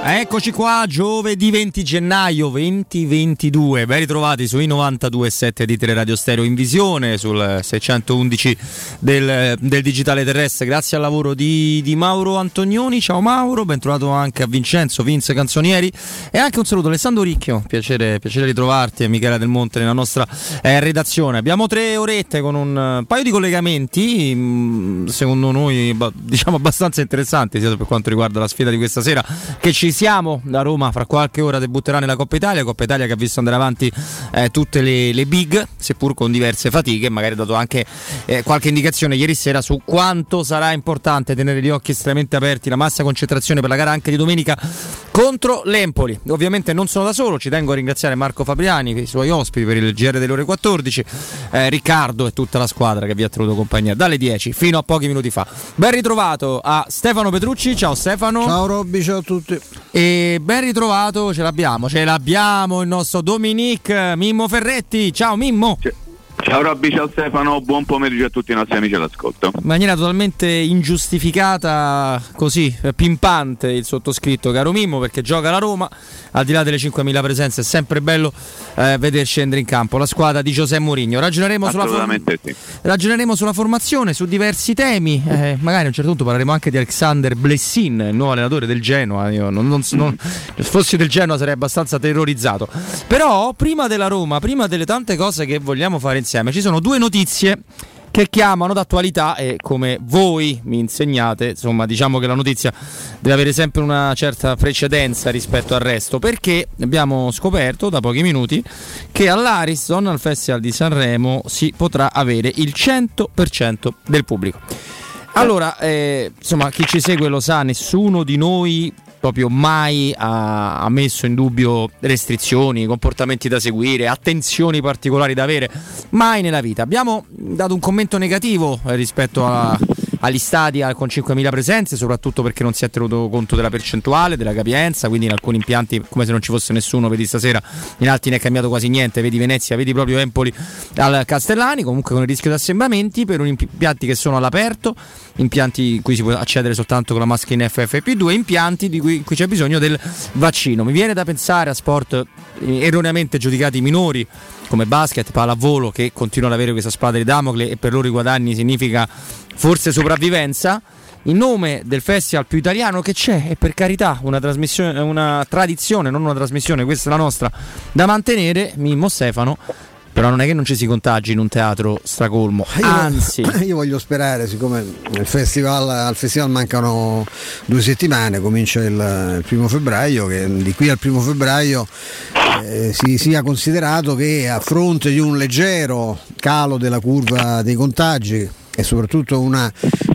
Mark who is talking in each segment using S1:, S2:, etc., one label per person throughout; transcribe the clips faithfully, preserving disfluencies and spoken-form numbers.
S1: Eccoci qua, giovedì venti gennaio duemilaventidue, ben ritrovati sui novantadue virgola sette di Teleradio Stereo in visione, sul seicentoundici del, del digitale terrestre, grazie al lavoro di, di Mauro Antonioni. Ciao Mauro, ben trovato anche a Vincenzo, Vince Canzonieri e anche un saluto Alessandro Ricchio, piacere, piacere ritrovarti, e Michela Del Monte nella nostra eh, redazione. Abbiamo tre orette con un uh, paio di collegamenti, mh, secondo noi ba- diciamo abbastanza interessanti, sia per quanto riguarda la sfida di questa sera che ci siamo. Da Roma fra qualche ora debutterà nella Coppa Italia, Coppa Italia che ha visto andare avanti eh, tutte le, le big, seppur con diverse fatiche, magari ha dato anche eh, qualche indicazione ieri sera su quanto sarà importante tenere gli occhi estremamente aperti, la massima concentrazione per la gara anche di domenica contro l'Empoli. Ovviamente non sono da solo, ci tengo a ringraziare Marco Fabriani, i suoi ospiti per il G R delle ore quattordici, eh, Riccardo e tutta la squadra che vi ha tenuto compagnia dalle dieci fino a pochi minuti fa. Ben ritrovato a Stefano Petrucci, ciao Stefano.
S2: Ciao Robby, ciao a tutti.
S1: E ben ritrovato, ce l'abbiamo, ce l'abbiamo il nostro Dominique Mimmo Ferretti. Ciao Mimmo.
S3: Ciao Robby, ciao Stefano, buon pomeriggio a tutti i nostri amici all'ascolto.
S1: In maniera totalmente ingiustificata, così pimpante il sottoscritto, caro Mimmo, perché gioca la Roma, al di là delle cinquemila presenze è sempre bello eh, veder scendere in campo la squadra di José Mourinho. Ragioneremo sulla, form-
S3: sì.
S1: ragioneremo sulla formazione, su diversi temi, eh, magari a un certo punto parleremo anche di Alexander Blessin, il nuovo allenatore del Genoa. Io non, non, non, se fossi del Genoa sarei abbastanza terrorizzato. Però prima della Roma, prima delle tante cose che vogliamo fare insieme, ci sono due notizie che chiamano d'attualità e come voi mi insegnate, insomma, diciamo che la notizia deve avere sempre una certa precedenza rispetto al resto, perché abbiamo scoperto da pochi minuti che all'Ariston, al Festival di Sanremo, si potrà avere il cento per cento del pubblico. Allora, eh, insomma, chi ci segue lo sa, nessuno di noi proprio mai ha, ha messo in dubbio restrizioni, comportamenti da seguire, attenzioni particolari da avere, mai nella vita. Abbiamo dato un commento negativo rispetto a, agli stadi con cinquemila presenze, soprattutto perché non si è tenuto conto della percentuale, della capienza, quindi in alcuni impianti come se non ci fosse nessuno, vedi stasera, in altri ne è cambiato quasi niente, vedi Venezia, vedi proprio Empoli al Castellani, comunque con il rischio di assembramenti, per impianti che sono all'aperto, impianti in cui si può accedere soltanto con la mascherina F F P due, impianti di cui in cui c'è bisogno del vaccino. Mi viene da pensare a sport erroneamente giudicati minori come basket, pallavolo, che continuano ad avere questa spada di Damocle e per loro i guadagni significa forse sopravvivenza, in nome del festival più italiano che c'è, e per carità una trasmissione, una tradizione, non una trasmissione, questa è la nostra, da mantenere. Mimmo, Stefano, però non è che non ci si contagi in un teatro stracolmo, anzi
S2: io, io voglio sperare, siccome il festival, al festival mancano due settimane, comincia il, il primo febbraio, che di qui al primo febbraio eh, si sia considerato che a fronte di un leggero calo della curva dei contagi e soprattutto una,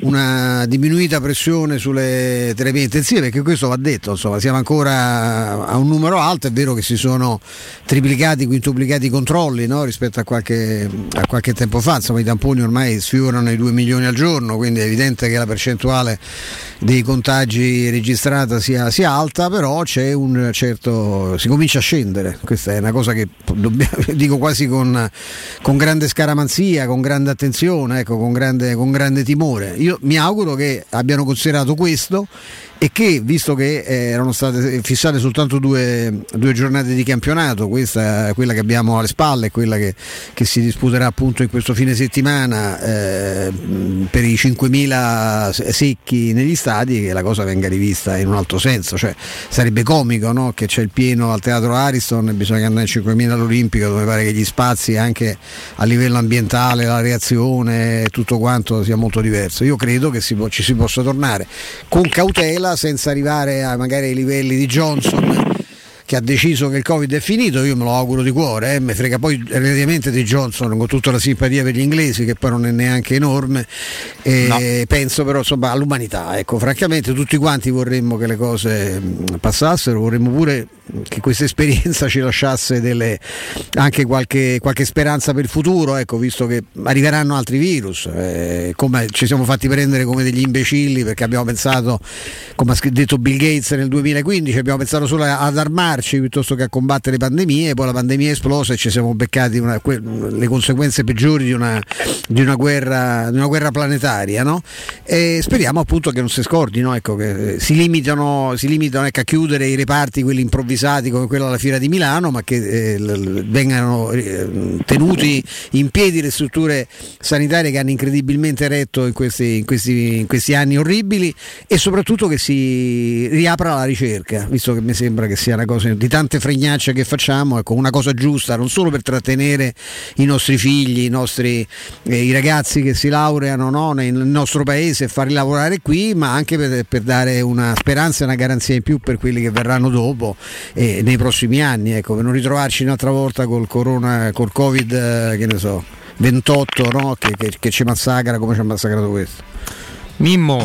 S2: una diminuita pressione sulle terapie intensive, perché questo va detto, insomma, siamo ancora a un numero alto, è vero che si sono triplicati, quintuplicati i controlli, no? Rispetto a qualche, a qualche tempo fa, insomma i tamponi ormai sfiorano i due milioni al giorno, quindi è evidente che la percentuale dei contagi registrata sia, sia alta, però c'è un certo, si comincia a scendere, questa è una cosa che dobbiamo, dico quasi con, con grande scaramanzia, con grande attenzione, ecco, con grande con grande timore. Io mi auguro che abbiano considerato questo e che, visto che eh, erano state fissate soltanto due, due giornate di campionato, questa quella che abbiamo alle spalle e quella che, che si disputerà appunto in questo fine settimana eh, per i cinquemila secchi negli stadi, che la cosa venga rivista in un altro senso, cioè sarebbe comico, no? Che c'è il pieno al teatro Ariston e bisogna andare in cinquemila all'Olimpico, dove pare che gli spazi anche a livello ambientale, la reazione, tutto quanto sia molto diverso. Io credo che si può, ci si possa tornare con cautela, senza arrivare a magari ai livelli di Johnson, che ha deciso che il Covid è finito. Io me lo auguro di cuore, eh, me frega poi relativamente di Johnson, con tutta la simpatia per gli inglesi, che poi non è neanche enorme, e no. Penso però insomma all'umanità, ecco, francamente tutti quanti vorremmo che le cose passassero, vorremmo pure che questa esperienza ci lasciasse delle, anche qualche, qualche speranza per il futuro, ecco, visto che arriveranno altri virus, eh, come ci siamo fatti prendere come degli imbecilli, perché abbiamo pensato, come ha detto Bill Gates nel duemilaquindici, abbiamo pensato solo ad armarci ritrovarci piuttosto che a combattere pandemie. Poi la pandemia è esplosa e ci siamo beccati una, que, le conseguenze peggiori di una, di una guerra di una guerra planetaria, no? E speriamo appunto che non si scordino, ecco, che si limitano, si limitano ecco, a chiudere i reparti, quelli improvvisati come quello alla Fiera di Milano, ma che eh, l- vengano eh, tenuti in piedi le strutture sanitarie che hanno incredibilmente retto in questi, in questi, in questi anni orribili, e soprattutto che si riapra la ricerca, visto che mi sembra che sia una cosa di tante fregnacce che facciamo, ecco, una cosa giusta non solo per trattenere i nostri figli, i nostri eh, i ragazzi che si laureano, no, nel nostro paese e farli lavorare qui, ma anche per, per dare una speranza e una garanzia in più per quelli che verranno dopo e eh, nei prossimi anni, ecco, per non ritrovarci un'altra volta col corona, col Covid, eh, che ne so, ventotto, no, che, che, che ci massacra come ci ha massacrato questo.
S1: Mimmo.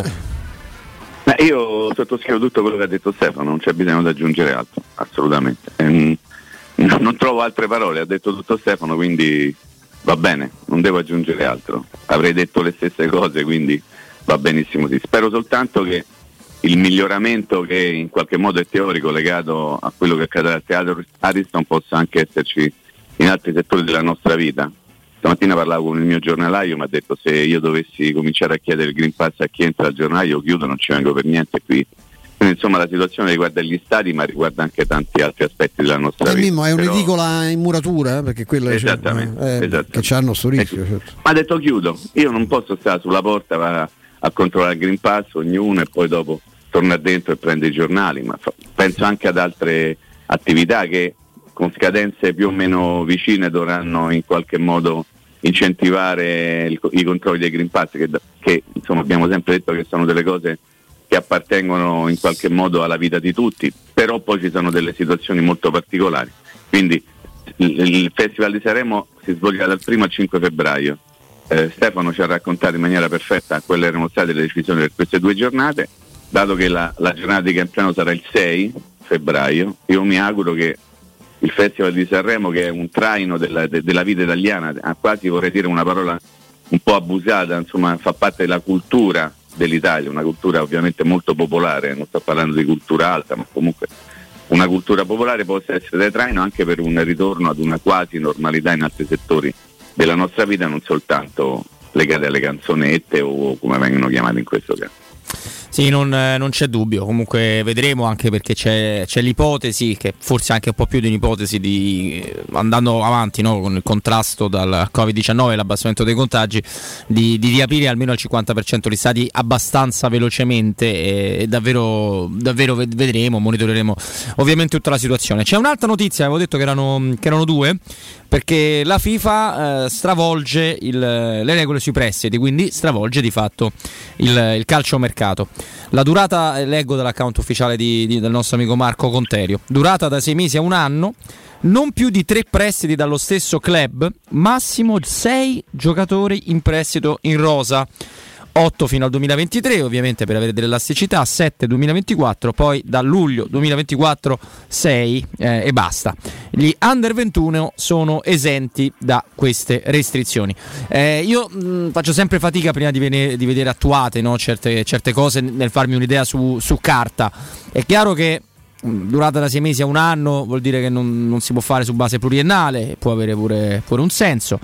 S3: Ma io sottoscrivo tutto quello che ha detto Stefano, non c'è bisogno di aggiungere altro, assolutamente. Ehm, non trovo altre parole, ha detto tutto Stefano, quindi va bene, non devo aggiungere altro. Avrei detto le stesse cose, quindi va benissimo così. Spero soltanto che il miglioramento, che in qualche modo è teorico, legato a quello che accadrà al teatro Ariston, possa anche esserci in altri settori della nostra vita. Stamattina parlavo con il mio giornalaio, mi ha detto: se io dovessi cominciare a chiedere il Green Pass a chi entra al giornalaio, chiudo, non ci vengo per niente qui. Quindi insomma la situazione riguarda gli stadi, ma riguarda anche tanti altri aspetti della nostra
S2: eh,
S3: vita.
S2: Mimmo, è
S3: Però...
S2: un'edicola in muratura, perché quello
S3: esattamente,
S2: è, eh,
S3: esattamente.
S2: che c'hanno sto rischio.
S3: Eh,
S2: certo.
S3: Ma ha detto chiudo, io non posso stare sulla porta a, a controllare il Green Pass ognuno e poi dopo torna dentro e prende i giornali, ma fa... penso anche ad altre attività che con scadenze più o meno vicine dovranno in qualche modo incentivare il, i controlli dei Green Pass, che, che insomma abbiamo sempre detto che sono delle cose che appartengono in qualche modo alla vita di tutti, però poi ci sono delle situazioni molto particolari. Quindi il, il Festival di Sanremo si svolgerà dal primo al cinque febbraio. Eh, Stefano ci ha raccontato in maniera perfetta quelle erano state le decisioni per queste due giornate. Dato che la, la giornata di Campiano sarà il sei febbraio, io mi auguro che il Festival di Sanremo, che è un traino della, de, della vita italiana, quasi vorrei dire una parola un po' abusata, insomma fa parte della cultura dell'Italia, una cultura ovviamente molto popolare, non sto parlando di cultura alta, ma comunque una cultura popolare, possa essere da traino anche per un ritorno ad una quasi normalità in altri settori della nostra vita, non soltanto legate alle canzonette o come vengono chiamate in questo caso.
S1: Sì, non, non c'è dubbio, comunque vedremo, anche perché c'è, c'è l'ipotesi, che forse anche un po' più di un'ipotesi, di andando avanti, no, con il contrasto dal covid diciannove e l'abbassamento dei contagi, di, di riaprire almeno al cinquanta per cento gli stadi abbastanza velocemente, e, e davvero, davvero vedremo, monitoreremo ovviamente tutta la situazione. C'è un'altra notizia, avevo detto che erano, che erano due, perché la FIFA eh, stravolge il, le regole sui prestiti, quindi stravolge di fatto il, il calciomercato. La durata, leggo dall'account ufficiale di, di, del nostro amico Marco Conterio, durata da sei mesi a un anno, non più di tre prestiti dallo stesso club, massimo sei giocatori in prestito in rosa, otto fino al duemilaventitré, ovviamente per avere dell'elasticità, sette duemilaventiquattro, poi da luglio duemilaventiquattro sei eh, e basta. Gli under ventuno sono esenti da queste restrizioni. Eh, io mh, faccio sempre fatica prima di, vene- di vedere attuate, no, certe, certe cose, nel farmi un'idea su, su carta. È chiaro che durata da sei mesi a un anno vuol dire che non, non si può fare su base pluriennale, può avere pure, pure un senso.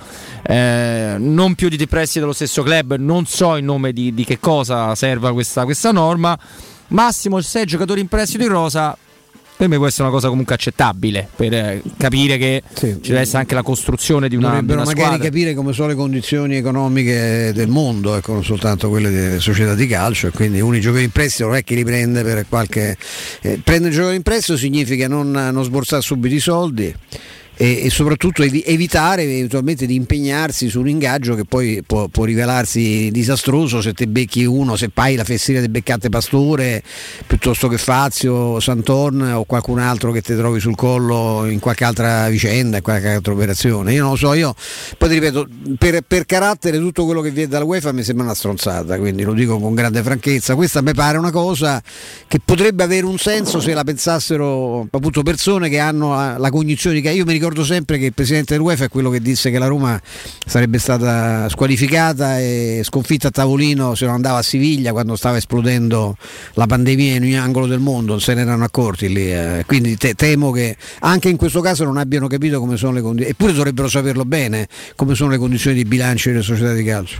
S1: Eh, non più di tre prestiti dello stesso club, non so in nome di, di che cosa serva questa, questa norma. Massimo sei giocatori in prestito in rosa, per me può essere una cosa comunque accettabile, per eh, capire che sì, ci deve essere anche la costruzione di una,
S2: dovrebbero
S1: di una
S2: magari
S1: squadra.
S2: Capire come sono le condizioni economiche del mondo, ecco, non soltanto quelle delle società di calcio, e quindi uno i giocatori in prestito non è che li prende per qualche eh, prendere il giocatore in prestito significa non, non sborsare subito i soldi e, e soprattutto evi- evitare eventualmente di impegnarsi su un ingaggio che poi può, può rivelarsi disastroso se te becchi uno, se fai la festina di beccate Pastore piuttosto che Fazio, Santon o qualcun altro che ti trovi sul collo in qualche altra vicenda, in qualche altra operazione. Io non lo so, io poi ti ripeto, per, per carattere tutto quello che viene dalla UEFA mi sembra una stronzata, quindi lo dico con grande franchezza. Questa mi pare una cosa che potrebbe avere un senso se la pensassero appunto persone che hanno la cognizione di... Io mi ricordo ricordo sempre che il presidente dell'UEFA è quello che disse che la Roma sarebbe stata squalificata e sconfitta a tavolino se non andava a Siviglia quando stava esplodendo la pandemia in ogni angolo del mondo, non se ne erano accorti lì, eh. Quindi te, temo che anche in questo caso non abbiano capito come sono le condizioni, eppure dovrebbero saperlo bene come sono le condizioni di bilancio delle società di calcio.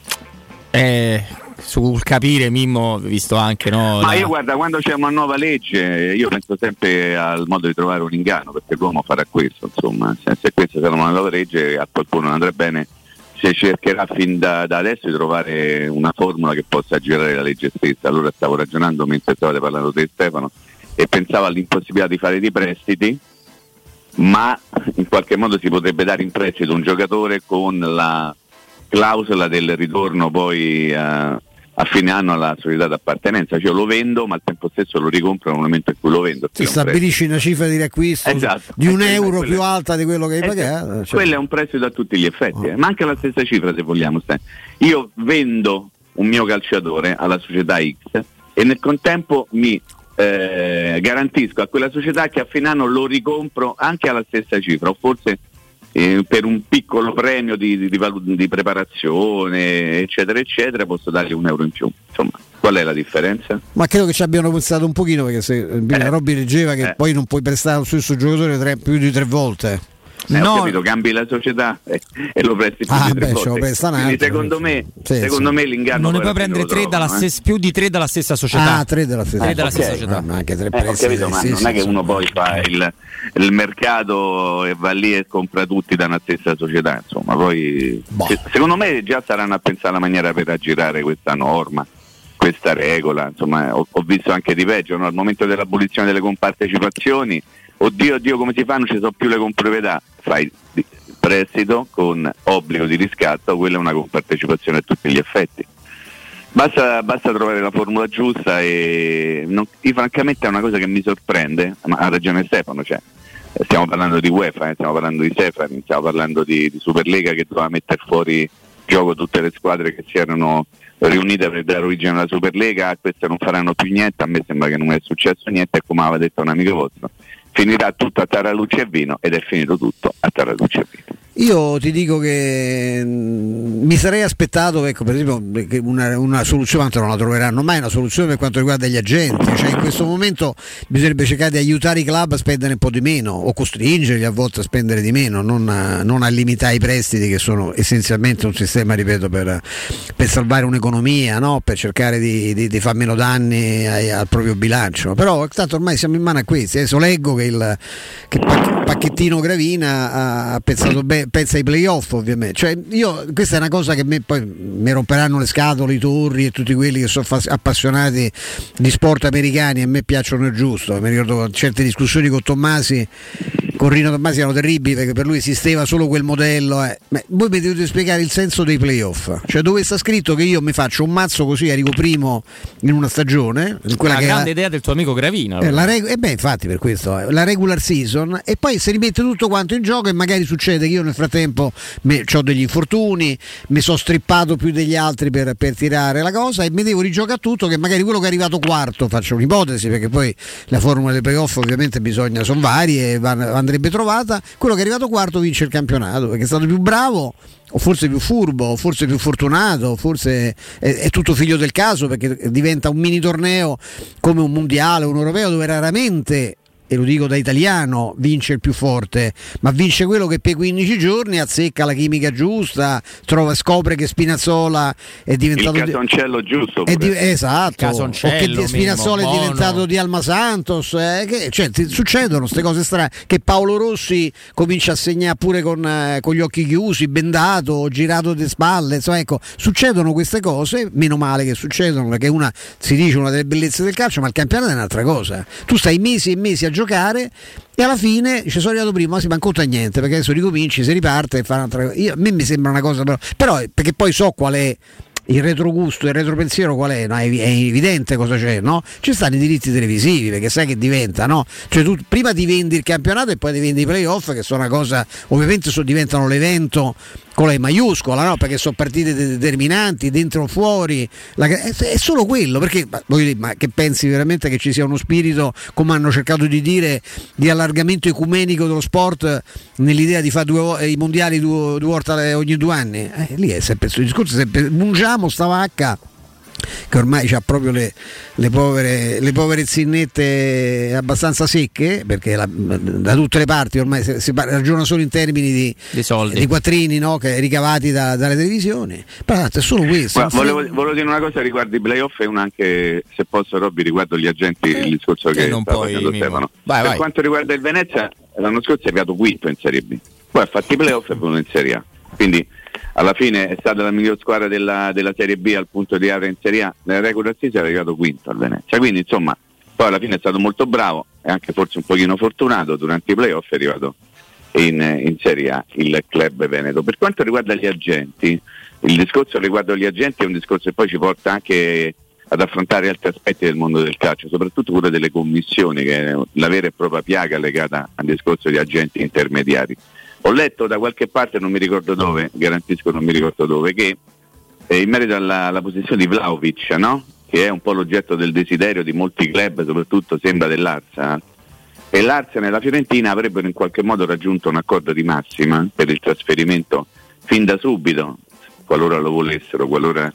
S1: Eh, sul capire, Mimmo, visto anche, no,
S3: ma
S1: la...
S3: io guarda, quando c'è una nuova legge io penso sempre al modo di trovare un inganno, perché l'uomo farà questo, insomma, se, se questa sarà una nuova legge a qualcuno non andrà bene, si cercherà fin da, da adesso di trovare una formula che possa aggirare la legge stessa. Allora stavo ragionando mentre stavate parlando te, Stefano, e pensavo all'impossibilità di fare dei prestiti, ma in qualche modo si potrebbe dare in prestito un giocatore con la clausola del ritorno poi a, a fine anno alla società d'appartenenza, cioè lo vendo ma al tempo stesso lo ricompro nel momento in cui lo vendo.
S2: Si stabilisci una cifra di riacquisto, esatto, di un euro più alta di quello che hai esatto. pagato. Cioè.
S3: Quello è un prestito a tutti gli effetti, oh. eh. ma anche la stessa cifra se vogliamo. Io vendo un mio calciatore alla società X e nel contempo mi eh, garantisco a quella società che a fine anno lo ricompro anche alla stessa cifra, o forse eh, per un piccolo premio di, di, di, di preparazione eccetera eccetera posso dargli un euro in più. Insomma, qual è la differenza?
S2: Ma credo che ci abbiano pensato un pochino, perché se eh, Robby leggeva che eh. poi non puoi prestare lo stesso giocatore tre, più di tre volte.
S3: Eh,
S2: no.
S3: Ho capito, cambi la società e, e lo presti più
S2: ah,
S3: di tre
S2: beh,
S3: volte.
S2: Presta
S3: Quindi secondo me,
S2: sì,
S3: secondo
S2: sì.
S3: me l'inganno
S1: non ne puoi prendere tre
S3: trovo,
S1: dalla
S3: eh?
S1: stessa, più di tre dalla stessa società.
S2: Ah, tre della stessa,
S1: tre della
S3: okay.
S1: stessa società.
S2: Ma anche tre
S3: eh, ho capito, ma
S2: sì,
S3: non
S2: sì,
S3: è che
S2: sì.
S3: uno poi fa il, il mercato e va lì e compra tutti da una stessa società, insomma, poi
S2: boh.
S3: se, secondo me già saranno a pensare la maniera per aggirare questa norma, questa regola, insomma, ho, ho visto anche di peggio, no? Al momento dell'abolizione delle compartecipazioni, oddio, oddio come si fanno, ci sono più le comproprietà, fai prestito con obbligo di riscatto, quella è una compartecipazione a tutti gli effetti. Basta, basta trovare la formula giusta e non, io, francamente è una cosa che mi sorprende, ma ha ragione Stefano, cioè, stiamo parlando di UEFA, eh, stiamo parlando di Seferin, stiamo parlando di, di Superlega che doveva mettere fuori gioco tutte le squadre che si erano riunite per dare origine alla Superlega, queste non faranno più niente, a me sembra che non è successo niente, e come aveva detto un amico vostro, finirà tutto a Tarallucci e vino, ed è finito tutto a Tarallucci e vino.
S2: Io ti dico che mh, mi sarei aspettato, ecco, per esempio, che una, una soluzione, tanto non la troveranno mai, una soluzione per quanto riguarda gli agenti, cioè in questo momento bisognerebbe cercare di aiutare i club a spendere un po' di meno o costringerli a volte a spendere di meno, non a, non a limitare i prestiti, che sono essenzialmente un sistema, ripeto, per, per salvare un'economia, no? Per cercare di, di, di far meno danni ai, al proprio bilancio. Però tanto ormai siamo in mano a questi. Adesso leggo che il che Pacchettino Gravina ha pensato bene, pensa ai playoff, ovviamente, cioè io, questa è una cosa che me, poi mi romperanno le scatole i Turri e tutti quelli che sono fa- appassionati di sport americani, a me piacciono il giusto. Mi ricordo certe discussioni con Tommasi, con Rino Tommasi, erano terribili perché per lui esisteva solo quel modello, eh. Ma voi mi dovete spiegare il senso dei playoff, cioè dove sta scritto che io mi faccio un mazzo così, arrivo primo in una stagione, in quella
S1: la
S2: che
S1: grande
S2: è la,
S1: idea del tuo amico Gravina,
S2: eh, la reg- eh beh, infatti per questo eh, la regular season, e poi si rimette tutto quanto in gioco e magari succede che io nel frattempo ho degli infortuni, mi sono strippato più degli altri per, per tirare la cosa e mi devo rigiocare tutto, che magari quello che è arrivato quarto, faccio un'ipotesi perché poi la formula dei playoff ovviamente bisogna, sono varie, van, andrebbe trovata, quello che è arrivato quarto vince il campionato perché è stato più bravo o forse più furbo o forse più fortunato, forse è, è tutto figlio del caso, perché diventa un mini torneo come un mondiale, un europeo, dove raramente, e lo dico da italiano, vince il più forte, ma vince quello che per quindici giorni azzecca la chimica giusta, trova, scopre che Spinazzola è diventato
S3: il casoncello di, giusto
S2: è di, esatto, o che di, Spinazzola
S1: Mimo,
S2: è diventato
S1: buono.
S2: di Alma Santos, eh, che, cioè, ti, succedono queste cose strane, che Paolo Rossi comincia a segnare pure con, eh, con gli occhi chiusi, bendato, girato di spalle, insomma, ecco, succedono queste cose, meno male che succedono, perché una, si dice, una delle bellezze del calcio, ma il campionato è un'altra cosa. Tu stai mesi e mesi a giocare e alla fine ci sono arrivato prima, ma si manca niente, perché adesso ricominci, si riparte e fa un'altra cosa. Io, a me mi sembra una cosa, però, però perché poi so qual è il retrogusto, il retropensiero qual è, no? È evidente cosa c'è, no? Ci stanno i diritti televisivi, perché sai che diventa, no? Cioè tu prima ti vendi il campionato e poi ti vendi i playoff, che sono una cosa, ovviamente so, diventano l'evento con la E maiuscola, no? Perché sono partite determinanti, dentro o fuori, la, è, è solo quello, perché voglio dire, ma che pensi veramente che ci sia uno spirito, come hanno cercato di dire, di allargamento ecumenico dello sport nell'idea di fare due, i mondiali due, due volte ogni due anni? Eh, lì è sempre il discorso, è sempre mungiamo sta vacca che ormai ha proprio le, le povere le povere zinnette abbastanza secche, perché la, da tutte le parti ormai si, si ragiona solo in termini di,
S1: di soldi,
S2: di quattrini, no? Che ricavati da, dalle televisioni. Però è solo questo.
S3: Ma volevo, volevo dire una cosa riguardo i playoff e una anche, se posso Robby, riguardo gli agenti, eh, il discorso che
S1: non
S3: stava
S1: puoi,
S3: facendo Stefano.
S1: Vai,
S3: per
S1: vai.
S3: quanto riguarda il Venezia, l'anno scorso è arrivato quinto in Serie B, poi ha fatto i playoff e è venuto in Serie A, quindi alla fine è stata la miglior squadra della, della Serie B al punto di arrivare in Serie A. Nella regular season è arrivato quinto al Venezia, quindi insomma poi alla fine è stato molto bravo e anche forse un pochino fortunato. Durante i playoff è arrivato in, in Serie A il club veneto. Per quanto riguarda gli agenti, il discorso riguardo agli agenti è un discorso che poi ci porta anche ad affrontare altri aspetti del mondo del calcio, soprattutto quello delle commissioni, che è la vera e propria piaga legata al discorso di agenti intermediari. Ho letto da qualche parte, non mi ricordo dove, garantisco non mi ricordo dove, che eh, in merito alla, alla posizione di Vlahovic, no? Che è un po' l'oggetto del desiderio di molti club, soprattutto sembra dell'Arsenal, e l'Arsenal e la Fiorentina avrebbero in qualche modo raggiunto un accordo di massima per il trasferimento fin da subito, qualora lo volessero, qualora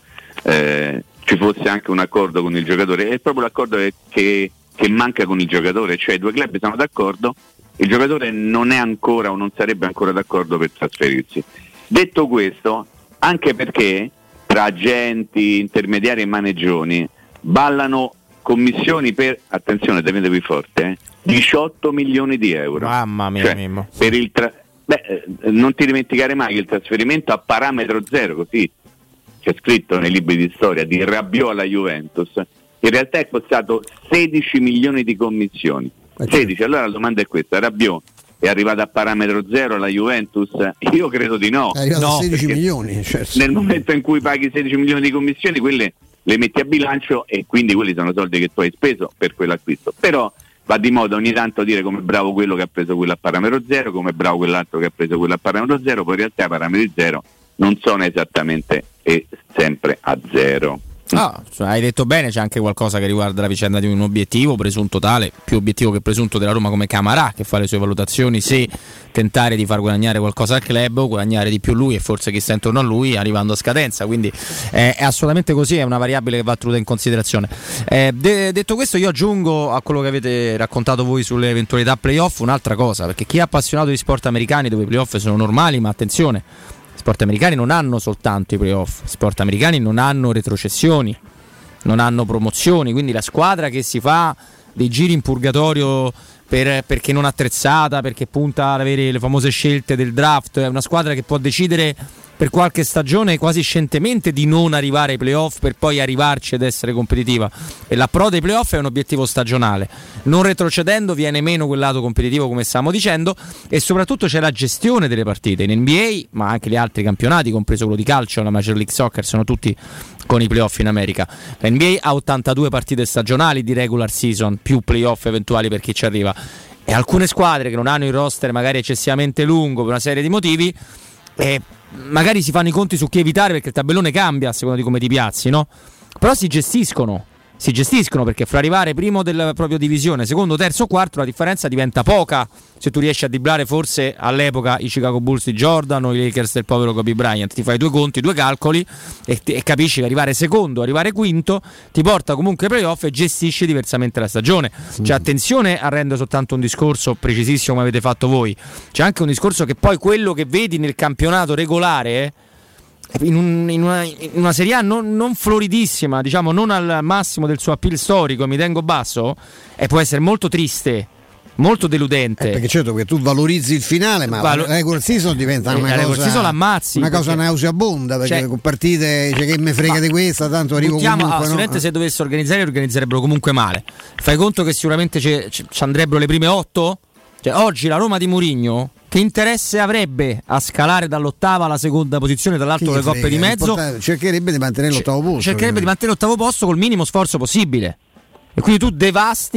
S3: eh, ci fosse anche un accordo con il giocatore. È proprio l'accordo che, che manca con il giocatore, cioè i due club sono d'accordo, il giocatore non è ancora o non sarebbe ancora d'accordo per trasferirsi. Detto questo, anche perché tra agenti, intermediari e maneggioni ballano commissioni per, attenzione, tenetevi forte, eh, diciotto milioni di euro.
S1: Mamma mia,
S3: cioè,
S1: Mimmo.
S3: Per il tra- beh, non ti dimenticare mai che il trasferimento a parametro zero, così c'è scritto nei libri di storia, di Rabiot alla Juventus, in realtà è costato sedici milioni di commissioni. sedici, allora la domanda è questa: Rabiot è arrivato a parametro zero alla Juventus? Io credo di no.
S2: È arrivato
S1: no,
S2: a sedici milioni, certo.
S3: Nel momento in cui paghi sedici milioni di commissioni, quelle le metti a bilancio e quindi quelli sono soldi che tu hai speso per quell'acquisto. Però va di moda ogni tanto dire come bravo quello che ha preso quello a parametro zero, come bravo quell'altro che ha preso quello a parametro zero, poi in realtà i parametri zero non sono esattamente e sempre a zero.
S1: Ah, cioè, hai detto bene, c'è anche qualcosa che riguarda la vicenda di un obiettivo presunto tale, più obiettivo che presunto della Roma, come Camarà, che fa le sue valutazioni se tentare di far guadagnare qualcosa al club o guadagnare di più lui e forse chi sta intorno a lui arrivando a scadenza, quindi eh, è assolutamente così, è una variabile che va tenuta in considerazione. Eh, de- detto questo, io aggiungo a quello che avete raccontato voi sulle eventualità playoff un'altra cosa, perché chi è appassionato di sport americani dove i playoff sono normali, ma attenzione, sport americani non hanno soltanto i playoff, sport americani non hanno retrocessioni, non hanno promozioni, quindi la squadra che si fa dei giri in purgatorio per, perché non attrezzata, perché punta ad avere le famose scelte del draft, è una squadra che può decidere per qualche stagione quasi scientemente di non arrivare ai playoff per poi arrivarci ed essere competitiva, e l'approdo ai playoff è un obiettivo stagionale, non retrocedendo viene meno quel lato competitivo come stavamo dicendo, e soprattutto c'è la gestione delle partite in N B A, ma anche gli altri campionati compreso quello di calcio, la Major League Soccer, sono tutti con i playoff in America. La N B A ha ottantadue partite stagionali di regular season più playoff eventuali per chi ci arriva, e alcune squadre che non hanno il roster magari eccessivamente lungo per una serie di motivi eh, magari si fanno i conti su chi evitare, perché il tabellone cambia a seconda di come ti piazzi, no? Però si gestiscono, si gestiscono perché fra arrivare primo della propria divisione, secondo, terzo, quarto, la differenza diventa poca se tu riesci a dribblare forse all'epoca i Chicago Bulls di Jordan o i Lakers del povero Kobe Bryant, ti fai due conti, due calcoli e, e capisci che arrivare secondo, arrivare quinto ti porta comunque ai playoff e gestisci diversamente la stagione. Mm. Cioè attenzione a rendere soltanto un discorso precisissimo come avete fatto voi, c'è anche un discorso che poi quello che vedi nel campionato regolare in, un, in, una, in una Serie A non, non floridissima, diciamo non al massimo del suo appeal storico, mi tengo basso, e può essere molto triste, molto deludente,
S2: eh, perché certo che tu valorizzi il finale, ma
S1: Valo-
S2: la regular season diventa una
S1: la
S2: cosa,
S1: season l'ammazzi,
S2: una cosa
S1: perché,
S2: nauseabonda, perché
S1: cioè,
S2: con partite cioè, che me frega di questa, tanto arrivo
S1: buttiamo,
S2: comunque,
S1: assolutamente,
S2: no?
S1: Se dovesse organizzare organizzerebbero comunque male. Fai conto che sicuramente ci andrebbero le prime otto? Cioè, oggi la Roma di Mourinho che interesse avrebbe a scalare dall'ottava alla seconda posizione, tra l'altro le coppe di mezzo?
S2: Cercherebbe di mantenere l'ottavo posto.
S1: Cercherebbe di mantenere l'ottavo posto col minimo sforzo possibile. E quindi tu devasti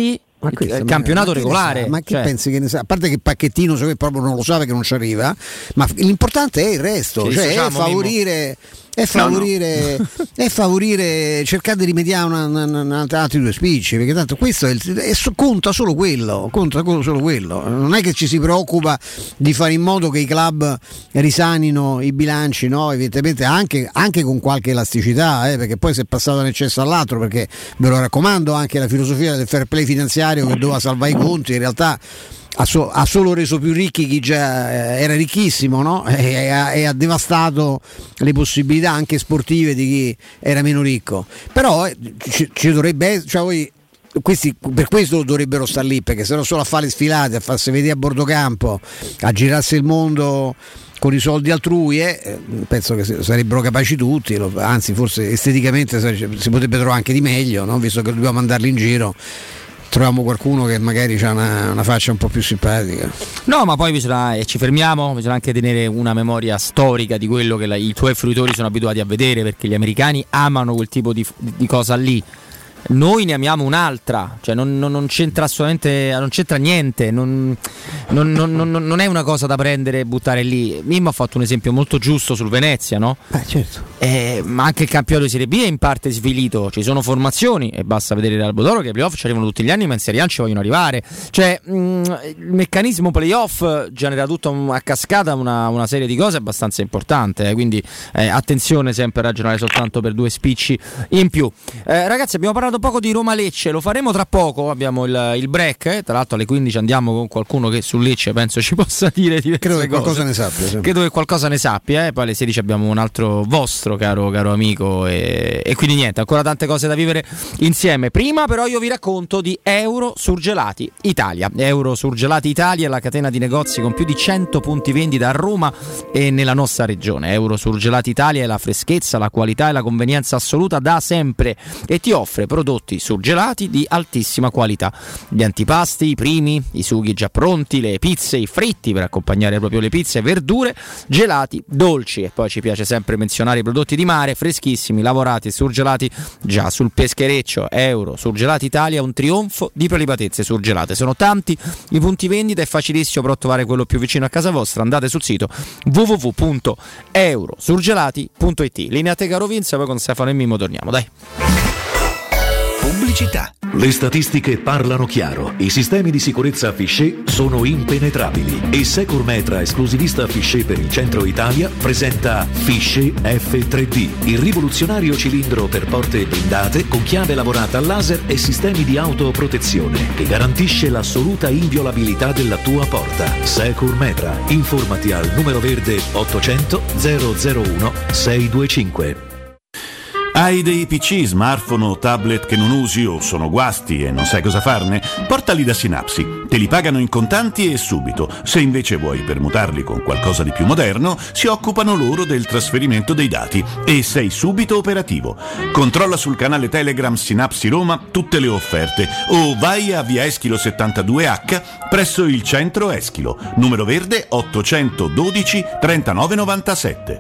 S1: Ma il, il campionato ma regolare.
S2: Ma che
S1: cioè.
S2: pensi che ne sa? A parte che Pacchettino so che proprio non lo sa perché non ci arriva, ma l'importante è il resto,
S1: ci
S2: cioè è favorire. È favorire, no, no. è favorire, cercare di rimediare una, una, una, altri due spicci, perché tanto questo è, il, è conta solo quello, conta solo quello. Non è che ci si preoccupa di fare in modo che i club risanino i bilanci, no? Evidentemente anche, anche con qualche elasticità, eh, perché poi si è passato da un eccesso all'altro, perché ve lo raccomando anche la filosofia del fair play finanziario che doveva salvare i conti, in realtà ha, so, ha solo reso più ricchi chi già eh, era ricchissimo, no? e, e, ha, e ha devastato le possibilità anche sportive di chi era meno ricco. Però eh, ci, ci dovrebbe, cioè voi, questi per questo dovrebbero star lì, perché se no solo a fare le sfilate, a farsi vedere a bordo campo, a girarsi il mondo con i soldi altrui, eh, penso che sarebbero capaci tutti, anzi forse esteticamente si potrebbe trovare anche di meglio, no? Visto che dobbiamo mandarli in giro, troviamo qualcuno che magari ha una, una faccia un po' più simpatica.
S1: No, ma poi bisogna, e ci fermiamo, bisogna anche tenere una memoria storica di quello che la, i tuoi fruitori sono abituati a vedere, perché gli americani amano quel tipo di, di cosa lì. Noi ne amiamo un'altra, cioè non, non, non c'entra assolutamente, non c'entra niente, non, non, non, non, non è una cosa da prendere e buttare lì. Mimmo ha fatto un esempio molto giusto sul Venezia, no?
S2: Eh, certo.
S1: Eh, ma anche il campionato di Serie B è in parte svilito, ci sono formazioni e basta vedere l'Albodoro che ai playoff ci arrivano tutti gli anni, ma in Serie A ci vogliono arrivare. Cioè mh, il meccanismo playoff genera tutto a cascata una, una serie di cose abbastanza importante, eh, quindi eh, attenzione sempre a ragionare soltanto per due spicci in più. Eh, ragazzi, abbiamo parlato un poco di Roma-Lecce, lo faremo tra poco, abbiamo il, il break, eh. Tra l'altro alle quindici andiamo con qualcuno che su Lecce penso ci possa dire diverse
S2: credo che
S1: cose.
S2: qualcosa ne sappia, sì.
S1: Credo che qualcosa ne sappia, eh. Poi alle sedici abbiamo un altro vostro caro, caro amico e, e quindi niente, ancora tante cose da vivere insieme. Prima però io vi racconto di Euro Surgelati Italia. Euro Surgelati Italia è la catena di negozi con più di cento punti vendita a Roma e nella nostra regione. Euro Surgelati Italia è la freschezza, la qualità e la convenienza assoluta da sempre e ti offre prodotti surgelati di altissima qualità, gli antipasti, i primi, i sughi già pronti, le pizze, i fritti per accompagnare proprio le pizze, verdure, gelati, dolci, e poi ci piace sempre menzionare i prodotti di mare freschissimi, lavorati e surgelati già sul peschereccio. Euro Surgelati Italia è un trionfo di prelibatezze surgelate, sono tanti i punti vendita, è facilissimo però trovare quello più vicino a casa vostra. Andate sul sito w w w punto eurosurgelati punto i t. Linea te caro Vince, poi con Stefano e Mimmo torniamo, dai.
S4: Pubblicità. Le statistiche parlano chiaro. I sistemi di sicurezza Fichet sono impenetrabili e Securmetra, esclusivista Fichet per il centro Italia, presenta Fichet F tre D, il rivoluzionario cilindro per porte blindate con chiave lavorata a laser e sistemi di autoprotezione che garantisce l'assoluta inviolabilità della tua porta. Securmetra. Informati al numero verde ottocento zero zero uno sei due cinque.
S5: Hai dei P C, smartphone o tablet che non usi o sono guasti e non sai cosa farne? Portali da Synapsi, te li pagano in contanti e subito. Se invece vuoi permutarli con qualcosa di più moderno, si occupano loro del trasferimento dei dati e sei subito operativo. Controlla sul canale Telegram Synapsi Roma tutte le offerte o vai a via Eschilo settantadue H presso il centro Eschilo, numero verde ottocentododici trentanove novantasette.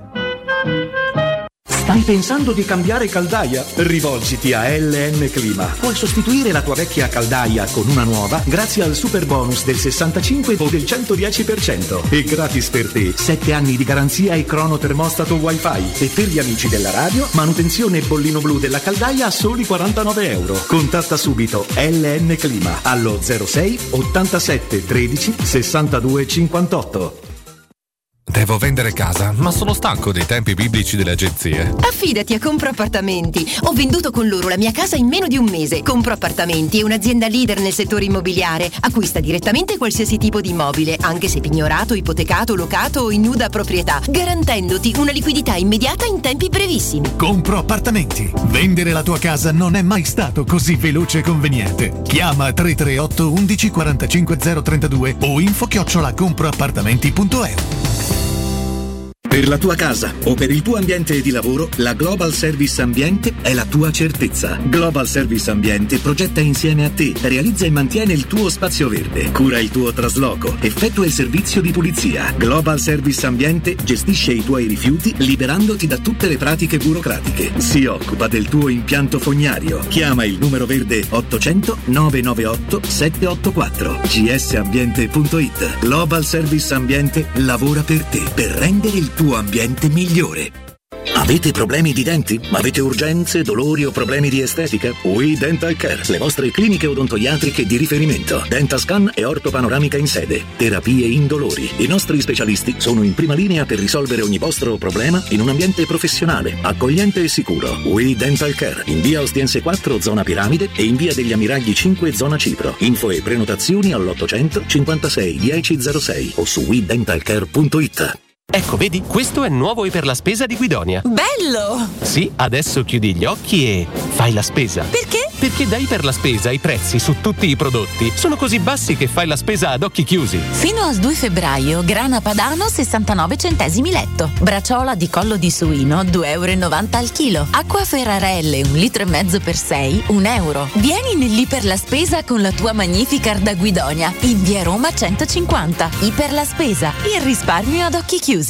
S6: Stai pensando di cambiare caldaia? Rivolgiti a L N Clima. Puoi sostituire la tua vecchia caldaia con una nuova grazie al super bonus del sessantacinque o del centodieci per cento. E gratis per te sette anni di garanzia e crono termostato wifi. E per gli amici della radio, manutenzione e bollino blu della caldaia a soli quarantanove euro. Contatta subito L N Clima allo zero sei ottantasette tredici sessantadue cinquantotto.
S7: Devo vendere casa, ma sono stanco dei tempi biblici delle agenzie.
S8: Affidati a Compro Appartamenti. Ho venduto con loro la mia casa in meno di un mese. Compro Appartamenti è un'azienda leader nel settore immobiliare. Acquista direttamente qualsiasi tipo di immobile, anche se pignorato, ipotecato, locato o in nuda proprietà, garantendoti una liquidità immediata in tempi brevissimi.
S9: Compro Appartamenti. Vendere la tua casa non è mai stato così veloce e conveniente. Chiama tre tre otto undici quarantacinque zero trentadue o info chiocciola comproappartamenti punto e u.
S6: Per la tua casa o per il tuo ambiente di lavoro, la Global Service Ambiente è la tua certezza. Global Service Ambiente progetta insieme a te, realizza e mantiene il tuo spazio verde, cura il tuo trasloco, effettua il servizio di pulizia. Global Service Ambiente gestisce i tuoi rifiuti liberandoti da tutte le pratiche burocratiche. Si occupa del tuo impianto fognario. Chiama il numero verde ottocento nove nove otto sette otto quattro g s ambiente punto i t. Global Service Ambiente lavora per te, per rendere il tuo ambiente migliore. Avete problemi di denti? Avete urgenze, dolori o problemi di estetica? We Dental Care, le vostre cliniche odontoiatriche di riferimento. Dentascan e ortopanoramica in sede. Terapie indolori. I nostri specialisti sono in prima linea per risolvere ogni vostro problema in un ambiente professionale, accogliente e sicuro. We Dental Care, in via Ostiense quattro, zona Piramide, e in via degli Ammiragli cinque, zona Cipro. Info e prenotazioni all'ottocento cinquantasei dieci zero sei o su we dental care punto i t.
S10: Ecco, vedi, questo è nuovo e per la spesa di Guidonia.
S11: Bello!
S10: Sì, adesso chiudi gli occhi e fai la spesa.
S11: Perché?
S10: Perché dai per la spesa i prezzi su tutti i prodotti sono così bassi che fai la spesa ad occhi chiusi.
S11: Fino al due febbraio, grana padano sessantanove centesimi letto. Braciola di collo di suino due euro e novanta al chilo. Acqua Ferrarelle un litro e mezzo per sei, un euro. Vieni nell'Iper la Spesa con la tua Magnificard da Guidonia in via Roma centocinquanta. Iper la Spesa, il risparmio ad occhi chiusi.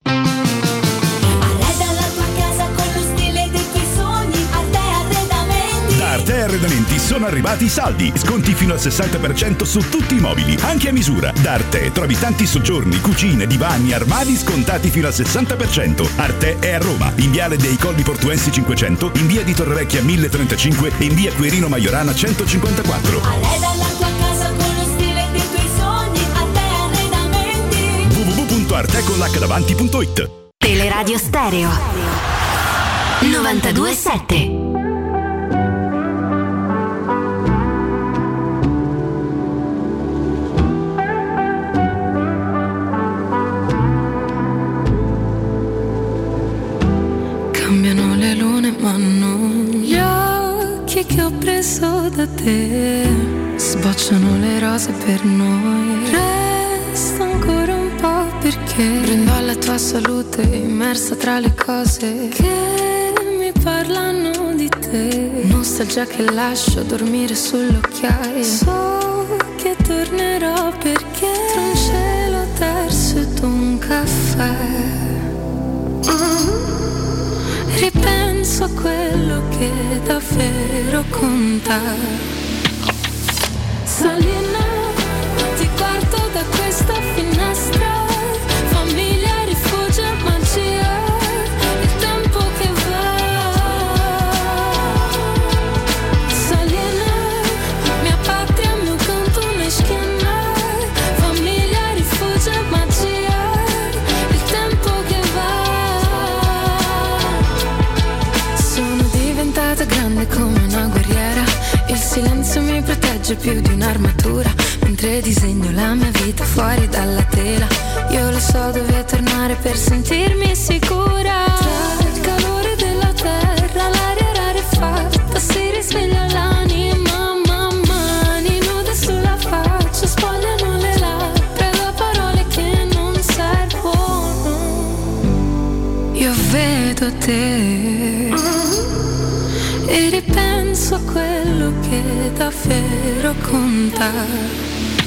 S12: Arte Arredamenti sono arrivati i saldi, sconti fino al sessanta per cento su tutti i mobili, anche a misura. Da Arte trovi tanti soggiorni, cucine, divani, armadi scontati fino al sessanta per cento. Arte è a Roma, in viale dei Colli Portuensi cinquecento, in via di Torrevecchia mille trentacinque e in via Quirino Maiorana centocinquantaquattro.
S13: Arreda la tua casa con lo stile dei tuoi sogni. Arte Arredamenti.
S12: w w w punto arte con l'acca davanti punto i t.
S14: Teleradio Stereo novantadue sette.
S15: Cambiano le lune ma non gli occhi che ho preso da te. Sbocciano le rose per noi. Resta ancora un po' perché prendo alla tua salute immersa tra le cose che mi parlano di te. Nostalgia che lascio dormire sulle occhiaie. So che tornerò perché tra un cielo terzo e tu un caffè. Mm. Ripenso a quello che davvero conta. Salina, ti guardo da questa finestra. Famiglia, rifugio, magia. Il tempo che va. Salina, mia patria, mio canto, una schiena. Famiglia, rifugio, magia. Il tempo che va. Sono diventata grande come una guerriera. Il silenzio mi protegge più di un'armatura. Mentre disegno la mia vita fuori dalla tela. Io lo so dove tornare per sentirmi sicura. Tra il calore della terra, l'aria rarefatta, si risveglia l'anima. Mani nude sulla faccia, spogliano le labbra da parole che non servono. Io vedo te e ripenso a quello che davvero conta.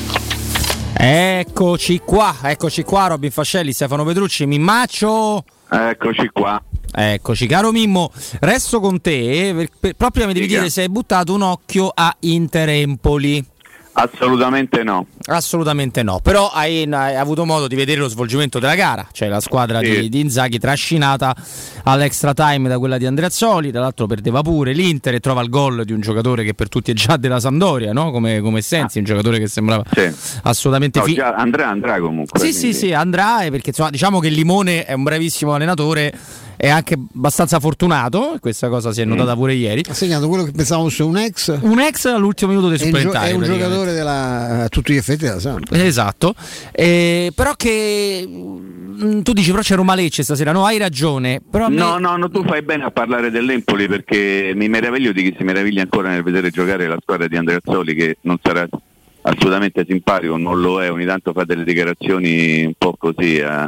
S1: Eccoci qua, eccoci qua, Robin Fascelli, Stefano Petrucci, Mimmaccio.
S3: Eccoci qua.
S1: Eccoci, caro Mimmo, resto con te, per, per, proprio mi devi
S3: Dica.
S1: dire se hai buttato un occhio a Inter-Empoli.
S3: Assolutamente no.
S1: Assolutamente no, però hai, hai avuto modo di vedere lo svolgimento della gara, cioè la squadra
S3: sì.
S1: di, di Inzaghi trascinata all'extra time da quella di Andreazzoli, tra l'altro perdeva pure l'Inter e trova il gol di un giocatore che per tutti è già della Sampdoria, no? Come, come Sensi, un giocatore che sembrava sì. assolutamente
S3: no,
S1: fi-
S3: già andrà, andrà comunque.
S1: Sì, quindi. sì, sì, andrà, perché insomma diciamo che Limone è un bravissimo allenatore. È anche abbastanza fortunato, questa cosa si è notata pure ieri.
S2: Ha segnato quello che pensavamo fosse un ex.
S1: Un ex all'ultimo minuto del supplementare.
S2: È un giocatore della, a tutti gli effetti della Samp.
S1: Esatto. Eh, però che mh, tu dici però c'è Roma Lecce stasera, no? Hai ragione. Però me...
S3: No, no, no, tu fai bene a parlare dell'Empoli perché mi meraviglio di chi si meraviglia ancora nel vedere giocare la squadra di Andreazzoli, che non sarà assolutamente simpatico, non lo è, ogni tanto fa delle dichiarazioni un po' così a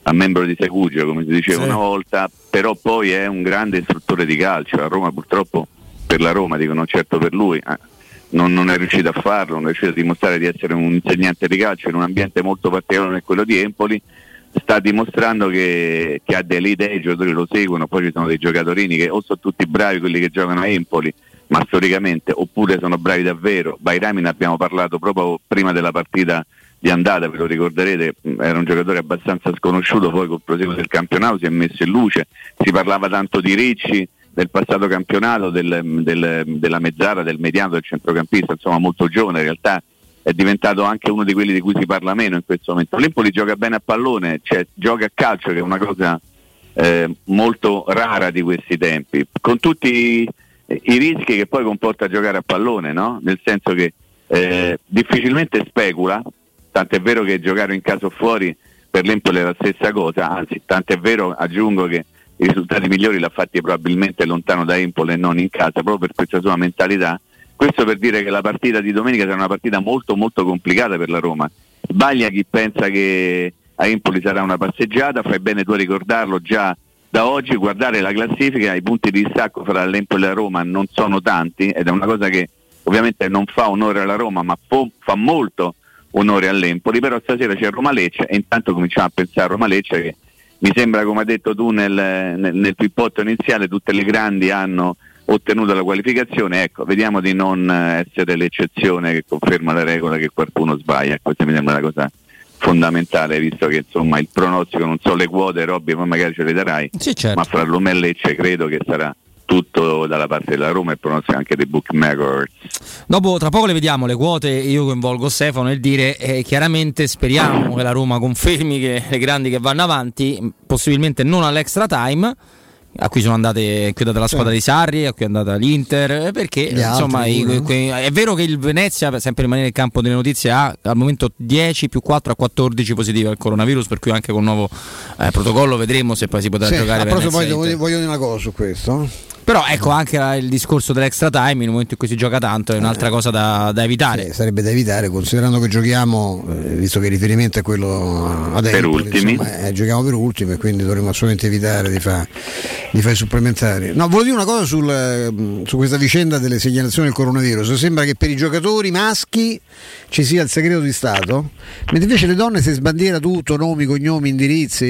S3: a membro di Segugio, come si diceva
S1: sì.
S3: una volta, però poi è un grande istruttore di calcio. A Roma purtroppo, per la Roma, dico non certo per lui, eh, non, non è riuscito a farlo, non è riuscito a dimostrare di essere un insegnante di calcio in un ambiente molto particolare come quello di Empoli. Sta dimostrando che, che ha delle idee, i giocatori lo seguono, poi ci sono dei giocatorini che o sono tutti bravi quelli che giocano a Empoli, ma storicamente, oppure sono bravi davvero. Bairami ne abbiamo parlato proprio prima della partita di andata, ve lo ricorderete, era un giocatore abbastanza sconosciuto, poi col proseguo del campionato si è messo in luce. Si parlava tanto di Ricci del passato campionato, del, del, della mezzala, del mediano, del centrocampista, insomma molto giovane, in realtà è diventato anche uno di quelli di cui si parla meno in questo momento. L'Empoli gioca bene a pallone, cioè gioca a calcio, che è una cosa eh, molto rara di questi tempi, con tutti i rischi che poi comporta giocare a pallone, no? Nel senso che eh, difficilmente specula, tant'è vero che giocare in casa o fuori per l'Empoli è la stessa cosa, anzi tant'è vero, aggiungo, che i risultati migliori l'ha fatti probabilmente lontano da Empoli e non in casa, proprio per questa sua mentalità. Questo per dire che la partita di domenica sarà una partita molto molto complicata per la Roma. Sbaglia chi pensa che a Empoli sarà una passeggiata, fai bene tu a ricordarlo già da oggi, guardare la classifica, i punti di distacco fra l'Empoli e la Roma non sono tanti, ed è una cosa che ovviamente non fa onore alla Roma, ma fo- fa molto onore all'Empoli. Però stasera c'è Roma-Lecce e intanto cominciamo a pensare a Roma-Lecce, che mi sembra, come hai detto tu nel, nel, nel pippotto iniziale, tutte le grandi hanno ottenuto la qualificazione. Ecco, vediamo di non essere l'eccezione che conferma la regola che qualcuno sbaglia. Questa mi sembra una cosa fondamentale, visto che insomma il pronostico, non so le quote, Robby, poi magari ce le darai,
S1: sì, certo.
S3: Ma fra Roma e Lecce credo che sarà tutto dalla parte della Roma e il pronostico anche dei bookmakers.
S1: Dopo, tra poco le vediamo le quote, io coinvolgo Stefano nel dire eh, chiaramente speriamo che la Roma confermi che le grandi che vanno avanti, possibilmente non all'extra time, a cui sono andate, qui è andata la squadra sì. di Sarri, a cui è andata l'Inter, perché Gli insomma i, que, que, è vero che il Venezia, per sempre rimanere nel campo delle notizie, ha al momento dieci più quattro a quattordici positivi al coronavirus, per cui anche con il nuovo eh, protocollo vedremo se poi si potrà
S2: sì,
S1: giocare.
S2: Però poi voglio, voglio dire una cosa su questo.
S1: Però ecco anche il discorso dell'extra time, in un momento in cui si gioca tanto, è un'altra cosa da, da evitare.
S2: Sì, sarebbe da evitare, considerando che giochiamo, eh, visto che il riferimento è quello ad
S3: per
S2: Empoli,
S3: ultimi,
S2: insomma, eh, giochiamo per ultimi, e quindi dovremmo assolutamente evitare di fare di fare supplementari. No, volevo dire una cosa sul, su questa vicenda delle segnalazioni del coronavirus. Sembra che per i giocatori maschi ci sia il segreto di Stato, mentre invece le donne si sbandiera tutto, nomi, cognomi, indirizzi.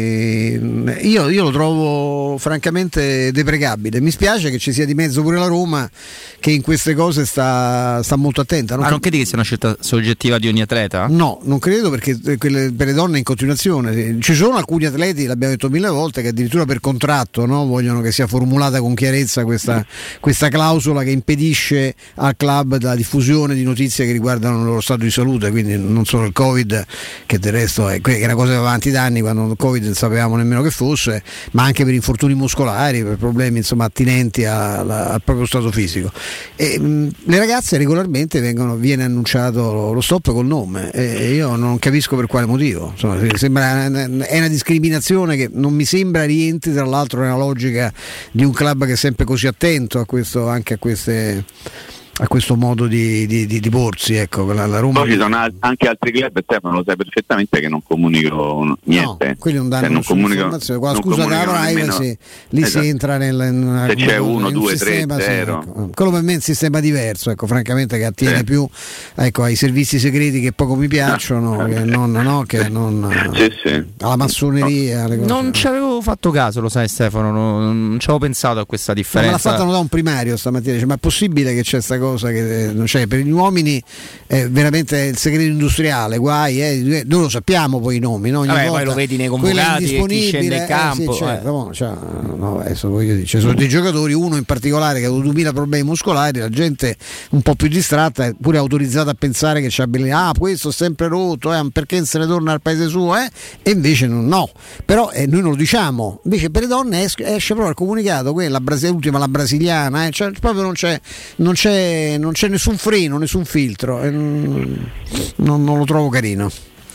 S2: Io, io lo trovo francamente deprecabile. Mi spiace che ci sia di mezzo pure la Roma, che in queste cose sta, sta molto attenta.
S1: Non Ma non credi che sia una scelta soggettiva di ogni atleta?
S2: No, non credo, perché quelle, per le donne in continuazione ci sono alcuni atleti, l'abbiamo detto mille volte, che addirittura per contratto, no, vogliono che sia formulata con chiarezza questa, questa clausola che impedisce al club la diffusione di notizie che riguardano il loro stato di salute, quindi non solo il Covid, che del resto è, è una cosa che va avanti da anni, quando il Covid non sapevamo nemmeno che fosse, ma anche per infortuni muscolari, per problemi insomma attinenti alla, al proprio stato fisico. E, mh, le ragazze regolarmente vengono, viene annunciato lo, lo stop col nome, e io non capisco per quale motivo. Insomma, sembra, è una discriminazione che non mi sembra rientri tra l'altro nella logica di un club che è sempre così attento a questo, anche a queste a questo modo di, di, di, di porsi, ecco. La, la Roma.
S3: Poi ci sono anche altri club, Stefano lo sai perfettamente, che non comunicano niente.
S2: No, quelli non danno
S3: cioè, non
S2: comunicano. Qua,
S3: non
S2: scusa la privacy, lì esatto. si entra nel, nel
S3: se c'è uno,
S2: in
S3: due,
S2: un sistema,
S3: tre, zero.
S2: Sì, ecco. Quello per me è un sistema diverso, ecco, francamente, che attiene
S3: sì.
S2: più ecco, ai servizi segreti che poco mi piacciono, che non, no, che non
S3: sì, sì.
S2: alla massoneria. Alle cose.
S1: Non ci avevo fatto caso, lo sai Stefano, non, non ci avevo pensato a questa differenza.
S2: No, me l'ha fatta da un primario stamattina, dice, ma è possibile che c'è questa cosa che cioè, per gli uomini è veramente il segreto industriale, guai, eh. Noi lo sappiamo poi i nomi, no? Ogni
S1: Vabbè,
S2: volta,
S1: poi lo vedi nei convocati e chi scende in campo.
S2: Eh, sì, certo,
S1: eh.
S2: no, cioè, no, adesso voglio dire, ci sono dei giocatori, uno in particolare che ha avuto duemila problemi muscolari, la gente un po' più distratta è pure autorizzata a pensare che c'è abilità, ah questo è sempre rotto, eh, perché se ne torna al paese suo, eh? E invece non, no, però eh, noi non lo diciamo, invece per le donne esce, esce proprio il comunicato, quella l'ultima, la brasiliana, eh, cioè, proprio non c'è, non c'è, non c'è nessun freno, nessun filtro, eh, non, non lo trovo carino.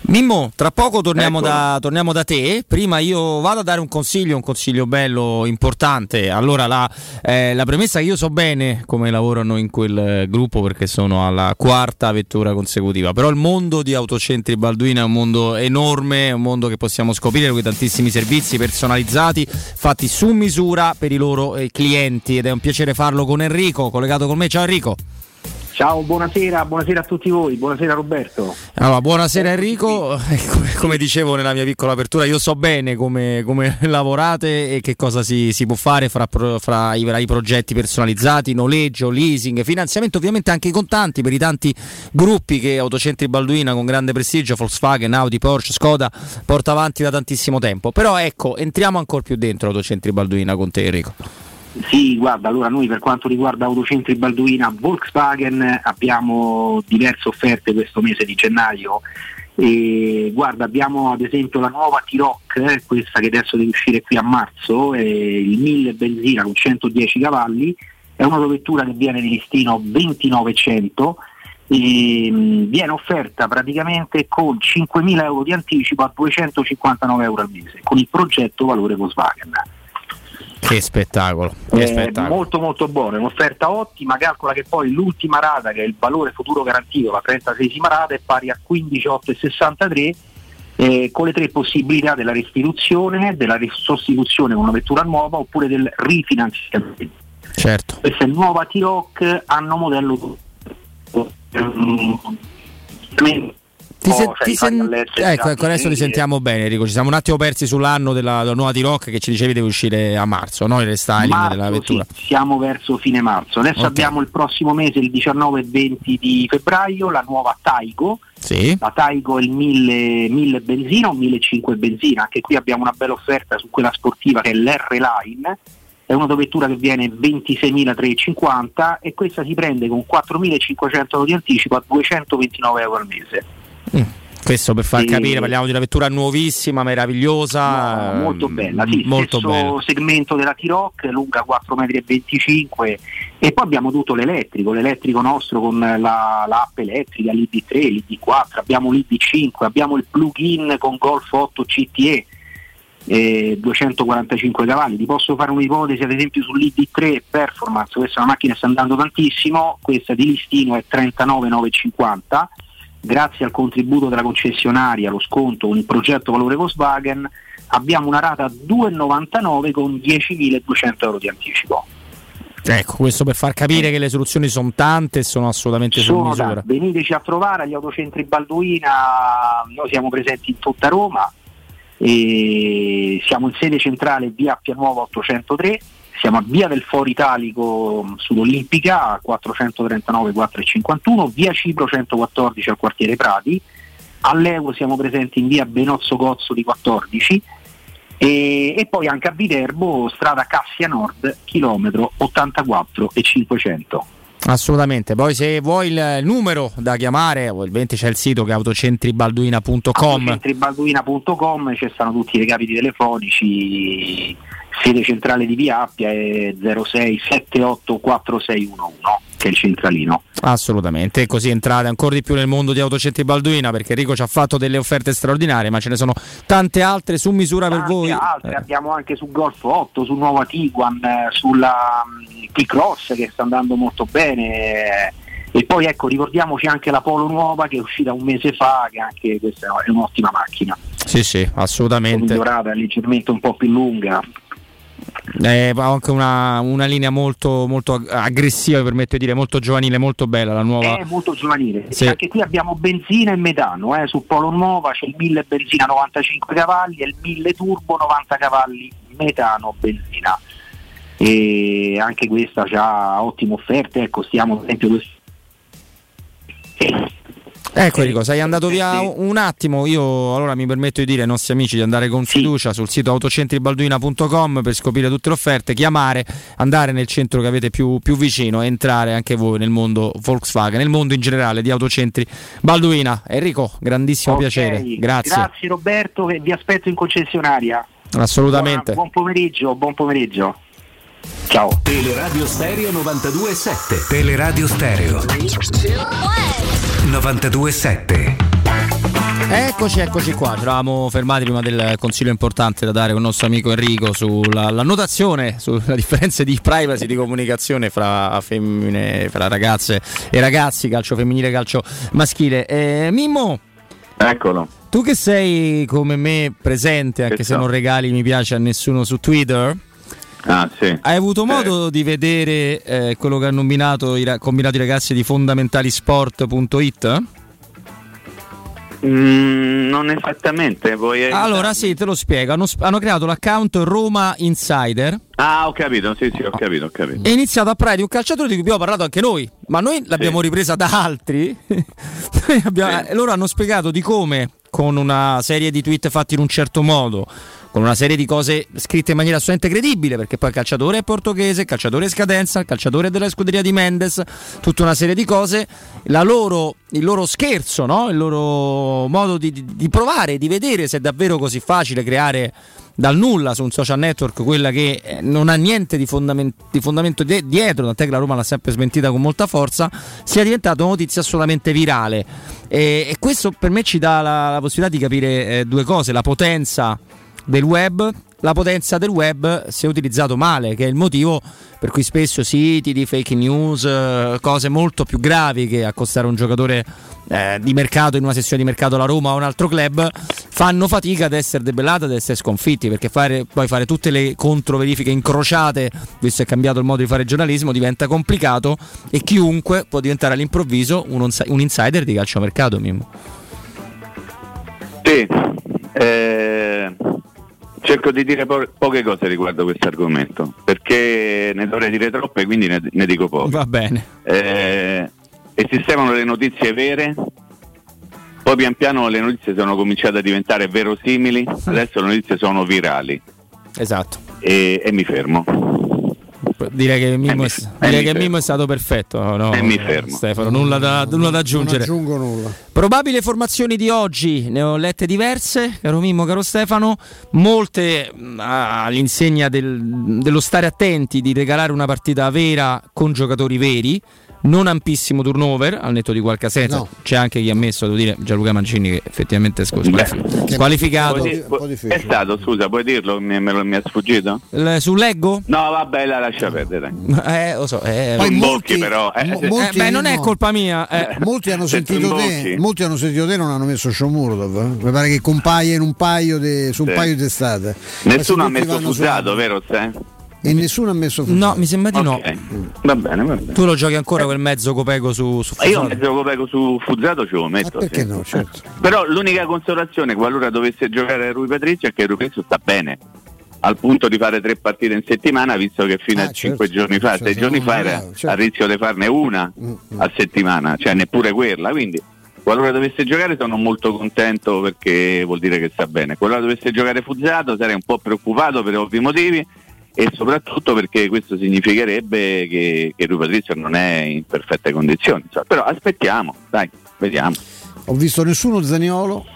S1: Mimmo, tra poco torniamo
S3: Ecco.
S1: da, torniamo da te. Prima io vado a dare un consiglio, un consiglio bello, importante. Allora, la, eh, la premessa che io so bene come lavorano in quel eh, gruppo, perché sono alla quarta vettura consecutiva. Però il mondo di Autocentri Balduina è un mondo enorme, è un mondo che possiamo scoprire con tantissimi servizi personalizzati, fatti su misura per i loro eh, clienti. Ed è un piacere farlo con Enrico, collegato con me. Ciao Enrico.
S16: Ciao, buonasera, buonasera a tutti voi, buonasera Roberto.
S1: Allora, buonasera Enrico, come, come dicevo nella mia piccola apertura, io so bene come, come lavorate e che cosa si, si può fare fra, fra i vari progetti personalizzati, noleggio, leasing, finanziamento, ovviamente anche i contanti per i tanti gruppi che Autocentri Balduina con grande prestigio, Volkswagen, Audi, Porsche, Skoda, porta avanti da tantissimo tempo. Però ecco, entriamo ancora più dentro Autocentri Balduina con te Enrico.
S16: Sì, guarda, allora noi per quanto riguarda Autocentri Balduina Volkswagen abbiamo diverse offerte questo mese di gennaio e guarda, abbiamo ad esempio la nuova T-Roc, eh, questa che adesso deve uscire qui a marzo, eh, il mille benzina con centodieci cavalli, è un'autovettura che viene di listino ventinovecento e mh, viene offerta praticamente con cinquemila euro di anticipo a duecentocinquantanove euro al mese con il progetto valore Volkswagen.
S1: Che spettacolo, che
S16: Eh,
S1: spettacolo.
S16: molto molto buono, è un'offerta ottima. Calcola che poi l'ultima rata, che è il valore futuro garantito, la trentaseesima rata, è pari a quindici virgola ottocentosessantatré, eh, con le tre possibilità della restituzione, della sostituzione con una vettura nuova oppure del rifinanziamento.
S1: Certo.
S16: Questa è nuova T-Roc, hanno modello
S1: Ti sen-
S16: cioè,
S1: ti
S16: i
S1: sen-
S16: taglialletti,
S1: ecco, ecco, adesso ti
S16: sì,
S1: sentiamo bene Enrico, ci siamo un attimo persi sull'anno della, della nuova T-Roc che ci dicevi deve uscire a marzo, no? Il restyling
S16: marzo,
S1: della vettura.
S16: sì, siamo verso fine marzo. Adesso
S1: Ok.
S16: abbiamo il prossimo mese, il diciannove e venti di febbraio, la nuova Taigo.
S1: Sì.
S16: La Taigo è il mille, mille benzina o millecinquecento benzina, anche qui abbiamo una bella offerta su quella sportiva che è l'R Line, è un'autovettura che viene ventiseiemilatrecentocinquanta e questa si prende con quattromilacinquecento euro di anticipo a duecentoventinove euro al mese.
S1: Mm. Questo per far
S16: E-
S1: capire, parliamo di una vettura nuovissima, meravigliosa,
S16: No, molto bella, sì,
S1: molto
S16: stesso
S1: bella.
S16: segmento della T-Roc, lunga quattro virgola venticinque metri e poi abbiamo tutto l'elettrico, l'elettrico nostro con la, l'app elettrica, l'I D tre, l'I D quattro, abbiamo l'I D cinque, abbiamo il plug-in con Golf otto C T E, eh, duecentoquarantacinque cavalli. Ti posso fare un'ipotesi ad esempio sull'I D tre Performance, questa è una macchina che sta andando tantissimo, questa di listino è trentanove migliaia novecentocinquanta. Grazie al contributo della concessionaria, lo sconto con il progetto valore Volkswagen, abbiamo una rata a due virgola novantanove con diecimiladuecento euro di anticipo.
S1: Ecco, questo per far capire che le soluzioni sono tante e sono assolutamente su
S16: Sono
S1: misura.
S16: da- veniteci a trovare agli Autocentri Balduina, noi siamo presenti in tutta Roma, e siamo in sede centrale via Appia Nuova ottocentotre, siamo a via del Foro Italico sull'Olimpica a quattrocentotrentanove quattrocentocinquantuno, via Cipro centoquattordici al quartiere Prati, all'Euro siamo presenti in via Benozzo Gozzo di quattordici e, e poi anche a Viterbo, strada Cassia Nord, chilometro ottantaquattro e cinquecento.
S1: Assolutamente, poi se vuoi il numero da chiamare, ovviamente c'è il sito che è autocentribalduina punto com.
S16: autocentribalduina punto com, ci stanno tutti i recapiti telefonici, sede centrale di Via Appia è zero sei sette otto quattro sei uno uno, che è il centralino.
S1: Assolutamente, e così entrate ancora di più nel mondo di Autocentri Balduina, perché Enrico ci ha fatto delle offerte straordinarie, ma ce ne sono tante altre su misura per
S16: Tante
S1: voi.
S16: altre,
S1: Eh.
S16: abbiamo anche su Golf otto, su nuova Tiguan, eh, sulla um, T-Cross che sta andando molto bene, eh, e poi ecco ricordiamoci anche la Polo nuova che è uscita un mese fa, che anche questa è un'ottima macchina,
S1: Sì, sì, assolutamente.
S16: migliorata, leggermente un po' più lunga.
S1: Eh, ha anche una, una linea molto, molto ag- aggressiva, mi permetto di dire, molto giovanile, molto bella la nuova.
S16: È molto giovanile.
S1: Sì.
S16: Anche qui abbiamo benzina e metano, eh. Su Polo Nuova c'è il mille benzina novantacinque cavalli e il mille turbo novanta cavalli metano benzina, e anche questa ha ottime offerte. Ecco, stiamo ad esempio questo.
S1: Ecco Enrico, sei andato via un attimo, io allora mi permetto di dire ai nostri amici di andare con fiducia sul sito autocentribalduina punto com per scoprire tutte le offerte, chiamare, andare nel centro che avete più, più vicino e entrare anche voi nel mondo Volkswagen, nel mondo in generale di Autocentri Balduina. Enrico, grandissimo
S16: Ok,
S1: piacere, grazie.
S16: Grazie Roberto, che vi aspetto in concessionaria.
S1: Assolutamente.
S16: Buona- buon pomeriggio, buon pomeriggio. Ciao.
S4: Teleradio Stereo novantadue virgola sette.
S7: Teleradio Stereo novantadue virgola sette.
S1: Eccoci, eccoci qua. Ci eravamo fermati prima del consiglio importante da dare con il nostro amico Enrico sulla la notazione, sulla differenza di privacy di comunicazione fra femmine, fra ragazze e ragazzi, calcio femminile e calcio maschile. Eh, Mimmo,
S3: eccolo.
S1: Tu che sei come me presente, anche che se so. non regali mi piace a nessuno su Twitter.
S3: Ah, sì.
S1: Hai avuto modo eh. di vedere eh, quello che hanno combinato i, combinato i ragazzi di fondamentalisport punto it?
S3: Mm, non esattamente. Vuoi
S1: allora sì, te lo spiego. Hanno, hanno creato l'account Roma Insider.
S3: Ah, ho capito, sì, sì, ho capito, ho capito.
S1: È iniziato a parlare di un calciatore di cui abbiamo parlato anche noi, ma noi l'abbiamo sì. ripresa da altri. noi abbiamo, sì. Loro hanno spiegato di come, con una serie di tweet fatti in un certo modo, con una serie di cose scritte in maniera assolutamente credibile, perché poi il calciatore è portoghese, il calciatore è scadenza, il calciatore è della scuderia di Mendes, tutta una serie di cose, la loro, il loro scherzo, no? Il loro modo di, di, di provare, di vedere se è davvero così facile creare dal nulla su un social network quella che non ha niente di, fondament- di fondamento de- dietro, tant'è che la Roma l'ha sempre smentita con molta forza, sia diventato notizia assolutamente virale. E, e questo per me ci dà la, la possibilità di capire eh, due cose: la potenza del web, la potenza del web si è utilizzato male, che è il motivo per cui spesso siti di fake news, cose molto più gravi che accostare un giocatore eh, di mercato in una sessione di mercato alla Roma o un altro club, fanno fatica ad essere debellate, ad essere sconfitti, perché fare, poi fare tutte le controverifiche incrociate, visto che è cambiato il modo di fare giornalismo, diventa complicato e chiunque può diventare all'improvviso un, un insider di calciomercato. Mimmo.
S3: Sì, eh... cerco di dire po- poche cose riguardo questo argomento, perché ne dovrei dire troppe, quindi ne, ne dico poche.
S1: Va bene.
S3: Eh, esistevano le notizie vere, poi pian piano le notizie sono cominciate a diventare verosimili, adesso le notizie sono virali.
S1: Esatto.
S3: E, e mi fermo.
S1: Direi che Mimmo,
S3: mi,
S1: è, direi che Mimmo è stato perfetto, no?
S3: E mi fermo.
S1: Stefano, nulla da, nulla da aggiungere.
S2: Non aggiungo nulla.
S1: Probabili formazioni di oggi, ne ho lette diverse, caro Mimmo, caro Stefano, molte all'insegna del, dello stare attenti, di regalare una partita vera con giocatori veri, non ampissimo turnover, al netto di qualche assenza. No. C'è anche chi ha messo, devo dire, Gianluca Mancini, che effettivamente è squalificato. squalificato.
S3: Di, è stato, scusa, puoi dirlo? Mi, me lo, mi è sfuggito?
S1: L- su Leggo?
S3: No, vabbè, la lascia perdere.
S1: Eh, lo so. Eh,
S3: Poi molti, però. Eh,
S2: mo-
S3: se,
S2: molti
S1: eh, beh, non è colpa mia. Eh.
S2: Molti hanno sentito te, molti hanno sentito te, non hanno messo Shomurodov. Eh? Mi pare che compaia in un paio de, su un sì. paio di testate.
S3: Nessuno ha messo Fusato, vero? Te?
S2: E nessuno ha messo Fusato.
S1: No, mi sembra di
S3: okay.
S1: no.
S3: Va bene, va bene.
S1: Tu lo giochi ancora eh. quel mezzo Copeco su, su Fusato?
S3: Io mezzo Copeco su Fusato ce lo metto.
S2: Ah, perché
S3: sì.
S2: no? Certo.
S3: Però l'unica consolazione qualora dovesse giocare Rui Patrizio è che Rui Patrizio sta bene, al punto di fare tre partite in settimana, visto che fino ah, a certo. cinque giorni fa, sei giorni fa era certo. a rischio di farne una mm-hmm. a settimana, cioè neppure quella, quindi qualora dovesse giocare sono molto contento perché vuol dire che sta bene. Qualora dovesse giocare Fusato sarei un po' preoccupato per ovvi motivi, e soprattutto perché questo significherebbe che, che Rui Patrizio non è in perfette condizioni, cioè, però aspettiamo, dai, vediamo.
S2: Ho visto nessuno Zaniolo.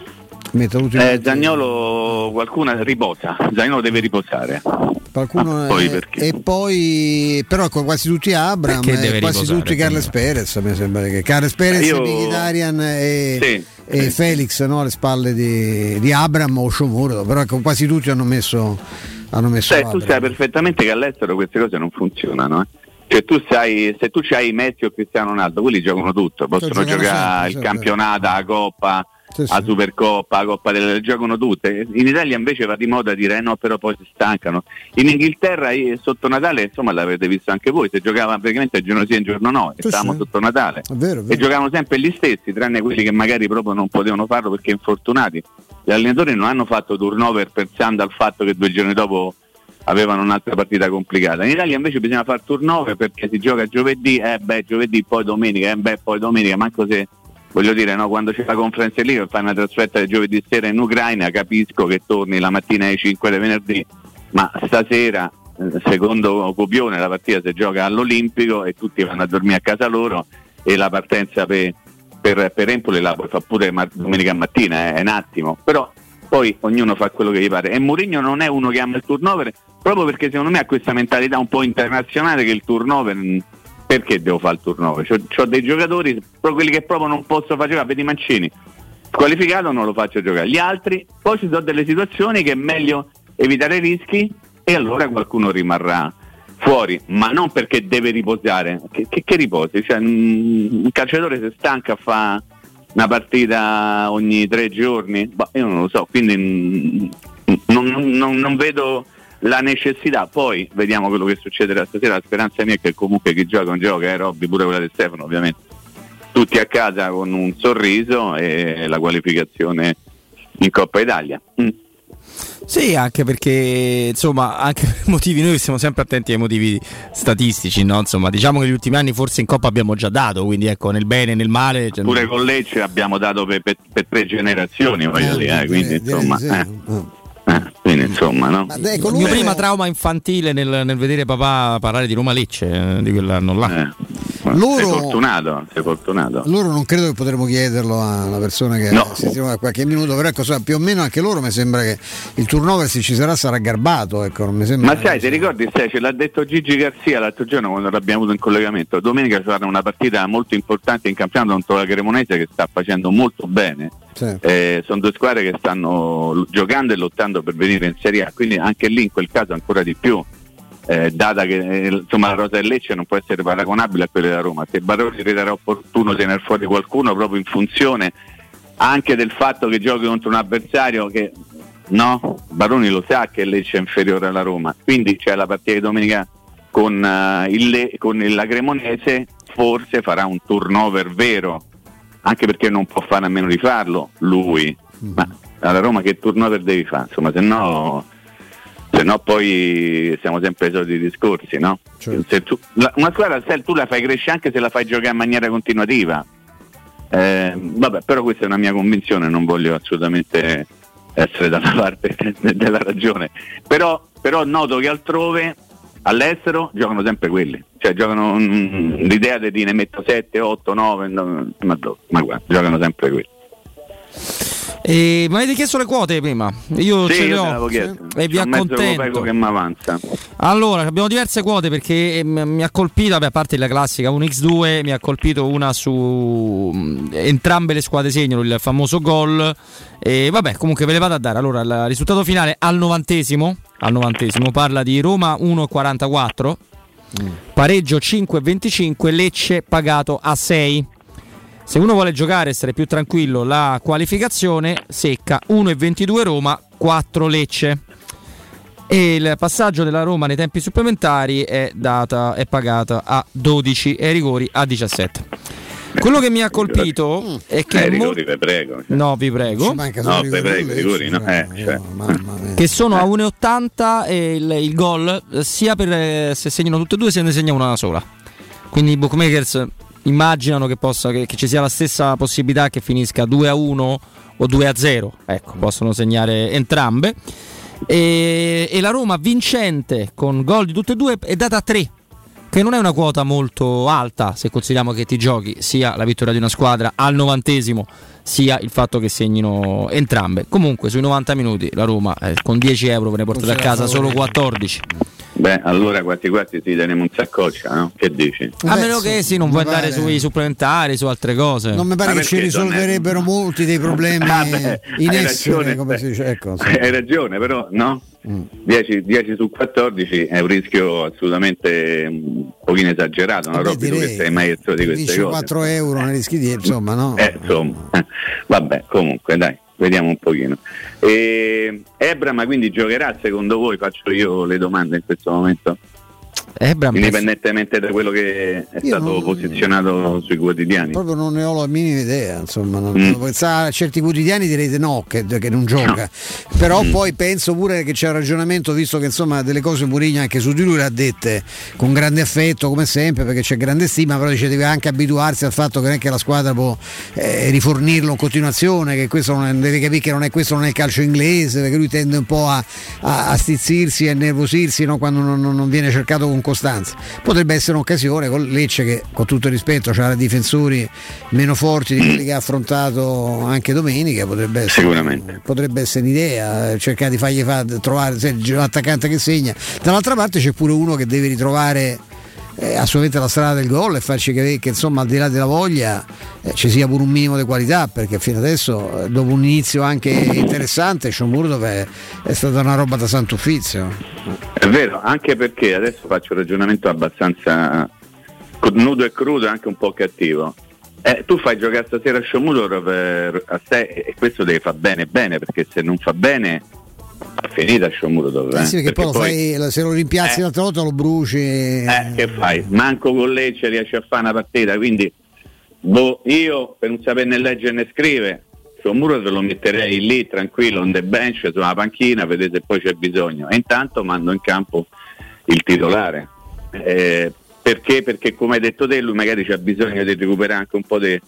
S3: Eh, Zaniolo qualcuno riposa, Zaniolo deve riposare.
S2: Qualcuno
S3: ah, poi
S2: è,
S3: perché?
S2: E poi però ecco, quasi tutti Abram e quasi riposare, tutti Carles Perez, mi sembra che Carles Perez, Io... Mkhitaryan e, sì, e sì. Felix, no, alle spalle di, di Abram o Shomurodov, però ecco, quasi tutti hanno messo hanno messo
S3: cioè, tu sai perfettamente che all'estero queste cose non funzionano, eh? Cioè tu sai, se tu c'hai Messi o Cristiano Ronaldo, quelli giocano tutto, possono giocare sempre, il campionato, la Coppa, sì, sì. la Supercoppa, la Coppa delle, giocano tutte. In Italia invece va di moda dire eh no, però poi si stancano. In Inghilterra sotto Natale, insomma, l'avete visto anche voi, si giocava praticamente a giorno sì e giorno no, sì, stavamo sì. sotto Natale
S2: è vero, è vero.
S3: E giocavano sempre gli stessi, tranne quelli che magari proprio non potevano farlo perché infortunati. Gli allenatori non hanno fatto turnover pensando al fatto che due giorni dopo avevano un'altra partita complicata. In Italia invece bisogna fare turnover perché si gioca giovedì, eh beh giovedì, poi domenica, eh beh poi domenica, manco se, voglio dire, no, quando c'è la conferenza lì per fare una trasferta di giovedì sera in Ucraina, capisco che torni la mattina alle cinque del venerdì, ma stasera, secondo Copione, la partita si gioca all'Olimpico e tutti vanno a dormire a casa loro e la partenza per, per, per Empoli la puoi fare pure domenica mattina, eh, è un attimo, però poi ognuno fa quello che gli pare. E Mourinho non è uno che ama il turnover, proprio perché secondo me ha questa mentalità un po' internazionale che il turnover, perché devo fare il turnover? C'ho, c'ho dei giocatori, proprio quelli che proprio non posso fare, vedi Mancini, squalificato non lo faccio giocare. Gli altri, poi ci sono delle situazioni che è meglio evitare i rischi e allora qualcuno rimarrà fuori, ma non perché deve riposare. Che, che, che riposi? Cioè, un calciatore si stanca a fare una partita ogni tre giorni? Bah, io non lo so, quindi non, non, non vedo la necessità. Poi vediamo quello che succederà stasera. La speranza mia è che comunque chi gioca un gioco, eh, Robby, pure quella di Stefano ovviamente, tutti a casa con un sorriso e la qualificazione in Coppa Italia. Mm.
S1: Sì, anche perché insomma, anche per motivi, noi siamo sempre attenti ai motivi statistici, no? Insomma, diciamo che negli ultimi anni forse in Coppa abbiamo già dato, quindi ecco, nel bene e nel male. Cioè,
S3: pure con Lecce abbiamo dato per, per, per tre generazioni, voglio eh, dire, eh, quindi insomma. Eh. Eh, quindi insomma, no?
S1: Il mio prima trauma infantile nel, nel vedere papà parlare di Roma Lecce, eh, di quell'anno là.
S3: Eh. Loro, sei fortunato, sei fortunato.
S2: Loro non credo che potremo chiederlo a una persona che
S3: no.
S2: si trova qualche minuto, però ecco, più o meno anche loro mi sembra che il turnover, se ci sarà, sarà garbato, ecco, non mi sembra.
S3: Ma sai, ti ricordi, sai, ce l'ha detto Gigi Garzia l'altro giorno quando l'abbiamo avuto in collegamento. Domenica sarà una partita molto importante in campionato contro la Cremonese, che sta facendo molto bene. Sì. Eh, sono due squadre che stanno giocando e lottando per venire in Serie A, quindi anche lì in quel caso ancora di più. Eh, data che eh, insomma la rosa del Lecce non può essere paragonabile a quella della Roma. Se Baroni riterrà opportuno tenere fuori qualcuno proprio in funzione anche del fatto che giochi contro un avversario che, no, Baroni lo sa che il Lecce è inferiore alla Roma, quindi c'è la partita di domenica con, uh, il Le- con il, la Cremonese, forse farà un turnover vero, anche perché non può fare a meno di farlo lui, mm. ma alla Roma che turnover devi fare? Insomma, se no se no poi siamo sempre ai soliti discorsi, no? Certo. Se tu, la, una squadra se tu la fai crescere anche se la fai giocare in maniera continuativa, eh, vabbè, però questa è una mia convinzione, non voglio assolutamente essere dalla parte della ragione, però, però noto che altrove, all'estero, giocano sempre quelli, cioè giocano mh, l'idea di ne metto sette, otto, nove, no, ma, ma guarda, giocano sempre quelli.
S1: E, ma avete chiesto le quote prima? Io
S3: sì,
S1: ce le
S3: io
S1: ho
S3: chiesto.
S1: E vi accontento
S3: che mi avanza.
S1: Allora, abbiamo diverse quote perché mi ha colpito, vabbè, a parte la classica uno per due, mi ha colpito una su entrambe le squadre segnano il famoso gol. E vabbè, comunque ve le vado a dare. Allora, il risultato finale al novantesimo, al novantesimo parla di Roma uno virgola quarantaquattro, mm. pareggio cinque virgola venticinque, Lecce pagato a sei. Se uno vuole giocare, essere più tranquillo, la qualificazione secca uno virgola ventidue Roma, quattro Lecce. E il passaggio della Roma nei tempi supplementari è data è pagata a dodici e ai rigori a diciassette. Quello che mi ha colpito è che
S3: eh, rigori, vi prego. Cioè.
S1: No, vi prego.
S3: No, vi prego, rigori, no? Eh, cioè.
S1: Che sono a uno virgola ottanta e il, il gol, sia per se segnano tutte e due, se ne segna una sola. Quindi i bookmakers immaginano che possa che, che ci sia la stessa possibilità che finisca due a uno o due a zero, ecco, possono segnare entrambe. E, e la Roma vincente con gol di tutte e due è data a tre, che non è una quota molto alta se consideriamo che ti giochi sia la vittoria di una squadra al novantesimo sia il fatto che segnino entrambe. Comunque sui novanta minuti la Roma eh, con dieci euro ve ne portate a casa solo quattordici.
S3: Beh, allora quasi quasi ti teniamo un saccoccia, no? Che dici?
S1: A meno che sì, non vuoi andare
S2: pare...
S1: sui supplementari, su altre cose.
S2: Non mi pare
S3: Ma
S2: che ci risolverebbero è... molti dei problemi
S3: ah, beh,
S2: in
S3: hai
S2: essere,
S3: ragione,
S2: come si dice. Ecco, sì.
S3: Hai ragione, però no? Mm. dieci, dieci su quattordici è un rischio assolutamente un pochino esagerato, no? Robby, tu che sei maestro di queste cose.
S2: quattro euro ne rischi di, insomma, no?
S3: Eh, insomma. Vabbè, comunque, dai. Vediamo un pochino. E Ebra, ma quindi giocherà secondo voi? Faccio io le domande in questo momento.
S1: Ebra,
S3: indipendentemente da quello che è io stato non, posizionato sui quotidiani.
S2: Proprio non ne ho la minima idea, insomma, non, mm. a certi quotidiani direte no, che, che non gioca, no. Però mm. poi penso pure che c'è un ragionamento, visto che insomma delle cose Mourinho anche su di lui le ha dette con grande affetto come sempre, perché c'è grande stima, però dice deve anche abituarsi al fatto che non è che la squadra può eh, rifornirlo in continuazione, che questo non è, deve capire che non è, questo non è il calcio inglese, perché lui tende un po' a, a, a stizzirsi e a nervosirsi, no, quando non, non viene cercato con costanza. Potrebbe essere un'occasione con Lecce che, con tutto il rispetto, c'ha difensori meno forti di quelli che ha affrontato anche domenica, potrebbe essere,
S3: sicuramente
S2: potrebbe essere un'idea, cercare di fargli far trovare l'attaccante che segna. Dall'altra parte c'è pure uno che deve ritrovare eh, assolutamente la strada del gol e farci capire che insomma al di là della voglia eh, ci sia pure un minimo di qualità, perché fino adesso, eh, dopo un inizio anche interessante, Shomurodov è, è stata una roba da santo uffizio.
S3: È vero, anche perché adesso faccio un ragionamento abbastanza nudo e crudo e anche un po' cattivo. Eh, tu fai giocare stasera Shomurodov a te e questo deve far bene bene, perché se non fa bene è finita Shomurodov. Eh?
S2: Eh sì, perché, perché poi, poi se lo rimpiazzi eh, l'altra volta lo bruci.
S3: Eh, che fai? Manco con Lecce riesci a fare una partita, quindi boh, io per non saperne leggere né scrivere Shomurodov lo metterei lì tranquillo on the bench sulla panchina, vedete poi c'è bisogno, e intanto mando in campo il titolare. Eh, perché? Perché come hai detto te, lui magari c'ha bisogno di recuperare anche un po' di,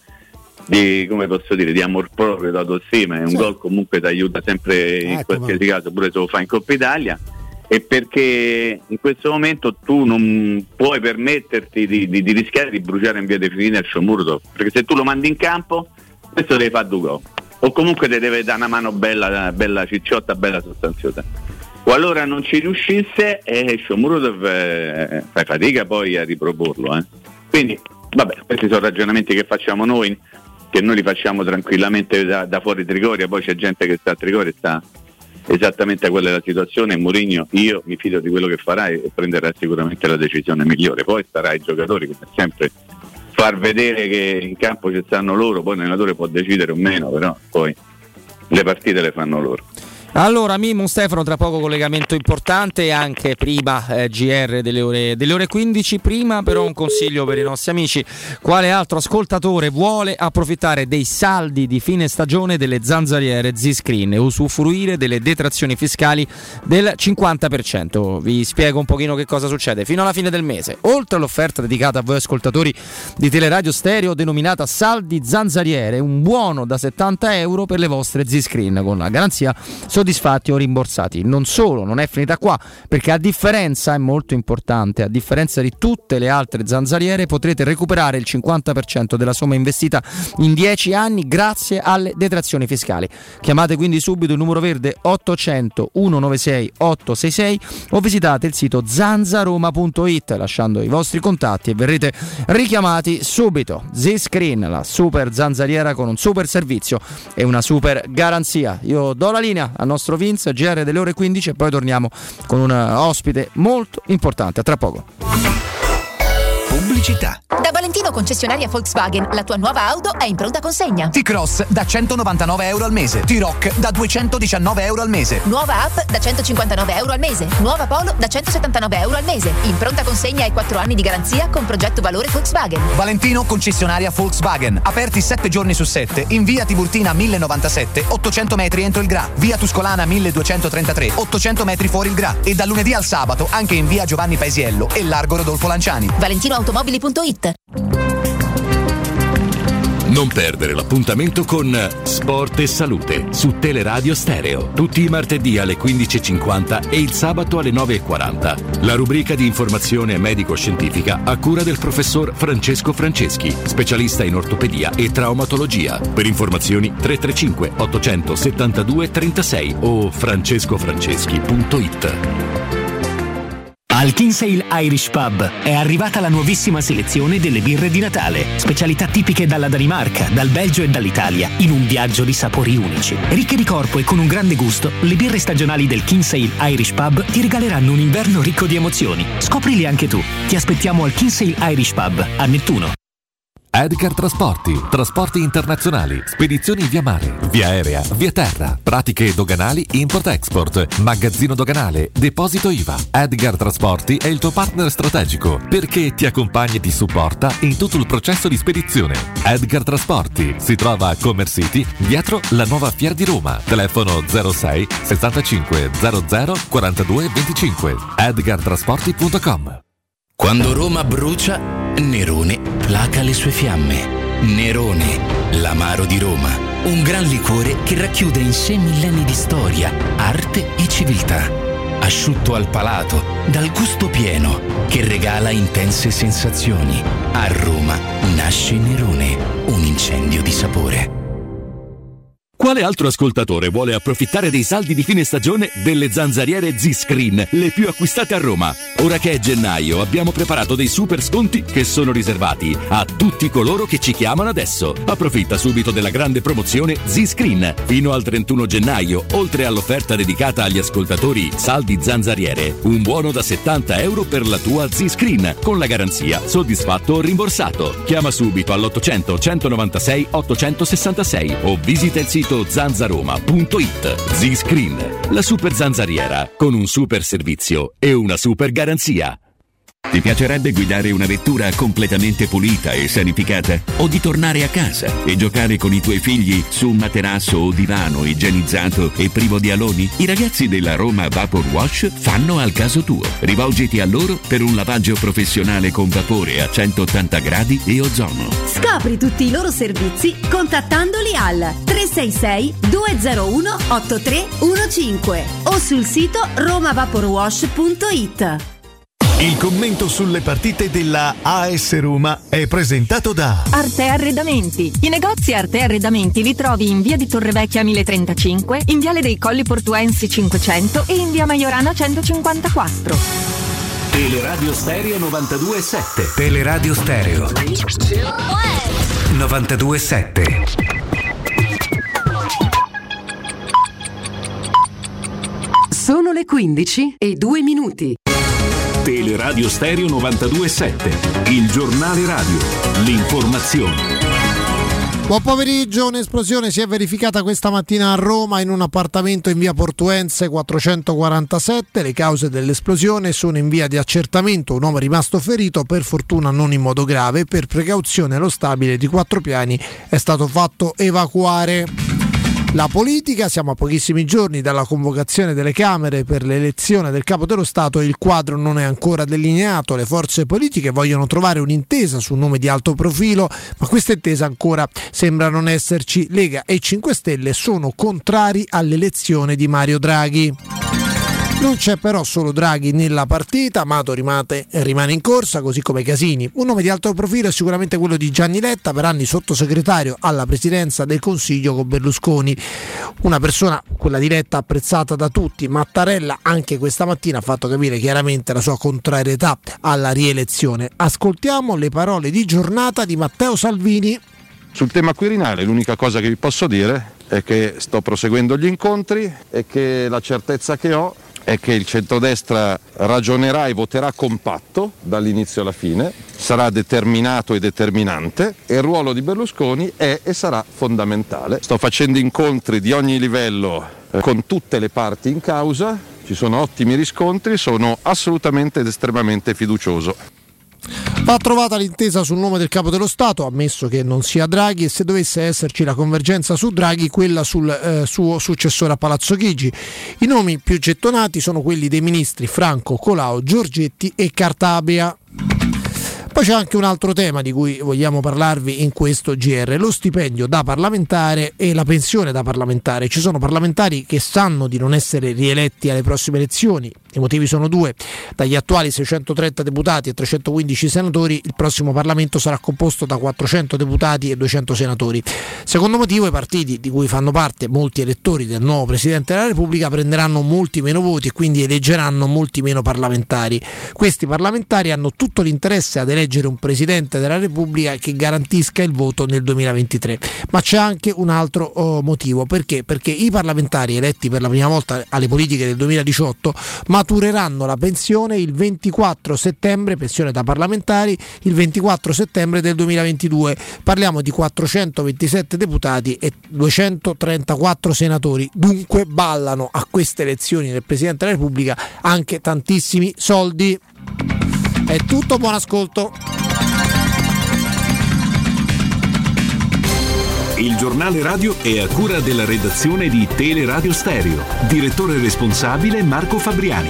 S3: di come posso dire, di amor proprio, di autostima, e un sì. gol comunque ti aiuta sempre in ecco, qualsiasi ma... caso, pure se lo fa in Coppa Italia, e perché in questo momento tu non puoi permetterti di, di, di rischiare di bruciare in via definitiva il Shomurodov, perché se tu lo mandi in campo questo deve fare due gol, o comunque ti deve dare una mano bella, bella cicciotta, bella sostanziosa. Qualora non ci riuscisse, eh, Shomurodov eh, fai fatica poi a riproporlo. Eh. Quindi, vabbè, questi sono ragionamenti che facciamo noi, che noi li facciamo tranquillamente da, da fuori Trigoria, poi c'è gente che sta a Trigoria e sta esattamente quella è la situazione, e Mourinho, io mi fido di quello che farà e prenderà sicuramente la decisione migliore. Poi starà ai giocatori, come sempre, far vedere che in campo ci stanno loro, poi l'allenatore può decidere o meno, però poi le partite le fanno loro.
S1: Allora, Mimmo, Stefano, tra poco collegamento importante, anche prima eh, G R delle ore, delle ore quindici. Prima però un consiglio per i nostri amici: quale altro ascoltatore vuole approfittare dei saldi di fine stagione delle zanzariere Z-Screen e usufruire delle detrazioni fiscali del cinquanta per cento? Vi spiego un pochino che cosa succede. Fino alla fine del mese, oltre all'offerta dedicata a voi ascoltatori di Teleradio Stereo denominata saldi zanzariere, un buono da settanta euro per le vostre Z-Screen con la garanzia soddisfatti o rimborsati. Non solo, non è finita qua, perché a differenza, è molto importante, a differenza di tutte le altre zanzariere, potrete recuperare il cinquanta per cento della somma investita in dieci anni grazie alle detrazioni fiscali. Chiamate quindi subito il numero verde ottocento centonovantasei ottocentosessantasei o visitate il sito zanzaroma punto it lasciando i vostri contatti e verrete richiamati subito. Z-Screen, la super zanzariera con un super servizio e una super garanzia. Io do la linea al nostro Vince, G R delle ore quindici, e poi torniamo con un ospite molto importante. A tra poco.
S17: Pubblicità.
S18: Da Valentino concessionaria Volkswagen, la tua nuova auto è in pronta consegna.
S17: T-Cross da centonovantanove euro al mese. T-Rock da duecentodiciannove euro al mese.
S18: Nuova Up da centocinquantanove euro al mese. Nuova Polo da centosettantanove euro al mese. In pronta consegna e quattro anni di garanzia con progetto valore Volkswagen.
S17: Valentino concessionaria Volkswagen. Aperti sette giorni su sette. In via Tiburtina mille novantasette, ottocento metri entro il Gra. Via Tuscolana milleduecentotrentatré, ottocento metri fuori il Gra. E dal lunedì al sabato anche in via Giovanni Paesiello e largo Rodolfo Lanciani.
S18: valentinoautomobili punto it.
S4: Non perdere l'appuntamento con Sport e Salute su Teleradio Stereo, tutti i martedì alle quindici e cinquanta e il sabato alle nove e quaranta. La rubrica di informazione medico-scientifica a cura del professor Francesco Franceschi, specialista in ortopedia e traumatologia. Per informazioni tre tre cinque ottocentosettantadue trentasei o francescofranceschi punto it.
S19: Al Kinsale Irish Pub è arrivata la nuovissima selezione delle birre di Natale, specialità tipiche dalla Danimarca, dal Belgio e dall'Italia, in un viaggio di sapori unici. Ricche di corpo e con un grande gusto, le birre stagionali del Kinsale Irish Pub ti regaleranno un inverno ricco di emozioni. Scoprili anche tu. Ti aspettiamo al Kinsale Irish Pub a Nettuno.
S7: Edgar Trasporti, trasporti internazionali, spedizioni via mare, via aerea, via terra, pratiche doganali import-export, magazzino doganale, deposito I V A. Edgar Trasporti è il tuo partner strategico perché ti accompagna e ti supporta in tutto il processo di spedizione. Edgar Trasporti si trova a Commerce City, dietro la nuova Fiera di Roma. Telefono zero sei sessantacinque zero zero quarantadue venticinque. edgar trasporti punto com.
S17: Quando Roma brucia, Nerone placa le sue fiamme. Nerone, l'amaro di Roma. Un gran liquore che racchiude in sé millenni di storia, arte e civiltà. Asciutto al palato, dal gusto pieno, che regala intense sensazioni. A Roma nasce Nerone, un incendio di sapore.
S20: Quale altro ascoltatore vuole approfittare dei saldi di fine stagione delle zanzariere Z-Screen, le più acquistate a Roma? Ora che è gennaio abbiamo preparato dei super sconti che sono riservati a tutti coloro che ci chiamano adesso. Approfitta subito della grande promozione Z-Screen. Fino al trentuno gennaio, oltre all'offerta dedicata agli ascoltatori saldi zanzariere, un buono da settanta euro per la tua Z-Screen, con la garanzia soddisfatto o rimborsato. Chiama subito all'ottocento centonovantasei ottocentosessantasei o visita il sito zanzaroma punto it. Z-Screen, la super zanzariera con un super servizio e una super garanzia.
S21: Ti piacerebbe guidare una vettura completamente pulita e sanificata? O di tornare a casa e giocare con i tuoi figli su un materasso o divano igienizzato e privo di aloni? I ragazzi della Roma Vapor Wash fanno al caso tuo. Rivolgiti a loro per un lavaggio professionale con vapore a centottanta gradi e ozono.
S22: Scopri tutti i loro servizi contattandoli al tre sei sei due zero uno otto tre uno cinque o sul sito roma vapor wash punto it.
S9: Il commento sulle partite della A S Roma è presentato da
S23: Arte Arredamenti. I negozi Arte Arredamenti li trovi in via di Torrevecchia mille trentacinque, in viale dei Colli Portuensi cinquecento e in via Maiorana centocinquantaquattro.
S4: Teleradio Stereo novantadue virgola sette.
S24: Teleradio Stereo novantadue virgola sette.
S25: Sono le quindici e due minuti.
S4: Teleradio Stereo novantadue virgola sette, il giornale radio, l'informazione.
S2: Buon pomeriggio, un'esplosione si è verificata questa mattina a Roma in un appartamento in via Portuense quattrocentoquarantasette. Le cause dell'esplosione sono in via di accertamento, un uomo è rimasto ferito, per fortuna non in modo grave. Per precauzione lo stabile di quattro piani è stato fatto evacuare. La politica, siamo a pochissimi giorni dalla convocazione delle Camere per l'elezione del Capo dello Stato e il quadro non è ancora delineato. Le forze politiche vogliono trovare un'intesa su un nome di alto profilo, ma questa intesa ancora sembra non esserci. Lega e cinque Stelle sono contrari all'elezione di Mario Draghi. Non c'è però solo Draghi nella partita, Amato rimane, rimane in corsa, così come Casini. Un nome di alto profilo è sicuramente quello di Gianni Letta, per anni sottosegretario alla presidenza del Consiglio con Berlusconi. Una persona, quella di Letta, apprezzata da tutti. Mattarella anche questa mattina ha fatto capire chiaramente la sua contrarietà alla rielezione. Ascoltiamo le parole di giornata di Matteo Salvini.
S26: Sul tema Quirinale l'unica cosa che vi posso dire è che sto proseguendo gli incontri e che la certezza che ho è che il centrodestra ragionerà e voterà compatto dall'inizio alla fine, sarà determinato e determinante e il ruolo di Berlusconi è e sarà fondamentale. Sto facendo incontri di ogni livello eh, con tutte le parti in causa, ci sono ottimi riscontri, sono assolutamente ed estremamente fiducioso.
S2: Va trovata l'intesa sul nome del Capo dello Stato, ammesso che non sia Draghi, e se dovesse esserci la convergenza su Draghi, quella sul eh, suo successore a Palazzo Chigi. I nomi più gettonati sono quelli dei ministri Franco, Colao, Giorgetti e Cartabia. Poi c'è anche un altro tema di cui vogliamo parlarvi in questo G R, lo stipendio da parlamentare e la pensione da parlamentare. Ci sono parlamentari che sanno di non essere rieletti alle prossime elezioni. I motivi sono due: dagli attuali seicentotrenta deputati e trecentoquindici senatori, il prossimo Parlamento sarà composto da quattrocento deputati e duecento senatori. Secondo motivo, i partiti di cui fanno parte molti elettori del nuovo Presidente della Repubblica prenderanno molti meno voti e quindi eleggeranno molti meno parlamentari. Questi parlamentari hanno tutto l'interesse ad eleggere un Presidente della Repubblica che garantisca il voto nel duemilaventitré. Ma c'è anche un altro oh, motivo. Perché? Perché i parlamentari eletti per la prima volta alle politiche del duemiladiciotto matureranno la pensione il ventiquattro settembre, pensione da parlamentari, il ventiquattro settembre del duemilaventidue. Parliamo di quattrocentoventisette deputati e duecentotrentaquattro senatori. Dunque ballano a queste elezioni del Presidente della Repubblica anche tantissimi soldi. È tutto, buon ascolto.
S4: Il giornale radio è a cura della redazione di Teleradio Stereo. Direttore responsabile Marco Fabriani.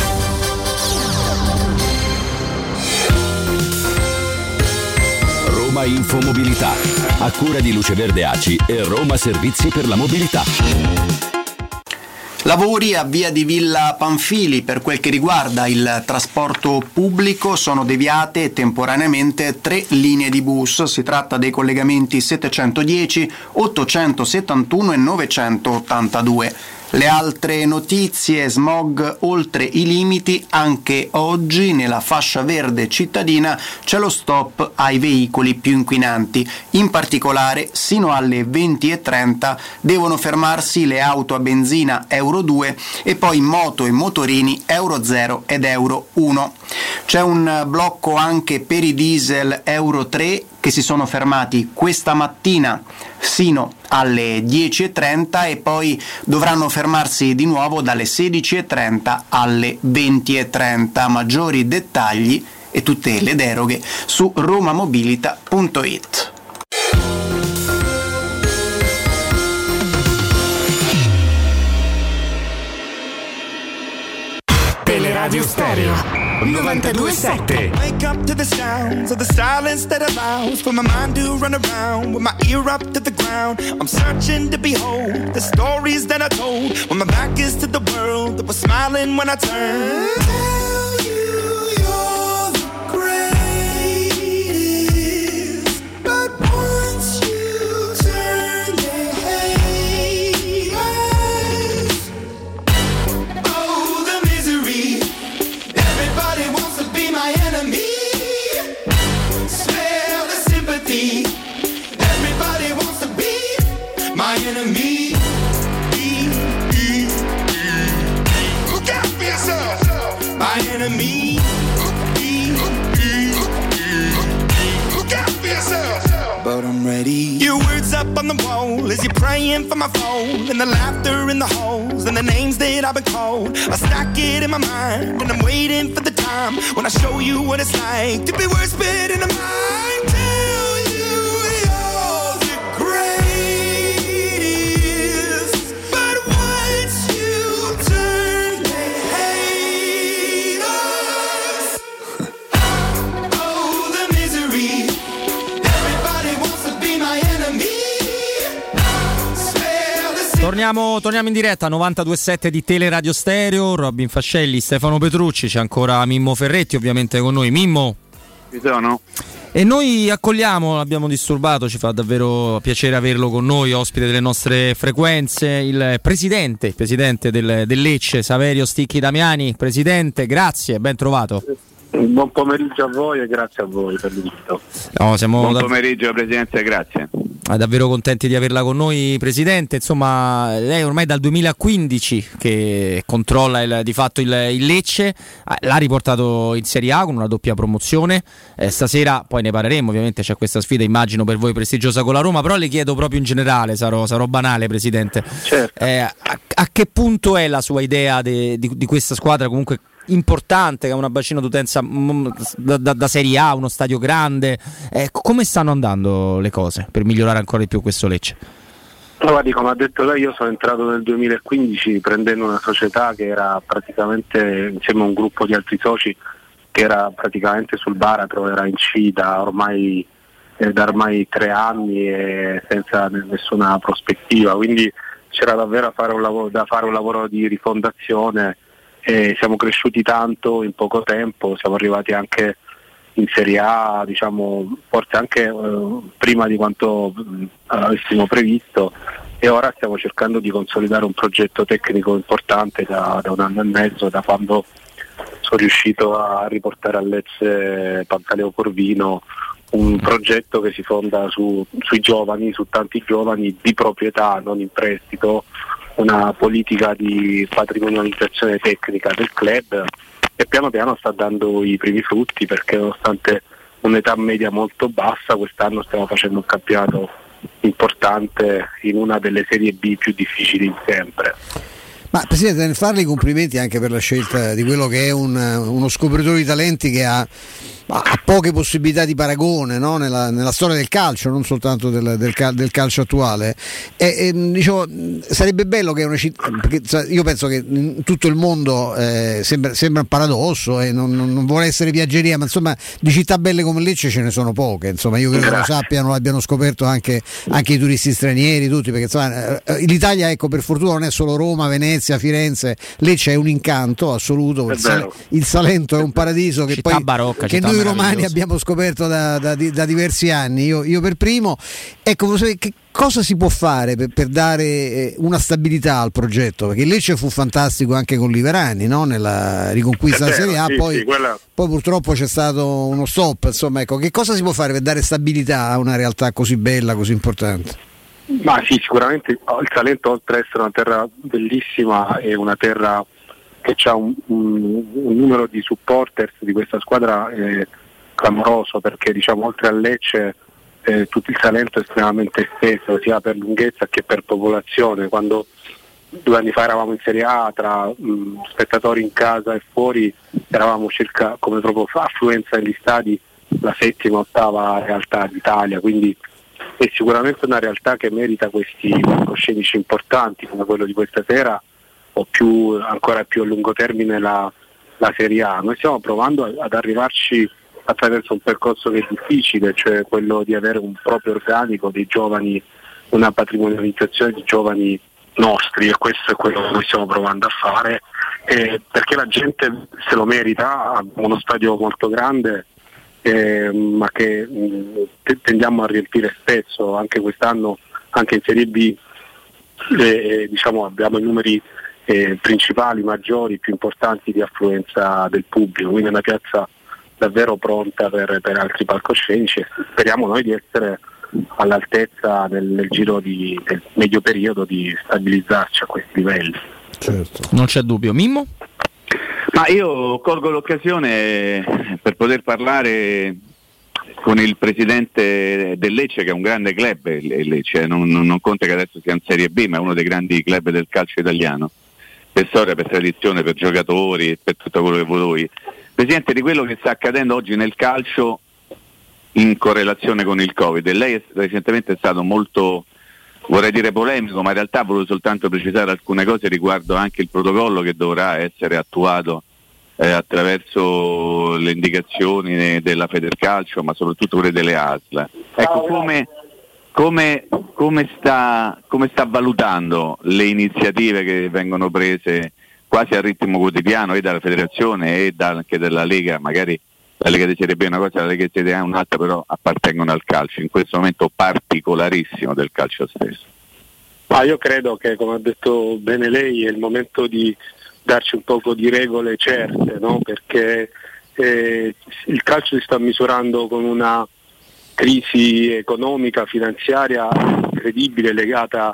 S27: Roma Infomobilità, a cura di Luce Verde A C I e Roma Servizi per la Mobilità.
S5: Lavori a via di Villa Panfili per quel che riguarda il trasporto pubblico, sono deviate temporaneamente tre linee di bus. Si tratta dei collegamenti settecentodieci, ottocentosettantuno e novecentottantadue. Le altre notizie: smog oltre i limiti, anche oggi nella fascia verde cittadina c'è lo stop ai veicoli più inquinanti. In particolare sino alle venti e trenta devono fermarsi le auto a benzina Euro due e poi moto e motorini Euro zero ed Euro uno. C'è un blocco anche per i diesel Euro tre che si sono fermati questa mattina sino alle dieci e trenta e poi dovranno fermarsi di nuovo dalle sedici e trenta alle venti e trenta. Maggiori dettagli e tutte le deroghe su romamobilita punto it.
S24: Teleradio Stereo novantadue sette.
S6: Wake up to the sounds of the silence that allows for my mind to run around with my ear up to the ground. I'm searching to behold the stories that I told when my back is to the world that was smiling when I turned. Tell you you're the greatest, but once you turn they hate us. Oh, the misery. Everybody wants to be my enemy. Smell the sympathy. Everybody wants to be my enemy. Look out for yourself. My enemy. Look out for yourself. But I'm ready. Your words up on the wall as you're praying for my phone, and the laughter in the halls and the names that I've been called. I stack it in my mind and I'm waiting for the time when I show you what it's like to be worse fit in a mind. Tell you you're the greatest, but once you turn they hate us. Oh, the misery.
S1: Torniamo, torniamo in diretta novantadue sette di Teleradio Stereo. Robin Fascelli, Stefano Petrucci, c'è ancora Mimmo Ferretti ovviamente con noi. Mimmo,
S3: ci sono?
S1: E noi accogliamo, l'abbiamo disturbato, ci fa davvero piacere averlo con noi, ospite delle nostre frequenze, il presidente, presidente del, del Lecce, Saverio Sticchi Damiani. Presidente, grazie, ben trovato.
S8: Buon pomeriggio a voi e grazie a voi per l'invito.
S1: No, siamo
S3: Buon
S1: da...
S3: pomeriggio Presidente, grazie.
S1: Davvero contenti di averla con noi, Presidente. Insomma, lei ormai dal duemilaquindici che controlla il, di fatto il, il Lecce, l'ha riportato in Serie A con una doppia promozione. Eh, stasera poi ne parleremo, ovviamente c'è questa sfida, immagino per voi prestigiosa con la Roma, però le chiedo proprio in generale, sarò, sarò banale, Presidente.
S8: Certo.
S1: Eh, a, a che punto è la sua idea de, di, di questa squadra comunque importante, che ha una bacino d'utenza da, da, da Serie A, uno stadio grande? Eh, come stanno andando le cose per migliorare ancora di più questo Lecce?
S8: Guardi, come ha detto lei, io sono entrato nel duemilaquindici prendendo una società che era praticamente, insieme a un gruppo di altri soci, che era praticamente sul baratro, era in C da ormai, eh, da ormai tre anni e senza nessuna prospettiva, quindi c'era davvero a fare un lavoro, da fare un lavoro di rifondazione. E siamo cresciuti tanto in poco tempo, siamo arrivati anche in Serie A, diciamo, forse anche eh, prima di quanto eh, avessimo previsto, e ora stiamo cercando di consolidare un progetto tecnico importante da, da un anno e mezzo, da quando sono riuscito a riportare a Lecce Pantaleo Corvino, un progetto che si fonda su, sui giovani, su tanti giovani di proprietà, non in prestito, una politica di patrimonializzazione tecnica del club, e piano piano sta dando i primi frutti, perché nonostante un'età media molto bassa, quest'anno stiamo facendo un campionato importante in una delle serie B più difficili di sempre.
S2: Ma Presidente, nel farle i complimenti anche per la scelta di quello che è un, uno scopritore di talenti che ha ha poche possibilità di paragone, no? nella, nella storia del calcio, non soltanto del, del, cal, del calcio attuale. E, e, dicevo, sarebbe bello che una città, perché io penso che in tutto il mondo eh, sembra, sembra un paradosso e non, non, non vuole essere piaggeria, ma insomma di città belle come Lecce ce ne sono poche, insomma io credo che lo sappiano, l'abbiano scoperto anche, anche i turisti stranieri, tutti, perché insomma l'Italia, ecco, per fortuna non è solo Roma, Venezia, Firenze, Lecce è un incanto assoluto, il, Sal- il Salento è un paradiso che
S1: città
S2: poi
S1: barocca,
S2: che noi romani abbiamo scoperto da, da, da diversi anni, io, io per primo. Ecco, che cosa si può fare per, per dare una stabilità al progetto? Perché Lecce fu fantastico anche con Liverani, no? Nella riconquista della Serie A,
S8: sì,
S2: poi,
S8: sì, quella...
S2: poi purtroppo c'è stato uno stop, insomma, ecco, che cosa si può fare per dare stabilità a una realtà così bella, così importante?
S8: Ma sì, sicuramente il Salento, oltre ad essere una terra bellissima, è una terra che ha un, un, un numero di supporters di questa squadra eh, clamoroso, perché diciamo oltre a Lecce eh, tutto il Salento è estremamente esteso sia per lunghezza che per popolazione. Quando due anni fa eravamo in Serie A, tra mh, spettatori in casa e fuori eravamo circa, come proprio affluenza negli stadi, la settima, ottava realtà d'Italia, quindi è sicuramente una realtà che merita questi palcoscenici importanti come quello di questa sera, o più, ancora più a lungo termine la, la Serie A. Noi stiamo provando a, ad arrivarci attraverso un percorso che è difficile, cioè quello di avere un proprio organico dei giovani, una patrimonializzazione di giovani nostri, e questo è quello che noi stiamo provando a fare, eh, perché la gente se lo merita. Ha uno stadio molto grande, eh, ma che mh, tendiamo a riempire spesso, anche quest'anno, anche in Serie B, eh, diciamo abbiamo i numeri Eh, principali, maggiori, più importanti di affluenza del pubblico, quindi è una piazza davvero pronta per, per altri palcoscenici. Speriamo noi di essere all'altezza nel, nel giro di, del medio periodo di stabilizzarci a questi livelli.
S2: Certo.
S1: Non c'è dubbio. Mimmo?
S3: Ma io colgo l'occasione per poter parlare con il presidente del Lecce, che è un grande club, il Lecce, non, non conta che adesso sia in Serie B, ma è uno dei grandi club del calcio italiano, per storia, per tradizione, per giocatori, per tutto quello che vuoi. Presidente, di quello che sta accadendo oggi nel calcio in correlazione con il Covid, e lei è, recentemente è stato molto, vorrei dire polemico, ma in realtà volevo soltanto precisare alcune cose riguardo anche il protocollo che dovrà essere attuato eh, attraverso le indicazioni della Federcalcio, ma soprattutto quelle delle A S L. Ecco, come, come, come, sta, come sta valutando le iniziative che vengono prese quasi a ritmo quotidiano e dalla Federazione e da, anche dalla Lega? Magari la Lega di Serie B è una cosa, la Lega di Serie A è un'altra, però appartengono al calcio, in questo momento particolarissimo del calcio stesso.
S8: Ma io credo che, come ha detto bene lei, è il momento di darci un poco di regole certe, no? Perché eh, il calcio si sta misurando con una crisi economica, finanziaria incredibile legata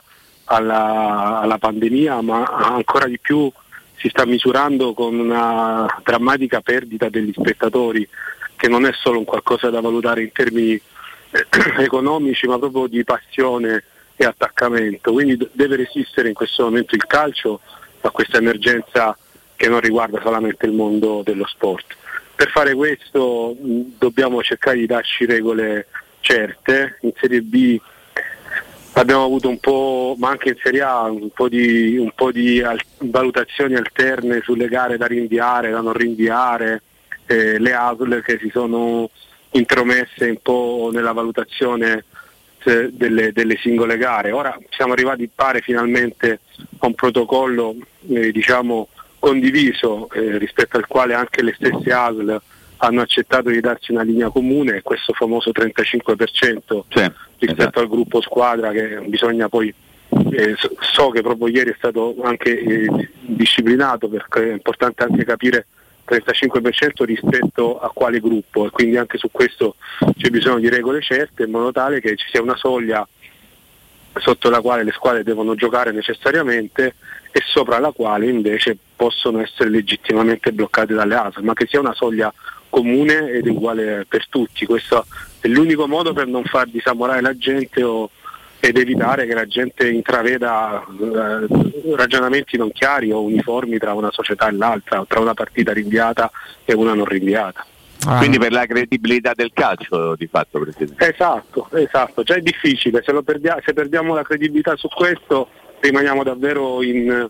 S8: alla, alla pandemia, ma ancora di più si sta misurando con una drammatica perdita degli spettatori, che non è solo un qualcosa da valutare in termini eh, economici, ma proprio di passione e attaccamento. Quindi deve resistere in questo momento il calcio a questa emergenza che non riguarda solamente il mondo dello sport. Per fare questo mh, dobbiamo cercare di darci regole certe. In Serie B abbiamo avuto un po', ma anche in Serie A, un po' di, un po' di al- valutazioni alterne sulle gare da rinviare, da non rinviare, eh, le A S L che si sono intromesse un po' nella valutazione eh, delle, delle singole gare. Ora siamo arrivati, pare, finalmente a un protocollo eh, diciamo condiviso, eh, rispetto al quale anche le stesse A S L hanno accettato di darci una linea comune, questo famoso trentacinque per cento sì, rispetto esatto. al gruppo squadra, che bisogna poi, eh, so che proprio ieri è stato anche eh, disciplinato, perché è importante anche capire trentacinque per cento rispetto a quale gruppo, e quindi anche su questo c'è bisogno di regole certe, in modo tale che ci sia una soglia sotto la quale le squadre devono giocare necessariamente e sopra la quale invece possono essere legittimamente bloccate dalle A S L, ma che sia una soglia comune ed uguale per tutti. Questo è l'unico modo per non far disamorare la gente o, ed evitare che la gente intraveda eh, ragionamenti non chiari o uniformi tra una società e l'altra, tra una partita rinviata e una non rinviata.
S3: Ah. Quindi per la credibilità del calcio di fatto, Presidente.
S8: Esatto, esatto, già è difficile, se, lo perdia- se perdiamo la credibilità su questo rimaniamo davvero in,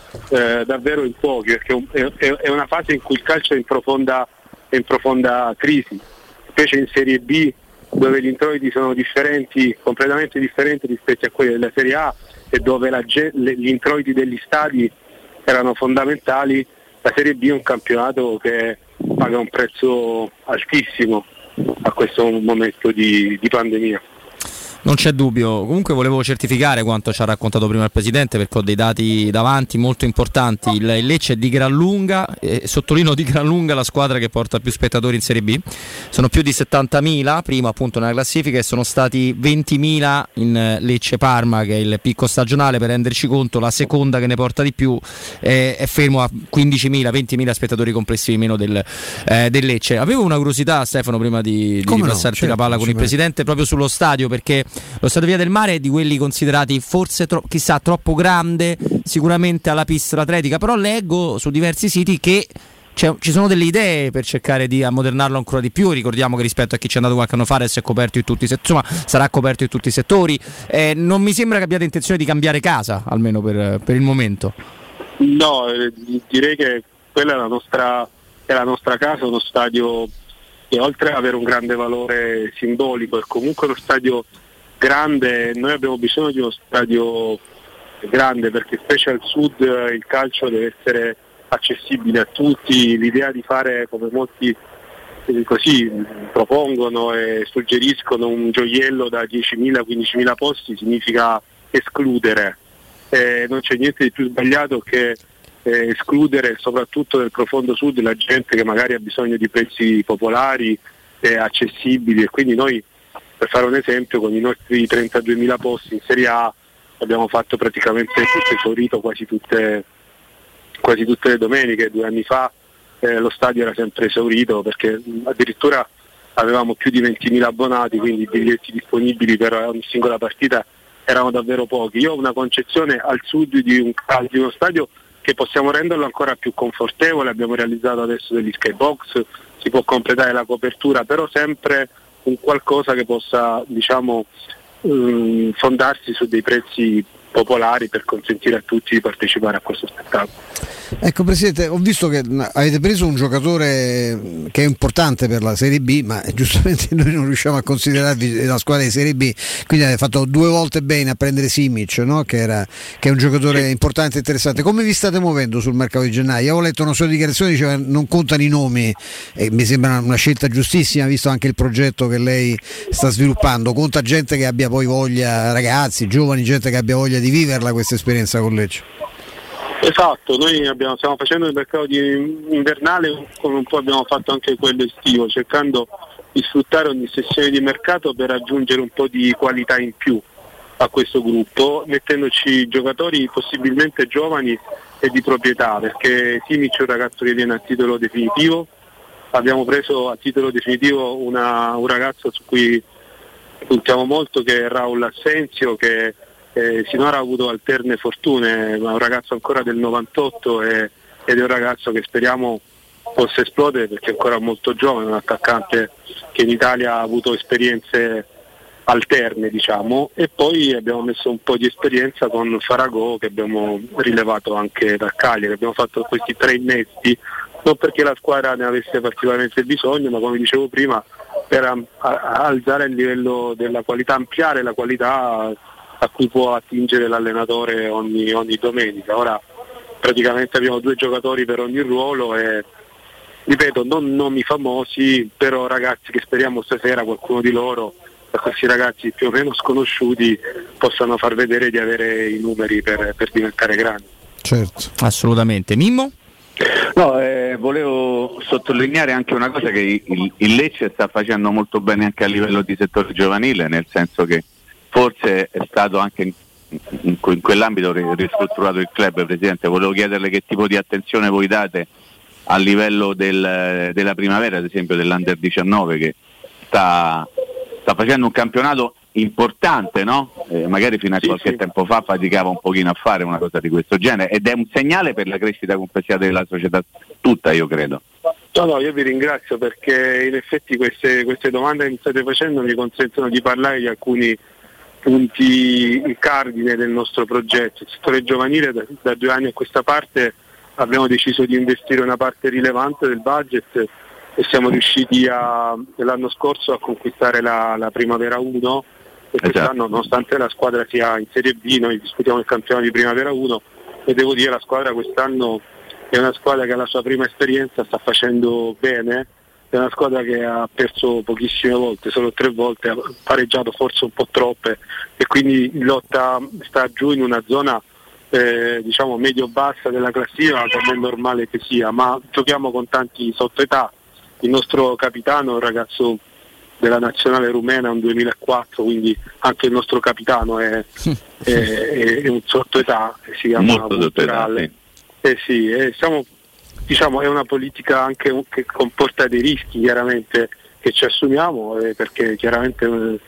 S8: eh, davvero in pochi, perché è, è una fase in cui il calcio è in profonda, è in profonda crisi, specie in Serie B dove gli introiti sono differenti, completamente differenti rispetto a quelli della Serie A e dove la, gli introiti degli stadi erano fondamentali. La Serie B è un campionato che paga un prezzo altissimo a questo momento di, di pandemia.
S1: Non c'è dubbio, comunque volevo certificare quanto ci ha raccontato prima il Presidente, perché ho dei dati davanti molto importanti. Il, il Lecce è di gran lunga, e sottolineo di gran lunga, la squadra che porta più spettatori in Serie B, sono più di settantamila, primo appunto nella classifica, e sono stati ventimila in Lecce-Parma, che è il picco stagionale, per renderci conto. La seconda che ne porta di più è, è fermo a quindicimila ventimila spettatori complessivi meno del, eh, del Lecce. Avevo una curiosità, Stefano, prima di, di
S2: no,
S1: passarti
S2: certo,
S1: la palla con il Presidente, proprio sullo stadio, perché lo stadio Via del Mare è di quelli considerati forse tro- chissà troppo grande sicuramente alla pista atletica, però leggo su diversi siti che c'è, ci sono delle idee per cercare di ammodernarlo ancora di più. Ricordiamo che rispetto a chi ci è andato qualche anno fa adesso è coperto in tutti i settori, insomma sarà coperto in tutti i settori. Eh, non mi sembra che abbiate intenzione di cambiare casa, almeno per, per il momento.
S8: No, eh, direi che quella è la nostra, è la nostra casa, uno stadio che oltre ad avere un grande valore simbolico è comunque uno stadio grande. Noi abbiamo bisogno di uno stadio grande perché specie al sud il calcio deve essere accessibile a tutti. L'idea di fare, come molti così propongono e suggeriscono, un gioiello da diecimila quindicimila posti significa escludere. Eh, non c'è niente di più sbagliato che eh, escludere soprattutto nel profondo sud la gente che magari ha bisogno di prezzi popolari e accessibili, e quindi noi, per fare un esempio, con i nostri trentaduemila posti in Serie A abbiamo fatto praticamente tutto esaurito quasi tutte, quasi tutte le domeniche. Due anni fa eh, lo stadio era sempre esaurito perché addirittura avevamo più di ventimila abbonati, quindi i biglietti disponibili per ogni singola partita erano davvero pochi. Io ho una concezione al sud di, un, di uno stadio che possiamo renderlo ancora più confortevole. Abbiamo realizzato adesso degli skybox, si può completare la copertura, però sempre un qualcosa che possa, diciamo, um, fondarsi su dei prezzi popolari per consentire a tutti di partecipare a questo spettacolo.
S2: Ecco Presidente, ho visto che avete preso un giocatore che è importante per la Serie B, ma giustamente noi non riusciamo a considerarvi la squadra di Serie B, quindi avete fatto due volte bene a prendere Simic, no? che, era, che è un giocatore importante e interessante. Come vi state muovendo sul mercato di gennaio? Io ho letto una sua dichiarazione, diceva non contano i nomi, e mi sembra una scelta giustissima visto anche il progetto che lei sta sviluppando. Conta gente che abbia poi voglia, ragazzi, giovani, gente che abbia voglia di viverla questa esperienza con Lecce.
S8: Esatto, noi abbiamo, stiamo facendo il mercato di invernale come un po' abbiamo fatto anche quello estivo, cercando di sfruttare ogni sessione di mercato per aggiungere un po' di qualità in più a questo gruppo, mettendoci giocatori possibilmente giovani e di proprietà, perché Simic è un ragazzo che viene a titolo definitivo. Abbiamo preso a titolo definitivo una, un ragazzo su cui puntiamo molto, che è Raul Assensio, che Eh, sinora ha avuto alterne fortune, ma è un ragazzo ancora del novantotto e, ed è un ragazzo che speriamo possa esplodere perché è ancora molto giovane, un attaccante che in Italia ha avuto esperienze alterne, diciamo. E poi abbiamo messo un po' di esperienza con Faragò, che abbiamo rilevato anche da Cagliari. Abbiamo fatto questi tre innesti non perché la squadra ne avesse particolarmente bisogno, ma come dicevo prima per a, a, alzare il livello della qualità, ampliare la qualità a cui può attingere l'allenatore ogni, ogni domenica. Ora praticamente abbiamo due giocatori per ogni ruolo e, ripeto, non nomi famosi, però ragazzi che speriamo stasera qualcuno di loro, da questi ragazzi più o meno sconosciuti, possano far vedere di avere i numeri per, per diventare grandi.
S2: Certo,
S1: assolutamente. Mimmo?
S3: No, eh, volevo sottolineare anche una cosa, che il, il Lecce sta facendo molto bene anche a livello di settore giovanile, nel senso che forse è stato anche in, in, in quell'ambito ristrutturato il club. Presidente, volevo chiederle che tipo di attenzione voi date a livello del, della primavera, ad esempio dell'Under diciannove, che sta, sta facendo un campionato importante, no? Eh, magari fino a sì, qualche sì. tempo fa faticava un pochino a fare una cosa di questo genere, ed è un segnale per la crescita complessiva della società tutta, io credo.
S8: No, no, io vi ringrazio perché in effetti queste, queste domande che mi state facendo mi consentono di parlare di alcuni punti cardine del nostro progetto. Il settore giovanile da, da due anni a questa parte abbiamo deciso di investire una parte rilevante del budget e siamo riusciti a, l'anno scorso a conquistare la, la Primavera uno e quest'anno, nonostante la squadra sia in Serie B, noi discutiamo il campionato di Primavera uno e devo dire la squadra quest'anno è una squadra che alla sua prima esperienza sta facendo bene, è una squadra che ha perso pochissime volte, solo tre volte, ha pareggiato forse un po' troppe e quindi lotta sta giù in una zona eh, diciamo medio-bassa della classifica, come è normale che sia, ma giochiamo con tanti sottoetà. Il nostro capitano è un ragazzo della nazionale rumena, un duemilaquattro, quindi anche il nostro capitano è, è, è un sottoetà, si chiama Culturale. Eh sì, eh, siamo, diciamo, è una politica anche che comporta dei rischi chiaramente che ci assumiamo, eh, perché chiaramente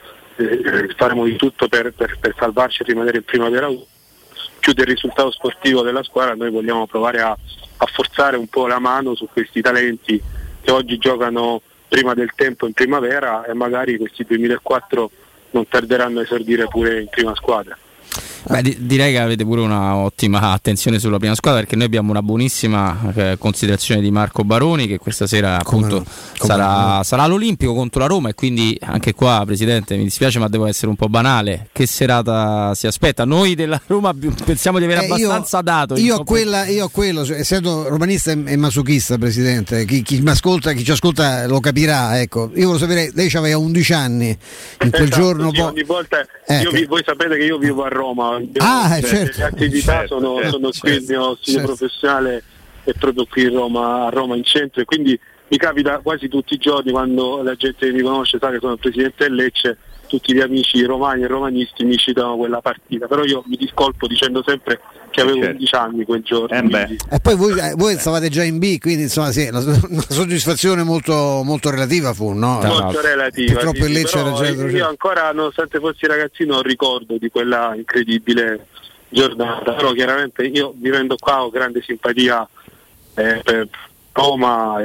S8: eh, faremo di tutto per, per, per salvarci e rimanere in Primavera uno. Più del risultato sportivo della squadra noi vogliamo provare a, a forzare un po' la mano su questi talenti che oggi giocano prima del tempo in primavera e magari questi duemilaquattro non tarderanno a esordire pure in prima squadra.
S1: Beh, di- direi che avete pure una ottima attenzione sulla prima squadra, perché noi abbiamo una buonissima eh, considerazione di Marco Baroni, che questa sera appunto
S2: Come, come
S1: sarà,
S2: no.
S1: sarà all'Olimpico contro la Roma, e quindi anche qua, Presidente, mi dispiace ma devo essere un po' banale, che serata si aspetta? Noi della Roma pensiamo di avere
S2: Eh,
S1: abbastanza
S2: io,
S1: dato.
S2: Io ho quella, io ho quello, cioè, essendo romanista e masochista, Presidente, chi, chi mi ascolta, chi ci ascolta lo capirà, ecco. Io volevo sapere, lei aveva undici anni in quel
S8: Esatto,
S2: giorno
S8: sì,
S2: po-
S8: ogni volta
S2: Eh,
S8: io
S2: che-
S8: vi- voi sapete che io vivo a Roma.
S2: Ah,
S8: cioè,
S2: certo.
S8: le attività
S2: Certo,
S8: sono,
S2: certo,
S8: sono qui, il mio studio
S2: certo.
S8: professionale è proprio qui a Roma, a Roma in centro, e quindi mi capita quasi tutti i giorni, quando la gente mi conosce sa che sono il presidente del Lecce, tutti gli amici romani e romanisti mi citano quella partita, però io mi discolpo dicendo sempre che avevo
S3: certo.
S8: undici anni quel giorno.
S3: Eh beh.
S8: quindi-
S2: E poi voi, eh, voi stavate già in B, quindi insomma sì, una, una soddisfazione molto, molto relativa fu, no?
S8: molto relativa.
S2: Purtroppo
S8: sì,
S2: il Lecce
S8: però
S2: era già
S8: io ancora, nonostante fossi ragazzino, ho ricordo di quella incredibile giornata, però chiaramente io vivendo qua ho grande simpatia eh, per Roma,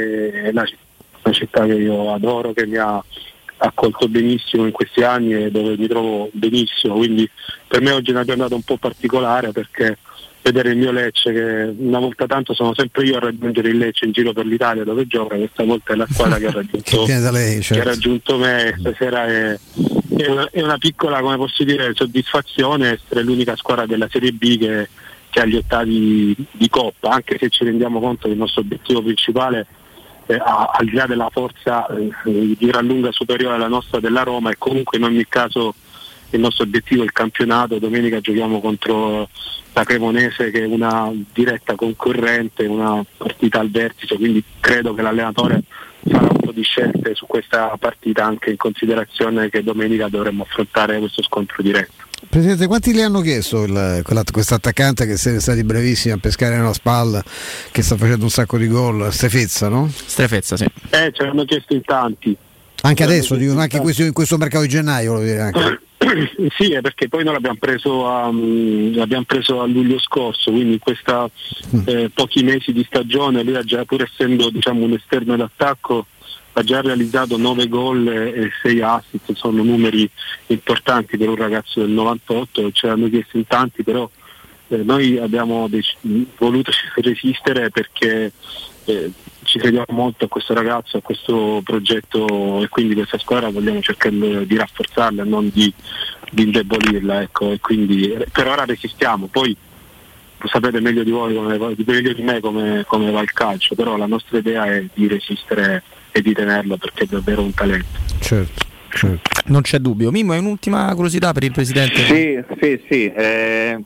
S8: e è una, una città che io adoro, che mi ha accolto benissimo in questi anni e dove mi trovo benissimo, quindi per me oggi è una giornata un po' particolare, perché vedere il mio Lecce, che una volta tanto sono sempre io a raggiungere il Lecce in giro per l'Italia dove gioca, questa volta è la squadra che ha raggiunto,
S2: Che viene da lei,
S8: che
S2: certo.
S8: ha raggiunto me. Stasera è, è, una, è una piccola, come posso dire, soddisfazione essere l'unica squadra della Serie B che, che ha gli ottavi di Coppa, anche se ci rendiamo conto che il nostro obiettivo principale, eh, a- al di là della forza eh, di gran lunga superiore alla nostra della Roma, è comunque in ogni caso il nostro obiettivo è il campionato. Domenica giochiamo contro la Cremonese, che è una diretta concorrente, una partita al vertice, quindi credo che l'allenatore farà un po' di scelte su questa partita, anche in considerazione che domenica dovremmo affrontare questo scontro diretto.
S2: Presidente, quanti le hanno chiesto il, questo attaccante che siete stati brevissimi a pescare nella spalla, che sta facendo un sacco di gol, Strefezza, no?
S1: Strefezza, sì.
S8: Eh, ce l'hanno chiesto in tanti.
S2: Anche adesso, dico, anche in questo, in questo mercato di gennaio, volevo dire anche.
S8: Sì, è perché poi noi l'abbiamo preso a, um, l'abbiamo preso a luglio scorso, quindi in questa eh, pochi mesi di stagione lui ha già, pur essendo diciamo un esterno d'attacco, ha già realizzato nove gol e sei assist, sono numeri importanti per un ragazzo del novantotto, ce l'hanno chiesto in tanti, però eh, noi abbiamo dec- voluto resistere perché eh, ci crediamo molto a questo ragazzo, a questo progetto, e quindi questa squadra vogliamo cercare di rafforzarla, non di, di indebolirla, ecco, e quindi per ora resistiamo. Poi lo sapete meglio di voi, come, meglio di me come, come va il calcio, però la nostra idea è di resistere e di tenerlo, perché è davvero un talento.
S2: Certo, certo.
S1: Non c'è dubbio. Mimmo, hai un'ultima curiosità per il Presidente?
S3: Sì, sì, sì. Eh,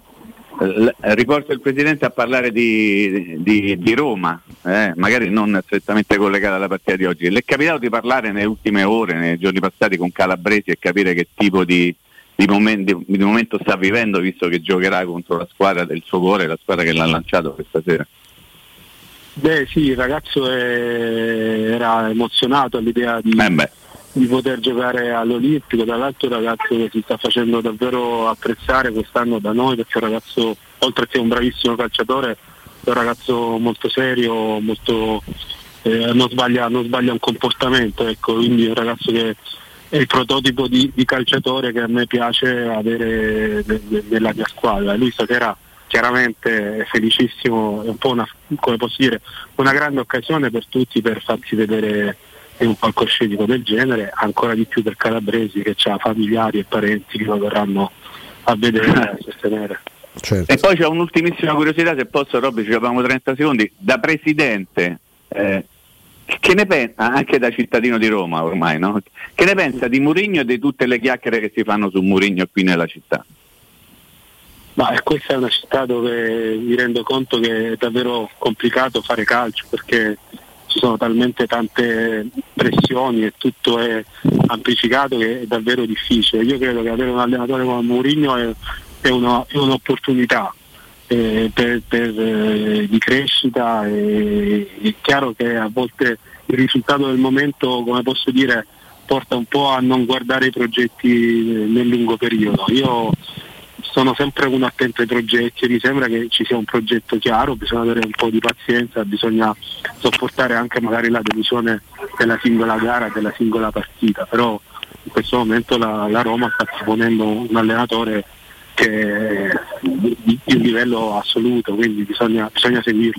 S3: l- riporto il Presidente a parlare di, di, di Roma, eh, magari non strettamente collegata alla partita di oggi. Le è capitato di parlare nelle ultime ore, nei giorni passati, con Calabresi e capire che tipo di, di, momento, di momento sta vivendo, visto che giocherà contro la squadra del suo cuore, la squadra che l'ha lanciato questa sera?
S8: Beh sì, il ragazzo è, era emozionato all'idea di,
S3: eh
S8: di poter giocare all'Olimpico, dall'altro un ragazzo che si sta facendo davvero apprezzare quest'anno da noi, perché è un ragazzo, oltre che un bravissimo calciatore, è un ragazzo molto serio, molto eh, non, sbaglia, non sbaglia un comportamento, ecco, quindi è un ragazzo che è il prototipo di, di calciatore che a me piace avere de, de, nella mia squadra. Lui stasera chiaramente è felicissimo, è un po' una, come posso dire, una grande occasione per tutti per farsi vedere in un palcoscenico del genere, ancora di più per Calabresi che ha familiari e parenti che lo verranno a vedere e a sostenere.
S2: Certo.
S3: E poi c'è un'ultimissima curiosità, se posso, Robby, ci abbiamo trenta secondi, da presidente, eh, che ne pensa, anche da cittadino di Roma ormai, no? Che ne pensa di Mourinho e di tutte le chiacchiere che si fanno su Mourinho qui nella città?
S8: Ma questa è una città dove mi rendo conto che è davvero complicato fare calcio, perché ci sono talmente tante pressioni e tutto è amplificato che è davvero difficile. Io credo che avere un allenatore come Mourinho è, è, una, è un'opportunità eh, per, per, eh, di crescita, e è chiaro che a volte il risultato del momento, come posso dire, porta un po' a non guardare i progetti nel lungo periodo. Io sono sempre uno attento ai progetti e mi sembra che ci sia un progetto chiaro, bisogna avere un po' di pazienza, bisogna sopportare anche magari la delusione della singola gara, della singola partita, però in questo momento la, la Roma sta proponendo un allenatore che è di, di un livello assoluto, quindi bisogna, bisogna seguirlo.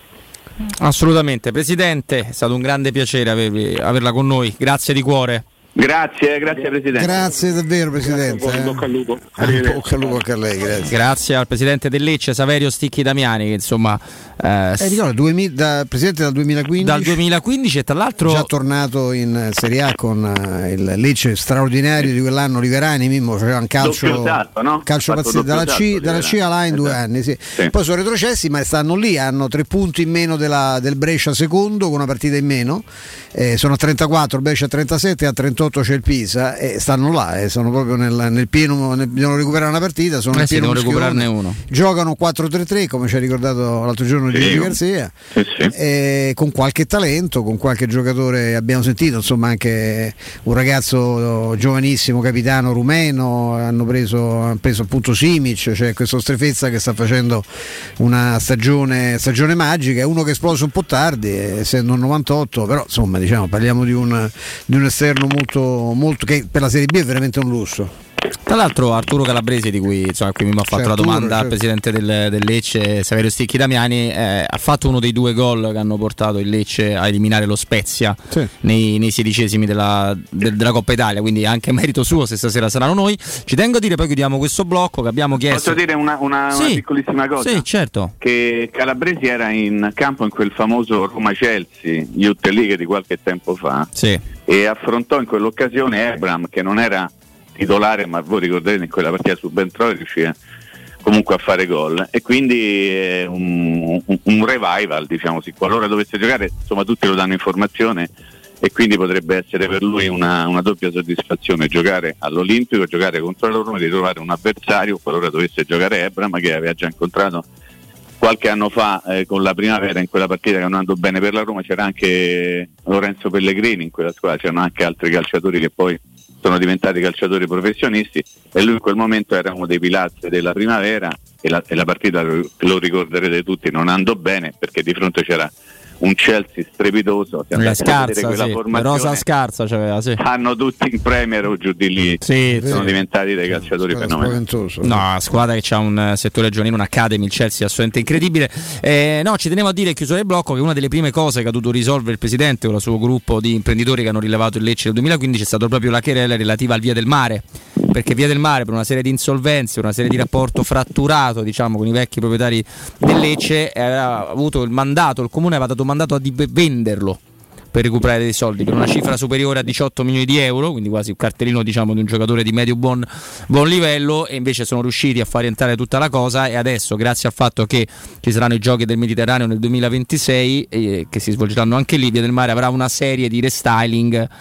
S1: Assolutamente. Presidente, è stato un grande piacere avervi, averla con noi, grazie di cuore.
S3: Grazie, grazie Presidente.
S2: Grazie davvero Presidente.
S8: Grazie, bocca al lupo.
S2: Bocca al lupo anche a lei, grazie.
S1: Grazie al Presidente del Lecce, Saverio Sticchi Damiani, che insomma eh,
S2: eh, ricordo, duemila, da, Presidente dal duemilaquindici.
S1: Dal duemilaquindici e tra l'altro
S2: già tornato in Serie A con uh, il Lecce straordinario di quell'anno, Riverani, Mimmo faceva un calcio,
S3: salto, no?
S2: calcio pazzesco dalla C, dalla C alla A in due anni, sì. Sì. Poi sono retrocessi, ma stanno lì, hanno tre punti in meno della, del Brescia secondo, con una partita in meno, eh, sono a trentaquattro, Brescia a trentasette, a trentotto c'è il Pisa, e stanno là, eh, sono proprio nel, nel pieno, nel, devono recuperare una partita, sono
S1: eh
S2: nel
S1: sì,
S2: pieno
S1: devono recuperarne uno.
S2: Giocano quattro tre tre, come ci ha ricordato l'altro giorno Gigi sì, Garzia, sì, sì. E con qualche talento, con qualche giocatore, abbiamo sentito insomma anche un ragazzo giovanissimo, capitano rumeno, hanno preso, hanno preso appunto Simic, cioè questo Strefezza che sta facendo una stagione, stagione magica, è uno che è esploso un po' tardi, essendo un novantotto, però insomma diciamo parliamo di un, di un esterno molto molto che per la Serie B è veramente un lusso.
S1: Tra l'altro Arturo Calabresi, di cui insomma, qui mi ha fatto c'è la Arturo, domanda certo. al presidente del, del Lecce, Saverio Sticchi Damiani, eh, ha fatto uno dei due gol che hanno portato il Lecce a eliminare lo Spezia sì. nei, nei sedicesimi della, de, della Coppa Italia, quindi anche merito suo se stasera saranno noi. Ci tengo a dire, poi chiudiamo questo blocco che abbiamo chiesto.
S3: Posso dire una, una, sì. una piccolissima cosa?
S1: Sì, certo.
S3: Che Calabresi era in campo in quel famoso Roma-Chelsea Youth League di qualche tempo fa
S1: sì.
S3: e affrontò in quell'occasione Ebram, che non era titolare, ma voi ricorderete in quella partita subentrò e riuscì comunque a fare gol, e quindi è un, un, un revival, diciamo, sì, qualora dovesse giocare, insomma tutti lo danno informazione, e quindi potrebbe essere per lui una, una doppia soddisfazione giocare all'Olimpico, giocare contro la Roma, di trovare un avversario qualora dovesse giocare Ebram, che aveva già incontrato qualche anno fa eh, con la Primavera in quella partita che non andò bene per la Roma. C'era anche Lorenzo Pellegrini in quella squadra, c'erano anche altri calciatori che poi sono diventati calciatori professionisti, e lui in quel momento era uno dei pilastri della Primavera, e la, e la partita, lo ricorderete tutti, non andò bene perché di fronte c'era un Chelsea strepitoso.
S1: La scarsa, sì. Rosa scarsa c'aveva, sì.
S3: Hanno tutti in Premier o giù di lì,
S1: sì,
S3: sono
S1: sì.
S3: diventati dei calciatori fenomenali.
S1: No, squadra che ha un settore giovanile, un academy, il Chelsea assolutamente incredibile. Eh, no, ci tenevo a dire, chiuso il blocco, che una delle prime cose che ha dovuto risolvere il presidente con il suo gruppo di imprenditori che hanno rilevato il Lecce nel duemilaquindici è stato proprio la querela relativa al Via del Mare, perché Via del Mare, per una serie di insolvenze, una serie di rapporto fratturato, diciamo, con i vecchi proprietari del Lecce, aveva avuto il mandato, il comune aveva dato mandato a di venderlo per recuperare dei soldi per una cifra superiore a diciotto milioni di euro, quindi quasi un cartellino, diciamo, di un giocatore di medio buon, buon livello, e invece sono riusciti a far rientrare tutta la cosa, e adesso, grazie al fatto che ci saranno i giochi del Mediterraneo nel duemilaventisei, eh, che si svolgeranno anche lì, Via del Mare avrà una serie di restyling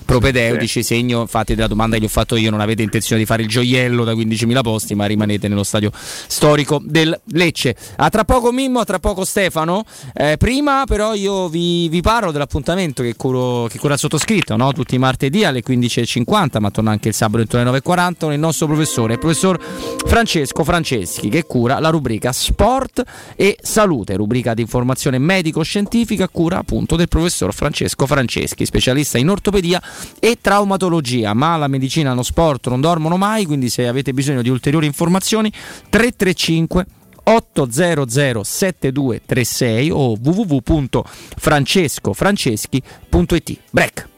S1: propedeutici, sì. Segno infatti della domanda che gli ho fatto io, non avete intenzione di fare il gioiello da quindicimila posti, ma rimanete nello stadio storico del Lecce. A tra poco Mimmo, a tra poco Stefano, eh, prima però io vi, vi parlo dell'appuntamento che curo, che cura il sottoscritto, no? Tutti i martedì alle quindici e cinquanta, ma torna anche il sabato intorno alle nove e quaranta, con il nostro professore, il professor Francesco Franceschi, che cura la rubrica Sport e Salute, rubrica di informazione medico-scientifica a cura appunto del professor Francesco Franceschi, specialista in ortopedia e traumatologia. Ma la medicina e lo sport non dormono mai, quindi se avete bisogno di ulteriori informazioni tre tre cinque otto zero zero sette due tre sei o w w w punto francescofranceschi punto i t. Break.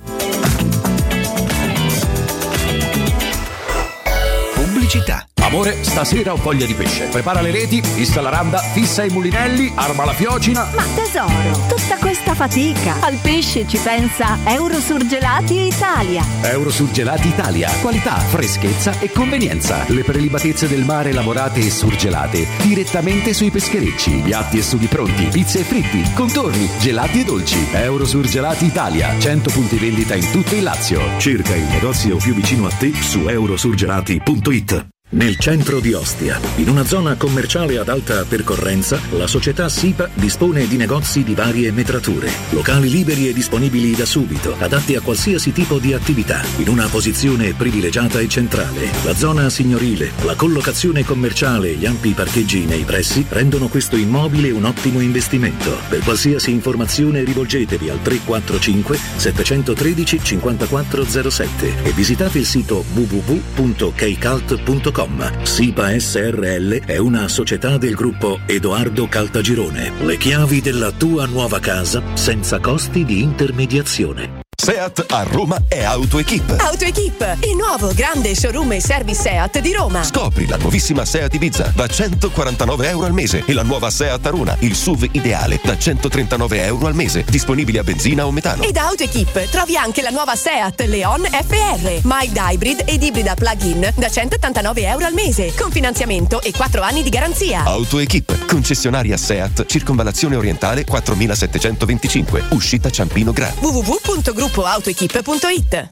S20: Pubblicità. Amore, stasera ho voglia di pesce. Prepara le reti, fissa la randa, fissa i mulinelli, arma la fiocina.
S23: Ma tesoro, tutta questa fatica. Al pesce ci pensa Eurosurgelati Italia.
S20: Eurosurgelati Italia. Qualità, freschezza e convenienza. Le prelibatezze del mare lavorate e surgelate direttamente sui pescherecci. Piatti e sughi pronti, pizze e fritti, contorni, gelati e dolci. Eurosurgelati Italia. cento punti vendita in tutto il Lazio. Cerca il negozio più vicino a te su eurosurgelati punto it. Nel centro di Ostia, in una zona commerciale ad alta percorrenza, la società SIPA dispone di negozi di varie metrature, locali liberi e disponibili da subito, adatti a qualsiasi tipo di attività, in una posizione privilegiata e centrale. La zona signorile, la collocazione commerciale e gli ampi parcheggi nei pressi rendono questo immobile un ottimo investimento. Per qualsiasi informazione rivolgetevi al tre quattro cinque sette uno tre cinque zero sette e visitate il sito w w w punto keicalt punto com. SIPA S R L è una società del gruppo Edoardo Caltagirone. Le chiavi della tua nuova casa senza costi di intermediazione.
S10: Seat a Roma è AutoEquip.
S11: AutoEquip, il nuovo grande showroom e service Seat di Roma.
S10: Scopri la nuovissima Seat Ibiza da centoquarantanove euro al mese e la nuova Seat Arona, il S U V ideale, da centotrentanove euro al mese, disponibile a benzina o metano.
S11: E da AutoEquip trovi anche la nuova Seat Leon F R, mild hybrid ed ibrida plug-in da centottantanove euro al mese, con finanziamento e quattro anni di garanzia.
S10: AutoEquip, concessionaria Seat, circonvallazione orientale quattromilasettecentoventicinque, uscita Ciampino Gra.
S11: w w w punto gruppo autoequip punto it.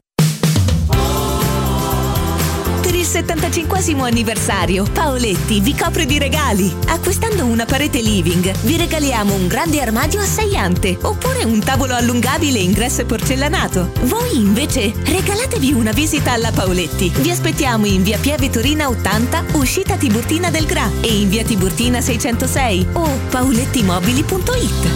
S23: Per il settantacinquesimo anniversario, Paoletti vi copre di regali. Acquistando una parete living, vi regaliamo un grande armadio a sei ante oppure un tavolo allungabile ingresso e porcellanato. Voi invece regalatevi una visita alla Paoletti. Vi aspettiamo in via Pieve Torina ottanta, uscita Tiburtina del Gra, e in via Tiburtina seicentosei o paolettimobili punto it.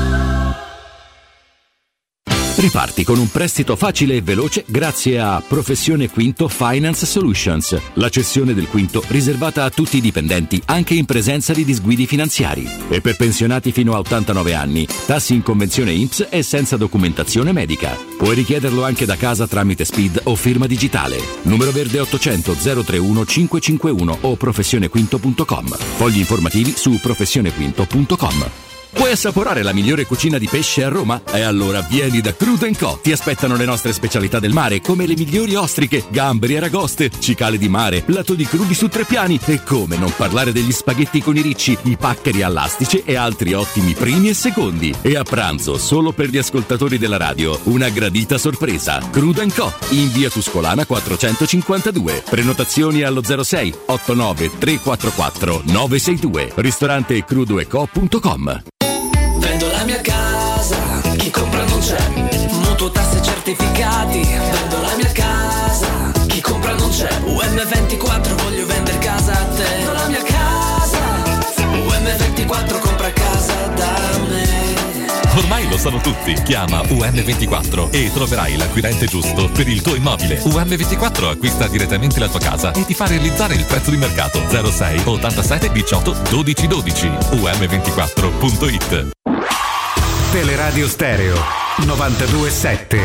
S20: Riparti con un prestito facile e veloce grazie a Professione Quinto Finance Solutions, la cessione del quinto riservata a tutti i dipendenti anche in presenza di disguidi finanziari. E per pensionati fino a ottantanove anni, tassi in convenzione I N P S e senza documentazione medica. Puoi richiederlo anche da casa tramite S P I D o firma digitale. Numero verde ottocento zero trentuno cinquecentocinquantuno o professionequinto punto com. Fogli informativi su professionequinto punto com. Vuoi assaporare la migliore cucina di pesce a Roma? E allora vieni da Crudo and Co. Ti aspettano le nostre specialità del mare, come le migliori ostriche, gamberi e aragoste, cicale di mare, latoni crudi su tre piani e come non parlare degli spaghetti con i ricci, i paccheri all'astice e altri ottimi primi e secondi. E a pranzo, solo per gli ascoltatori della radio, una gradita sorpresa. Crudo and Co. in via Tuscolana quattrocentocinquantadue. Prenotazioni allo zero sei ottantanove trequarantaquattro nove sei due. Ristorante crudo e co punto com.
S6: Vendo la mia casa, chi compra non c'è. Mutuo, tasse, certificati. Vendo la mia casa, chi compra non c'è. U M ventiquattro, voglio vendere casa a te. Vendo la mia casa, U M ventiquattro, compra casa da me.
S12: Ormai lo sanno tutti. Chiama U M ventiquattro e troverai l'acquirente giusto per il tuo immobile. U M ventiquattro acquista direttamente la tua casa e ti fa realizzare il prezzo di mercato. zero sei ottantasette diciotto dodici dodici. U M ventiquattro punto it.
S13: Teleradio Stereo novantadue sette.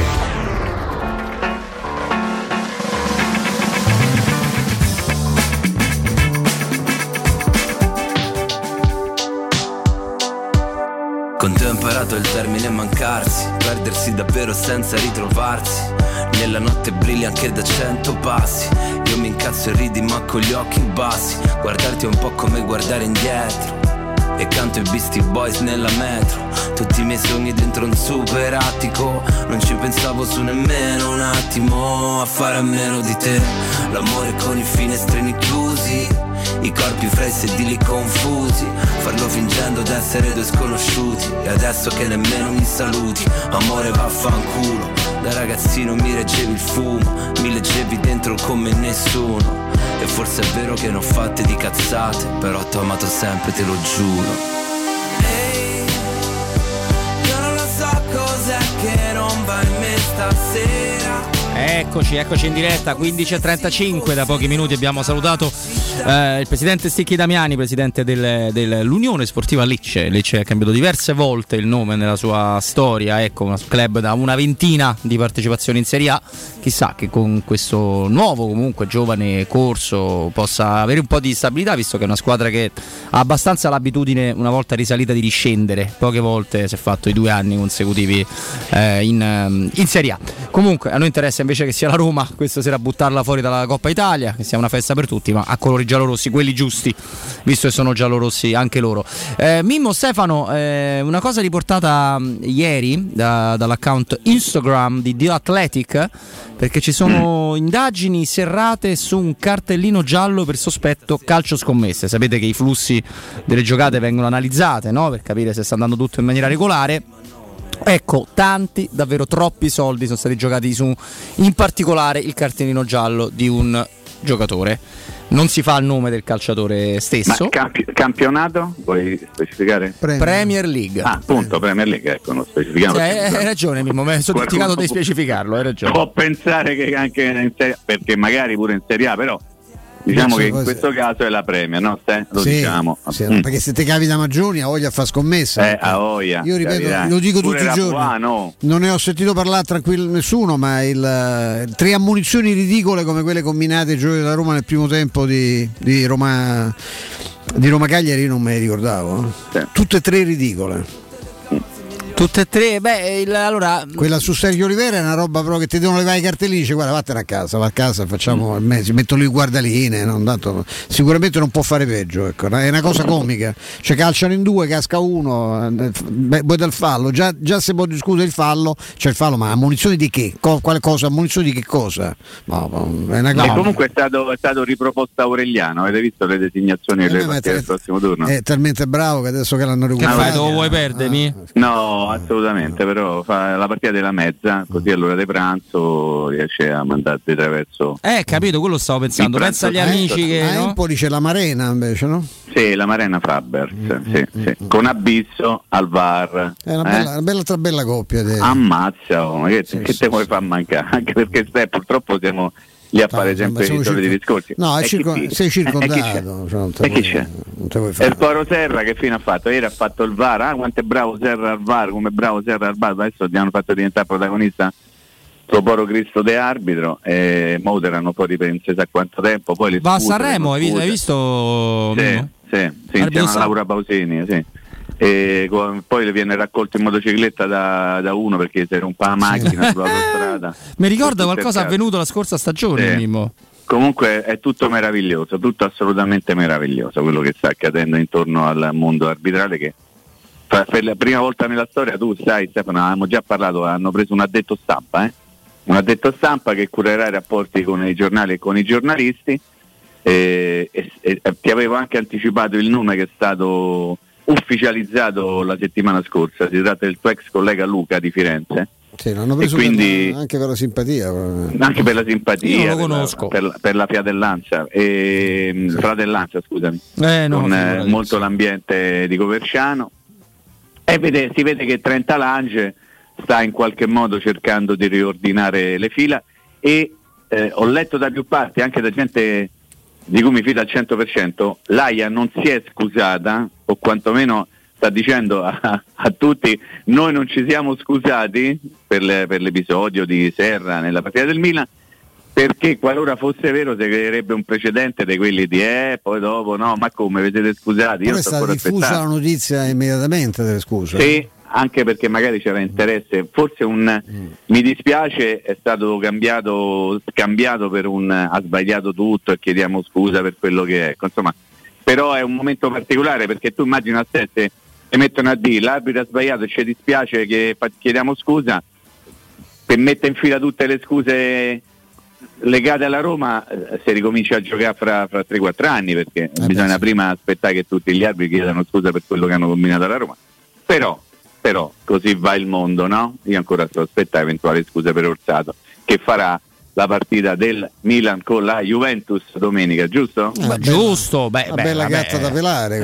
S14: Con te ho imparato il termine mancarsi, perdersi davvero senza ritrovarsi. Nella notte brilli anche da cento passi. Io mi incazzo e ridi ma con gli occhi bassi. Guardarti è un po' come guardare indietro. e canto i Beastie Boys nella metro. Tutti i miei sogni dentro un super attico, non ci pensavo su nemmeno un attimo a fare a meno di te. L'amore con i finestrini chiusi, i corpi fra i sedili confusi, farlo fingendo d'essere due sconosciuti, e adesso che nemmeno mi saluti. Amore vaffanculo, da ragazzino mi reggevi il fumo, mi leggevi dentro come nessuno. E forse è vero che ne ho fatte di cazzate, però t'ho amato sempre, te lo giuro. Ehi, io non lo so cos'è che non va in me stasera.
S1: Eccoci, eccoci in diretta, quindici e trentacinque, da pochi minuti abbiamo salutato eh, il presidente Sticchi Damiani, presidente del, dell'Unione Sportiva Lecce. Lecce ha cambiato diverse volte il nome nella sua storia, ecco, un club da una ventina di partecipazioni in Serie A. Chissà che con questo nuovo, comunque giovane corso possa avere un po' di stabilità, visto che è una squadra che ha abbastanza l'abitudine, una volta risalita, di riscendere. Poche volte si è fatto i due anni consecutivi eh, in, in Serie A. Comunque a noi interessa invece che sia la Roma questa sera a buttarla fuori dalla Coppa Italia, che sia una festa per tutti, ma a colori giallorossi, quelli giusti, visto che sono giallorossi anche loro. eh, Mimmo, Stefano, eh, una cosa riportata ieri da, dall'account Instagram di The Athletic, perché ci sono indagini serrate su un cartellino giallo per sospetto calcio scommesse. Sapete che i flussi delle giocate vengono analizzate, no? Per capire se sta andando tutto in maniera regolare. Ecco, tanti, davvero troppi soldi sono stati giocati su, in particolare, il cartellino giallo di un giocatore. Non si fa il nome del calciatore stesso.
S3: Ma campi- campionato? Vuoi specificare?
S1: Premier, Premier League.
S3: Ah, appunto, Premier League, ecco, non specifichiamo.
S1: Sì, hai, hai ragione, Mimmo, mi sono dimenticato di specificarlo, hai ragione.
S3: Può pensare che anche in Serie A, perché magari pure in Serie A, però diciamo che in questo caso è la Premier, no? Ste? Lo
S2: sì,
S3: diciamo.
S2: Sì,
S3: mm.
S2: Perché se te cavi da Maggioni ha voglia a fare scommessa.
S3: Eh, a voglia.
S2: Io ripeto,
S3: capirai.
S2: lo dico
S3: Pure
S2: tutti i giorni.
S3: Rapuà, no.
S2: Non ne ho sentito parlare tranquillo nessuno, ma il, eh, tre ammunizioni ridicole come quelle combinate i giocatori della Roma nel primo tempo di, di Roma di Roma Cagliari, io non me ne ricordavo. Eh. Sì. Tutte e tre ridicole.
S1: Tutte e tre, beh, il, allora.
S2: Quella su Sergio Olivera è una roba proprio che ti devono levare i cartellini, dice guarda vattene a casa, va a casa, facciamo mm. si metto lì guardaline, non tanto, sicuramente non può fare peggio, ecco, è una cosa comica, cioè calciano in due, casca uno, poi dal fallo, già, già se può discutere il fallo, c'è il fallo, ma ammonizioni di che? Co- quale cosa? Ammonizioni di che cosa? No, è una cosa.
S3: E comunque è stato, è stato riproposto Aureliano, avete visto le designazioni delle partite del prossimo turno?
S2: È talmente bravo che adesso che l'hanno recuperato.
S1: Che fai, dove vuoi perdermi?
S3: Ah, no, assolutamente, però fa la partita della mezza, così all'ora di pranzo riesce a mandarti attraverso.
S1: Eh, capito, quello stavo pensando. Pensa agli amici che.
S2: A
S1: no?
S2: Empoli c'è la Marena invece, no?
S3: Sì, la Marena Faber, mm, sì, mm, sì. Mm. Con Abisso al V A R.
S2: È una bella, eh? una bella, tra bella coppia. Di...
S3: Ammazza, oh, ma che,
S2: sì,
S3: che
S2: sì,
S3: te vuoi
S2: sì.
S3: far mancare? Anche perché stai, purtroppo siamo lì a fare sempre i soliti discorsi.
S2: No, è circo-
S3: chi,
S2: sei circondato.
S3: E chi c'è?
S2: Cioè,
S3: e chi c'è?
S2: Non te vuoi fare.
S3: E il Poro Serra che fine ha fatto? Ieri ha fatto il V A R, ah quanto è bravo Serra al V A R, come è bravo Serra al V A R, adesso ti hanno fatto diventare protagonista suo Poro Cristo de arbitro, e moderano poi ripensa a quanto tempo, poi
S1: va a Sanremo, hai visto? Hai visto?
S3: Sì, sì, sì, insieme a Laura Pausini, sì. E poi le viene raccolto in motocicletta da, da uno perché si rompa la macchina sull'autostrada.
S1: Mi ricorda qualcosa avvenuto la scorsa stagione, sì. Mimmo.
S3: Comunque è tutto meraviglioso, tutto assolutamente meraviglioso quello che sta accadendo intorno al mondo arbitrale, che per la prima volta nella storia, tu sai Stefano, avevamo già parlato, hanno preso un addetto stampa, eh? un addetto stampa che curerà i rapporti con i giornali e con i giornalisti, e, e, e ti avevo anche anticipato il nome che è stato ufficializzato la settimana scorsa, si tratta del tuo ex collega Luca di Firenze.
S2: Sì, l'hanno preso quindi, per la, anche per la simpatia.
S3: Anche per la simpatia.
S1: Io lo conosco.
S3: Per la, per la fratellanza, e, sì. fratellanza scusami,
S1: eh, no,
S3: con eh, molto l'ambiente di Coverciano. E vede, si vede che Trenta Lange sta in qualche modo cercando di riordinare le fila, e eh, ho letto da più parti, anche da gente di cui mi fido al cento per cento, l'Aia non si è scusata, o quantomeno sta dicendo a, a tutti noi non ci siamo scusati per, le, per l'episodio di Serra nella partita del Milan, perché qualora fosse vero si creerebbe un precedente di quelli di eh poi dopo no, ma come vi siete scusati?
S2: Io sto ancora aspettando. È stata diffusa la notizia immediatamente delle scuse.
S3: Sì, anche perché magari c'era interesse, forse un mm. mi dispiace è stato cambiato scambiato per un ha sbagliato tutto e chiediamo scusa per quello che è, insomma però è un momento particolare, perché tu immagina a te se ti mettono a dire l'arbitro ha sbagliato e ci dispiace che fa- chiediamo scusa, per mettere in fila tutte le scuse legate alla Roma eh, si ricomincia a giocare fra, fra tre quattro anni, perché eh bisogna beh, prima aspettare che tutti gli arbitri chiedano scusa per quello che hanno combinato alla Roma, però, però così va il mondo, no? Io ancora sto aspettando eventuali scuse per Orsato, che farà la partita del Milan con la Juventus domenica, giusto?
S2: Ah,
S1: giusto, beh,
S2: una
S1: beh,
S2: bella
S1: vabbè.
S2: gatta da pelare.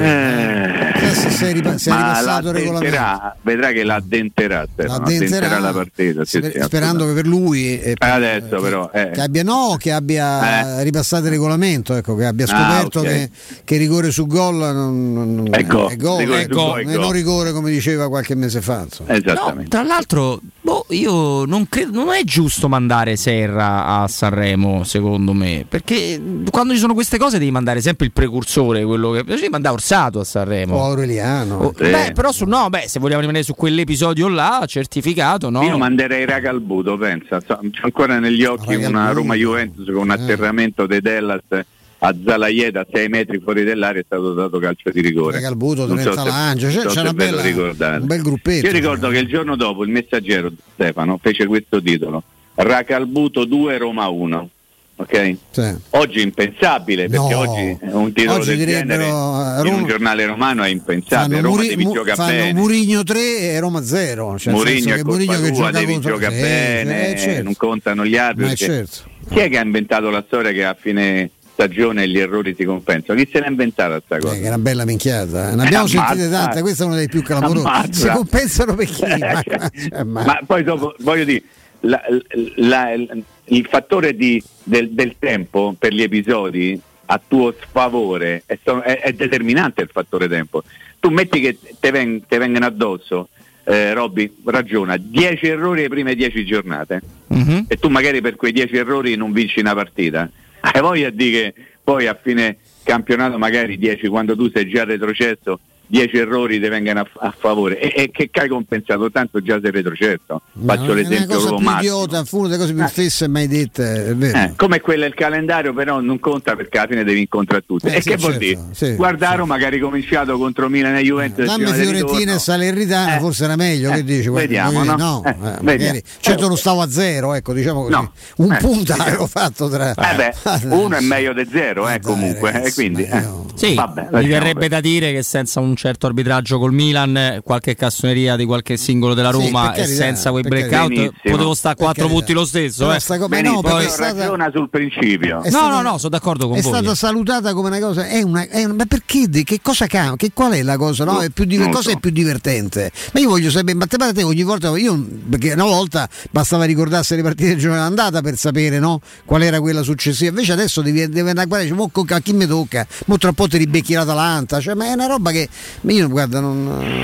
S2: Eh. Se sei ripa- se
S3: Ma
S2: ripassato il
S3: l'addenterà, vedrà che l'addenterà, l'addenterà la partita, sì,
S2: sper-
S3: sì,
S2: sperando che per lui eh,
S3: adesso
S2: che,
S3: però eh.
S2: che abbia no, che abbia eh. ripassato il regolamento, ecco, che abbia scoperto
S3: ah, okay.
S2: che, che rigore su gol non, non,
S3: è gol,
S2: è gol,
S3: rigore
S2: è
S3: su
S2: gol,
S3: gol,
S2: e
S3: gol.
S2: non rigore come diceva qualche mese fa.
S3: Esattamente.
S1: No, tra l'altro, boh, io non credo, non è giusto mandare Serra a Sanremo, secondo me, perché quando ci sono queste cose devi mandare sempre il precursore, quello che devi mandare Orsato a Sanremo
S2: o Aureliano.
S1: Oh,
S3: sì.
S1: Beh, però su no, beh, se vogliamo rimanere su quell'episodio là, certificato, no?
S3: Io manderei Racalbuto, pensa, c'ho ancora negli occhi
S2: Racalbuto.
S3: una Roma Juventus con un atterramento dei Dellas a Zalaieta a sei metri fuori dell'area, è stato dato calcio di rigore.
S2: Racalbuto,
S3: Non so
S2: Trenta
S3: se-
S2: Lange,
S3: non
S2: c'è,
S3: so
S2: c'è
S3: se
S2: una
S3: ve lo
S2: bella,
S3: ricordate.
S2: un bel gruppetto.
S3: Io ricordo che il giorno dopo il Messaggero Stefano fece questo titolo: Racalbuto due Roma uno. Ok?
S2: Sì.
S3: Oggi è impensabile, perché
S2: No.
S3: oggi un titolo
S2: Oggi
S3: del genere
S2: direbbero,
S3: in un
S2: Roma-
S3: giornale romano è impensabile.
S2: Fanno,
S3: Roma
S2: Muri-
S3: devi
S2: Mu-
S3: giocare
S2: fanno
S3: bene.
S2: Murigno tre e Roma zero. Cioè nel
S3: Mourinho
S2: senso
S3: è
S2: che
S3: colpa
S2: Mourinho che
S3: tua,
S2: gioca
S3: devi
S2: contro
S3: giocare
S2: sì,
S3: bene,
S2: eh, certo.
S3: non contano gli altri.
S2: Ma
S3: perché
S2: certo.
S3: Chi è che ha inventato la storia che a fine stagione gli errori si compensano? Chi se l'ha inventata sta cosa?
S2: Eh, che è una bella minchiata. Ne abbiamo
S3: Eh,
S2: sentite
S3: ammazza.
S2: tante, questa è una delle più clamorose.
S3: Ammazza.
S2: Si compensano per chi?
S3: Eh,
S2: ma,
S3: cioè,
S2: ma-
S3: Ma poi dopo, voglio dire, la- la- il, il fattore di- del, del tempo per gli episodi a tuo sfavore è, so- è- è determinante il fattore tempo. Tu metti che te, veng- te vengano addosso, eh, Robby ragiona, dieci errori le prime dieci giornate
S1: Mhm.
S3: e tu magari per quei dieci errori non vinci una partita. Hai voglia di che poi a fine campionato magari dieci, quando tu sei già retrocesso, dieci errori ti vengano a, a favore e, e che hai compensato, tanto già sei retrocesso.
S2: ma
S3: Faccio
S2: è una
S3: l'esempio
S2: cosa
S3: proprio
S2: più
S3: massimo.
S2: idiota, fu una delle cose più fesse mai dette, è vero.
S3: Eh, come quella il calendario però non conta, perché alla fine devi incontrare tutti.
S2: Eh,
S3: e
S2: sì,
S3: che vuol
S2: certo,
S3: dire?
S2: sì,
S3: Guarda Roma che ha ricominciato contro Milan e Juventus.
S2: Dammi
S3: il girone di
S2: Fiorentina e
S3: ritorno.
S2: Salernitana,
S3: Eh,
S2: forse era meglio,
S3: eh,
S2: che dici? Guarda,
S3: vediamo,
S2: magari-
S3: no?
S2: no,
S3: Eh,
S2: eh, magari-
S3: vediamo.
S2: certo
S3: Eh,
S2: non stavo a zero, ecco, diciamo così.
S3: No.
S2: Un
S3: Eh,
S2: punto
S3: vediamo.
S2: avevo fatto tra
S3: Eh beh, uno è meglio di zero, eh, comunque.
S2: ragazzi,
S3: eh, quindi,
S2: ma
S3: eh,
S2: io-
S1: Sì,
S3: vabbè,
S1: mi
S3: lasciamo
S1: verrebbe
S3: perdere.
S1: da dire che senza un certo arbitraggio col Milan, qualche cassoneria di qualche singolo della
S2: Sì,
S1: Roma
S2: per
S1: e
S2: carità,
S1: senza quei
S2: per
S1: breakout
S3: carità.
S1: potevo stare a
S2: Per
S1: quattro
S2: carità.
S1: punti lo stesso.
S2: Però
S1: Eh.
S2: sta co- ma
S3: Benissimo,
S2: no, perché
S3: però
S2: è stata-
S3: ragiona sul principio.
S2: è
S1: No,
S2: stata-
S1: no, no, sono d'accordo con
S2: è
S1: voi.
S2: stata salutata come una cosa, è una, è una- ma perché? di- Che cosa cambia? Che, qual è la cosa? No?
S3: No,
S2: È più diver-
S3: non
S2: cosa
S3: so.
S2: è più divertente? Ma io voglio sapere, ma te pare te ogni volta io, perché una volta bastava ricordarsi le partite del giorno d'andata per sapere, no? Qual era quella successiva. Invece adesso devi, devi andare a guardare, dici, mo co- a chi mi tocca? Mo tra un po' ti ribecchi l'Atalanta, cioè, ma è una roba che ma io guarda, non,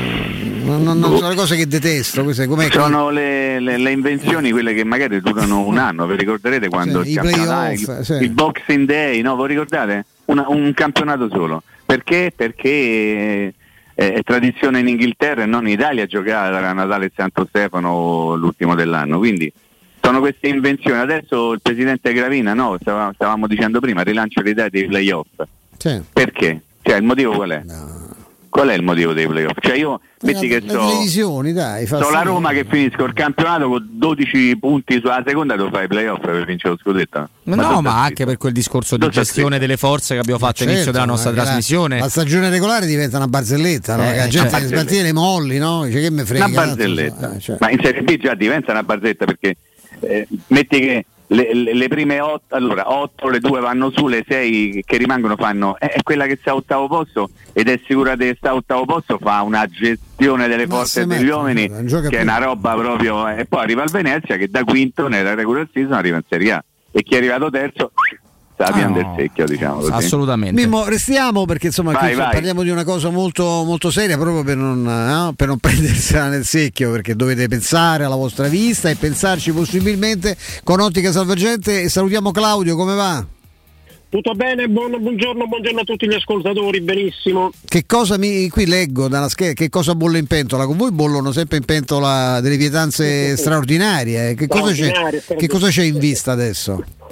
S2: non, non, non sono le cose che detesto. Queste, com'è che-
S3: Sono le, le- le invenzioni, quelle che magari durano un anno. Vi ricorderete quando
S2: Sì,
S3: il,
S2: i
S3: campionato-
S2: playoff,
S3: il,
S2: sì.
S3: il Boxing Day, no? Vi ricordate? Una- un campionato solo. Perché? Perché è, è tradizione in Inghilterra e non in Italia giocare tra Natale e Santo Stefano l'ultimo dell'anno. Quindi sono queste invenzioni. Adesso il presidente Gravina, no, stavamo, stavamo dicendo prima, rilancia l'idea dei playoff.
S2: Sì.
S3: Perché? Cioè il motivo qual è? Qual è il motivo dei playoff? Cioè io metti
S2: le,
S3: che
S2: le
S3: so,
S2: televisioni, dai, fa
S3: so la
S2: sì.
S3: Roma che finisco il campionato con dodici punti sulla seconda, devo fare i playoff per vincere lo scudetto.
S1: Ma no,
S3: dove
S1: ma
S3: sta
S1: anche per quel discorso di
S3: Dove sta
S1: gestione
S3: scritto?
S1: delle forze che abbiamo fatto all'inizio
S2: Certo,
S1: della nostra
S2: ma la-
S1: trasmissione.
S2: La stagione regolare diventa una barzelletta, no?
S1: Eh,
S2: Che la gente
S1: cioè-
S2: le sbattite le molli, no? Dice che me frega.
S3: Una barzelletta.
S2: eh, cioè.
S3: Ma in Serie B già diventa una barzelletta, perché eh, metti che le, le- le prime otto, allora otto, le due vanno su, le sei che rimangono fanno, è, è quella che sta a ottavo posto ed è sicura di sta a ottavo posto, fa una gestione delle
S2: Ma
S3: forze
S2: se
S3: degli
S2: mette,
S3: uomini
S2: non gioca
S3: che è
S2: più.
S3: una roba proprio, e poi arriva il Venezia che da quinto nella regular season arriva in Serie A e chi è arrivato terzo sta
S1: Ah,
S3: piano
S1: no.
S3: del secchio, diciamo così.
S1: Assolutamente.
S2: Mimmo, restiamo perché insomma
S3: Vai,
S2: qui
S3: vai.
S2: parliamo di una cosa molto, molto seria proprio per non, no? per non prendersela nel secchio, perché dovete pensare alla vostra vista e pensarci possibilmente con Ottica Salvagente. E salutiamo Claudio, come va?
S7: Tutto bene, buon, buongiorno, buongiorno a tutti gli ascoltatori, benissimo.
S2: Che cosa mi qui leggo dalla scheda, che cosa bolle in pentola? Con voi bollono sempre in pentola delle pietanze straordinarie. Che cosa c'è,
S7: Straordinarie,
S2: che cosa c'è in vista adesso?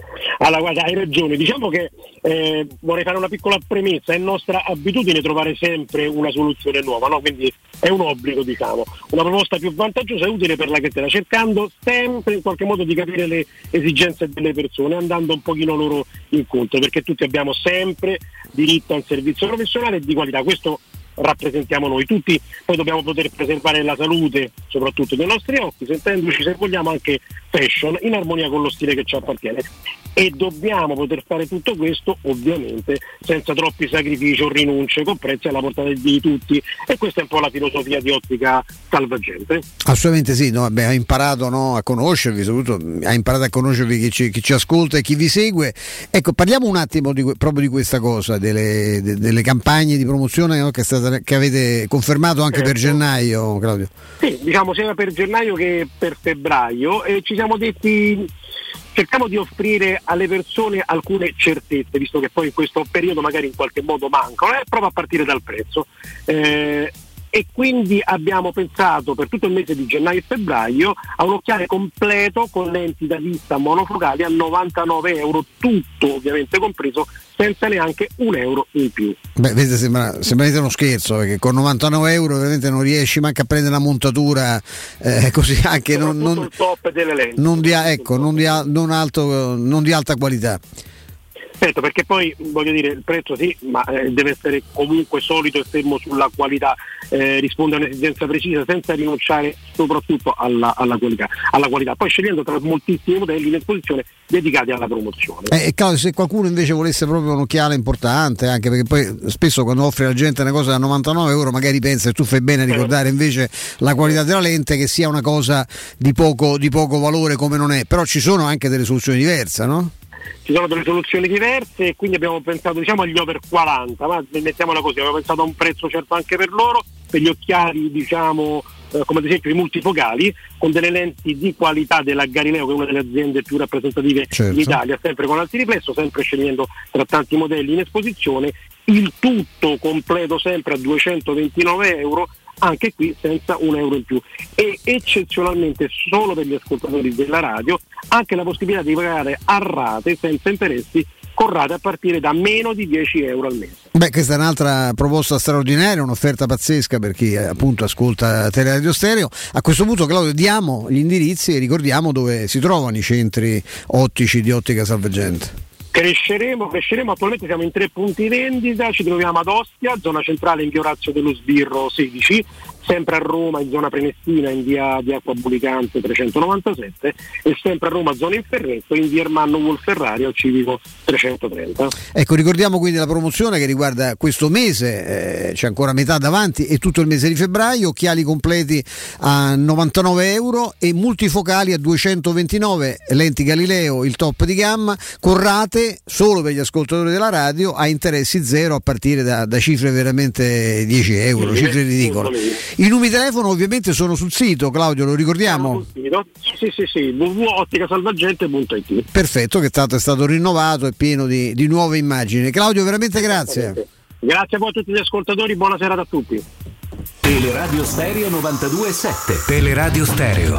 S7: Allora, guarda, hai ragione. Diciamo che eh, vorrei fare una piccola premessa. È nostra abitudine trovare sempre una soluzione nuova, no? Quindi è un obbligo, diciamo. Una proposta più vantaggiosa e utile per la clientela, cercando sempre in qualche modo di capire le esigenze delle persone, andando un pochino loro incontro, perché tutti abbiamo sempre diritto a un servizio professionale e di qualità. Questo rappresentiamo noi tutti, poi dobbiamo poter preservare la salute soprattutto dei nostri occhi, sentendoci, se vogliamo, anche fashion in armonia con lo stile che ci appartiene, e dobbiamo poter fare tutto questo ovviamente senza troppi sacrifici o rinunce, con prezzi alla portata di tutti, e questa è un po' la filosofia di Ottica Salvagente.
S2: Assolutamente sì, no? Vabbè, ha imparato, no, a conoscervi, soprattutto ha imparato a conoscervi chi ci, chi ci ascolta e chi vi segue. Ecco, parliamo un attimo di, proprio di questa cosa, delle, de, delle campagne di promozione, no, che, è stata, che avete confermato anche certo. per gennaio, Claudio.
S7: Sì, diciamo sia per gennaio che per febbraio, e ci siamo detti cerchiamo di offrire alle persone alcune certezze, visto che poi in questo periodo magari in qualche modo mancano, eh, proprio a partire dal prezzo. Eh, e quindi abbiamo pensato per tutto il mese di gennaio e febbraio a un occhiale completo con lenti da vista monofocali a novantanove euro, tutto ovviamente compreso, senza neanche un euro in più.
S2: Beh, vedete, sembra, sembra uno scherzo, perché con novantanove euro ovviamente non riesci manco a prendere la montatura, eh, così anche non, non,
S7: il top delle lenti,
S2: non di, ecco, non di, non alto, non di alta qualità.
S7: Certo, perché poi voglio dire, il prezzo sì, ma eh, deve essere comunque solido e fermo sulla qualità, eh, risponde a un'esigenza precisa senza rinunciare soprattutto alla, alla qualità, alla qualità, poi scegliendo tra moltissimi modelli in esposizione dedicati alla promozione.
S2: E eh, Claudio, se qualcuno invece volesse proprio un occhiale importante, anche perché poi spesso quando offri alla gente una cosa da novantanove euro magari pensa, e tu fai bene a ricordare invece la qualità della lente, che sia una cosa di poco, di poco valore, come non è, però ci sono anche delle soluzioni diverse, no?
S7: Ci sono delle soluzioni diverse e quindi abbiamo pensato, diciamo, agli over quaranta, ma mettiamola così, abbiamo pensato a un prezzo certo anche per loro, per gli occhiali, diciamo, eh, come ad esempio i multifocali, con delle lenti di qualità della Galileo, che è una delle aziende più rappresentative certo. in Italia, sempre con alti riflesso, sempre scegliendo tra tanti modelli in esposizione, il tutto completo sempre a duecentoventinove euro, anche qui senza un euro in più, e eccezionalmente solo per gli ascoltatori della radio anche la possibilità di pagare a rate senza interessi, con rate a partire da meno di dieci euro al mese.
S2: Beh, questa è un'altra proposta straordinaria, un'offerta pazzesca per chi appunto ascolta Teleradio Stereo. A questo punto, Claudio, diamo gli indirizzi e ricordiamo dove si trovano i centri ottici di Ottica Salvagente.
S7: Cresceremo, cresceremo, attualmente siamo in tre punti vendita, ci troviamo ad Ostia, zona centrale in via Orazio dello Sbirro sedici, sempre a Roma in zona Prenestina in via di Acqua Bulicante trecentonovantasette, e sempre a Roma zona Inferretto in via Ermanno Wolferrario al Civico trecentotrenta.
S2: Ecco, ricordiamo quindi la promozione che riguarda questo mese, eh, c'è ancora metà davanti, e tutto il mese di febbraio, occhiali completi a novantanove euro e multifocali a duecentoventinove, lenti Galileo, il top di gamma, con rate solo per gli ascoltatori della radio a interessi zero a partire da, da cifre veramente dieci euro, cifre ridicole. I numeri di telefono ovviamente sono sul sito, Claudio, lo ricordiamo?
S7: Sul sito. Sì, sì, sì, w w w punto ottica salvagente punto i t.
S2: Perfetto, che tanto è stato rinnovato e pieno di, di nuove immagini. Claudio, veramente grazie.
S7: Grazie a voi a tutti gli ascoltatori, buona serata a tutti.
S13: Teleradio Stereo novantadue virgola sette. Teleradio Stereo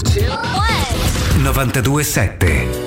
S13: novantadue virgola sette.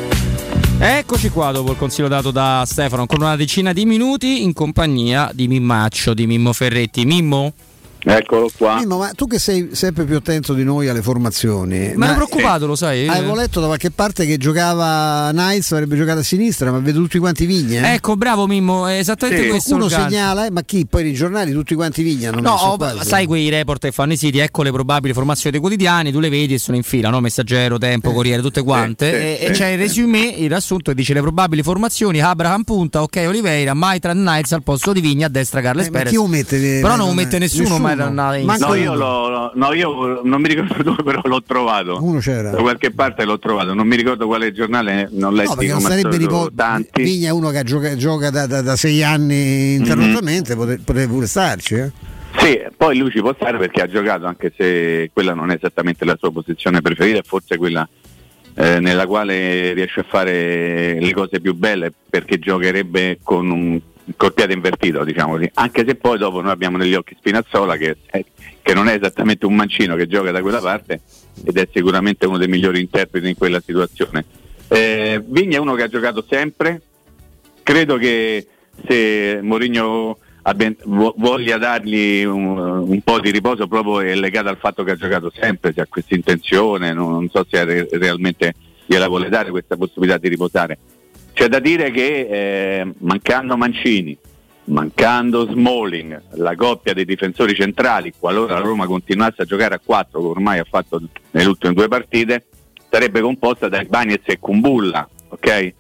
S1: Eccoci qua dopo il consiglio dato da Stefano, con una decina di minuti in compagnia di Mimmaccio, di Mimmo Ferretti. Mimmo?
S3: Eccolo qua.
S2: Mimmo, ma tu che sei sempre più attento di noi alle formazioni,
S1: ma ero preoccupato, lo sai?
S2: Avevo letto da qualche parte che giocava Niles, avrebbe giocato a sinistra, ma vedo tutti quanti Vigna.
S1: Ecco, bravo Mimmo, è esattamente
S2: sì.
S1: questo.
S2: Uno segnala, eh, ma chi? Poi nei giornali tutti quanti Vigna hanno
S1: no,
S2: messo
S1: oh,
S2: quasi.
S1: Sai quei report che fanno i siti, ecco le probabili formazioni dei quotidiani, tu le vedi e sono in fila, no? Messaggero, Tempo, Corriere, tutte quante, eh, e, eh, e c'è il resumé, il riassunto, e dice le probabili formazioni: Abraham punta, ok Oliveira, Maitland Niles al posto di Vigna, a destra Carles
S2: eh,
S1: Perez.
S2: Ma chi lo mette?
S1: Però non lo mette nessuno,
S2: nessuno.
S1: ma
S3: in no, io lo, no, io non mi ricordo dove, però l'ho trovato.
S2: Uno c'era.
S3: Da qualche parte l'ho trovato, non mi ricordo quale giornale, non letti.
S2: No, perché non sarebbe ripo-
S3: tanti.
S2: Vigna è uno che gioca, gioca da, da, da sei anni interrottamente, mm-hmm. potrebbe, potrebbe pure starci, eh?
S3: Sì, poi lui ci può stare perché ha giocato, anche se quella non è esattamente la sua posizione preferita, è forse quella eh, nella quale riesce a fare le cose più belle, perché giocherebbe con un col piede invertito, diciamo così, anche se poi dopo noi abbiamo negli occhi Spinazzola che, eh, che non è esattamente un mancino che gioca da quella parte ed è sicuramente uno dei migliori interpreti in quella situazione. Eh, Vigna è uno che ha giocato sempre, credo che se Mourinho abbia, voglia dargli un, un po' di riposo proprio è legato al fatto che ha giocato sempre, se ha questa intenzione, non, non so se re, realmente gliela vuole dare questa possibilità di riposare. C'è da dire che eh, mancando Mancini, mancando Smalling, la coppia dei difensori centrali, qualora la Roma continuasse a giocare a quattro, come ormai ha fatto nelle ultime due partite, sarebbe composta da Ibanez e Kumbulla, ok?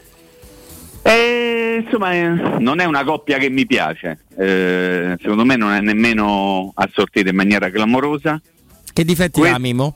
S3: E, insomma, eh, non è una coppia che mi piace, eh, secondo me non è nemmeno assortita in maniera clamorosa.
S1: Che difetti que- ha Mimo?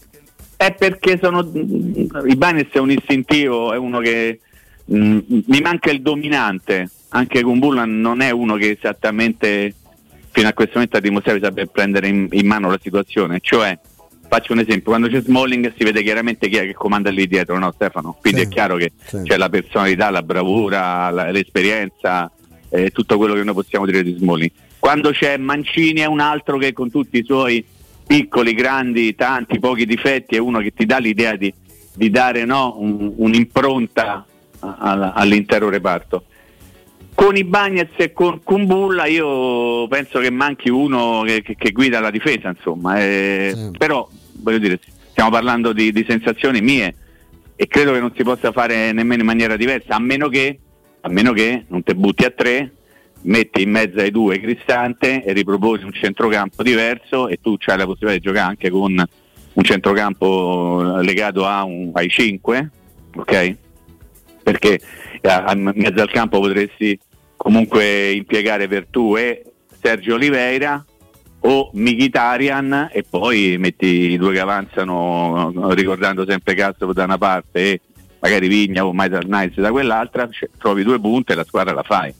S3: È perché sono Ibanez è un istintivo, è uno che mh, mi manca il dominante, anche Kumbulla non è uno che esattamente fino a questo momento ha dimostrato di saper prendere in, in mano la situazione, cioè faccio un esempio, quando c'è Smalling si vede chiaramente chi è che comanda lì dietro, no Stefano? Quindi sì, è chiaro che sì, c'è la personalità, la bravura, la, l'esperienza, eh, tutto quello che noi possiamo dire di Smalling. Quando c'è Mancini è un altro che con tutti i suoi piccoli, grandi, tanti, pochi difetti è uno che ti dà l'idea di, di dare no, un, un'impronta a, a, all'intero reparto. Con Ibanez e con Kumbulla io penso che manchi uno che, che, che guida la difesa, insomma, eh, sì. Però voglio dire, stiamo parlando di, di sensazioni mie e credo che non si possa fare nemmeno in maniera diversa, a meno che a meno che non te butti a tre, metti in mezzo ai due Cristante e riproponi un centrocampo diverso e tu c'hai la possibilità di giocare anche con un centrocampo legato a un, ai cinque, ok? Perché a, in mezzo al campo potresti comunque impiegare Vertù e Sergio Oliveira o Mkhitaryan e poi metti i due che avanzano ricordando sempre Castro da una parte e magari Vigna o Maitland-Niles da quell'altra, cioè, trovi due punte e la squadra la fai.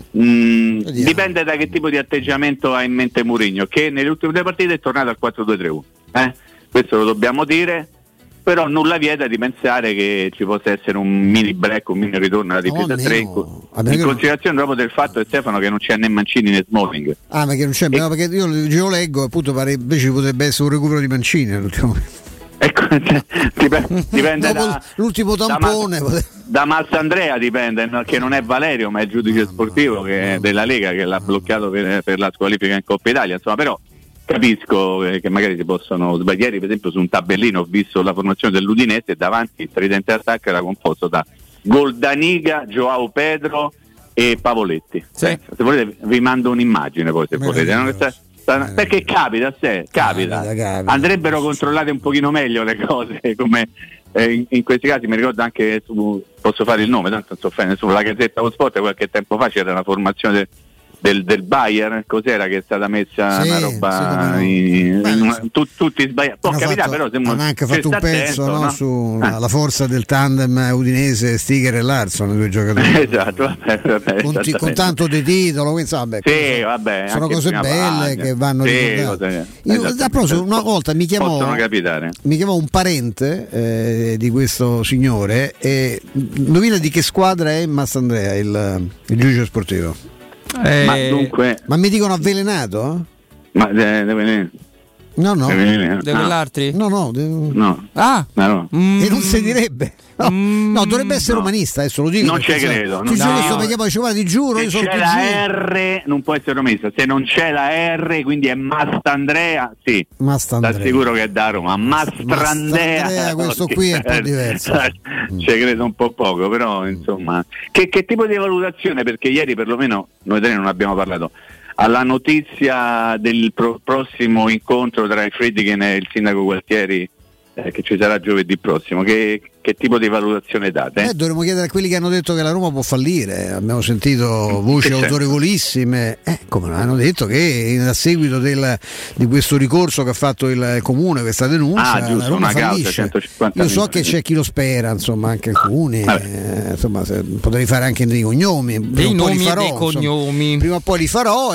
S3: Mm, dipende da che tipo di atteggiamento ha in mente Mourinho, che nelle ultime due partite è tornato al quattro due tre uno, eh? Questo lo dobbiamo dire, però nulla vieta di pensare che ci possa essere un mini break, un mini ritorno alla difesa no, tre in, in considerazione proprio del fatto, Stefano, che non c'è né Mancini né Smalling.
S2: Ah, ma che non c'è, e... no, perché io, io leggo appunto pare invece potrebbe essere un recupero di Mancini all'ultimo.
S3: Ecco, dipende, dipende da,
S2: l'ultimo tampone
S3: da, da Massandrea dipende, no? Che non è Valerio ma è il giudice sportivo che è della Lega che l'ha bloccato per, per la squalifica in Coppa Italia, insomma, però capisco che magari si possono sbagliare. Per esempio su un tabellino ho visto la formazione dell'Udinese e davanti il tridente attacco era composto da Goldaniga, Joao Pedro e Pavoletti. Sì. Se volete vi mando un'immagine poi se volete, non sta, sta, perché capita, se capita. Capita, capita andrebbero controllate un pochino meglio le cose, come eh, in, in questi casi mi ricordo anche su, posso fare il nome tanto non so offende, sulla Gazzetta dello Sport qualche tempo fa c'era una formazione de, Del, del Bayern, cos'era che è stata messa sì, una roba sì, in, in una, tu, tutti sbagliati, può capitare, però se
S2: hanno anche fatto un pezzo attento, no, no? sulla eh. forza del tandem udinese Stiger e Larson, i due giocatori.
S3: Esatto, vabbè, vabbè,
S2: con, t- con tanto di titolo, insomma,
S3: sì, vabbè,
S2: sono cose belle che vanno
S3: sì,
S2: ricordate. Io a proposito, una volta mi chiamò mi chiamò un parente eh, di questo signore e indovina di che squadra è Massandrea, il, il giudice sportivo.
S3: Eh, ma dunque,
S2: ma mi dicono avvelenato?
S3: Ma deve venire.
S2: No, no.
S1: Deve quell'altri?
S2: No, no. Deve...
S3: No.
S1: Ah,
S3: no.
S2: Mm. E non si direbbe. No, mm. no dovrebbe essere no. umanista, adesso lo dico.
S3: Non ci credo.
S2: Ti giuro, sto perché poi ci guarda, ti giuro,
S3: se
S2: io sono
S3: c'è la R non può essere umanista. Se non c'è la R, quindi è Mastandrea, sì.
S2: Mastandrea.
S3: Sta sicuro che è da Roma. Mastrandrea.
S2: Mastrandrea questo qui è un po' diverso.
S3: Ci credo un po' poco, però insomma. Che, che tipo di valutazione? Perché ieri perlomeno noi tre non abbiamo parlato. Alla notizia del pro- prossimo incontro tra il Friedkin e il sindaco Gualtieri eh, che ci sarà giovedì prossimo, che, che tipo di valutazione date?
S2: Eh, dovremmo chiedere a quelli che hanno detto che la Roma può fallire. Abbiamo sentito voci autorevolissime eh, come hanno detto che a seguito del, di questo ricorso che ha fatto il comune, questa denuncia,
S3: ah, giusto,
S2: la Roma
S3: una
S2: fallisce.
S3: centocinquanta
S2: Io so che c'è chi lo spera, insomma, anche alcuni eh, insomma, se, potrei fare anche dei cognomi,
S1: dei nomi
S2: li farò,
S1: e dei cognomi
S2: insomma, prima o poi li farò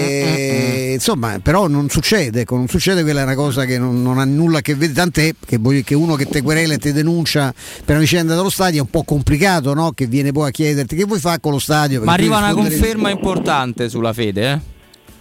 S2: e mm-hmm. insomma, però non succede, ecco, non succede, quella è una cosa che non, non ha nulla a che vedere, tant'è che, che uno che te querela e te denuncia per una vicenda dello stadio è un po' complicato, no? Che viene poi a chiederti che vuoi fare con lo stadio.
S1: Ma arriva una conferma importante sulla Fede, eh?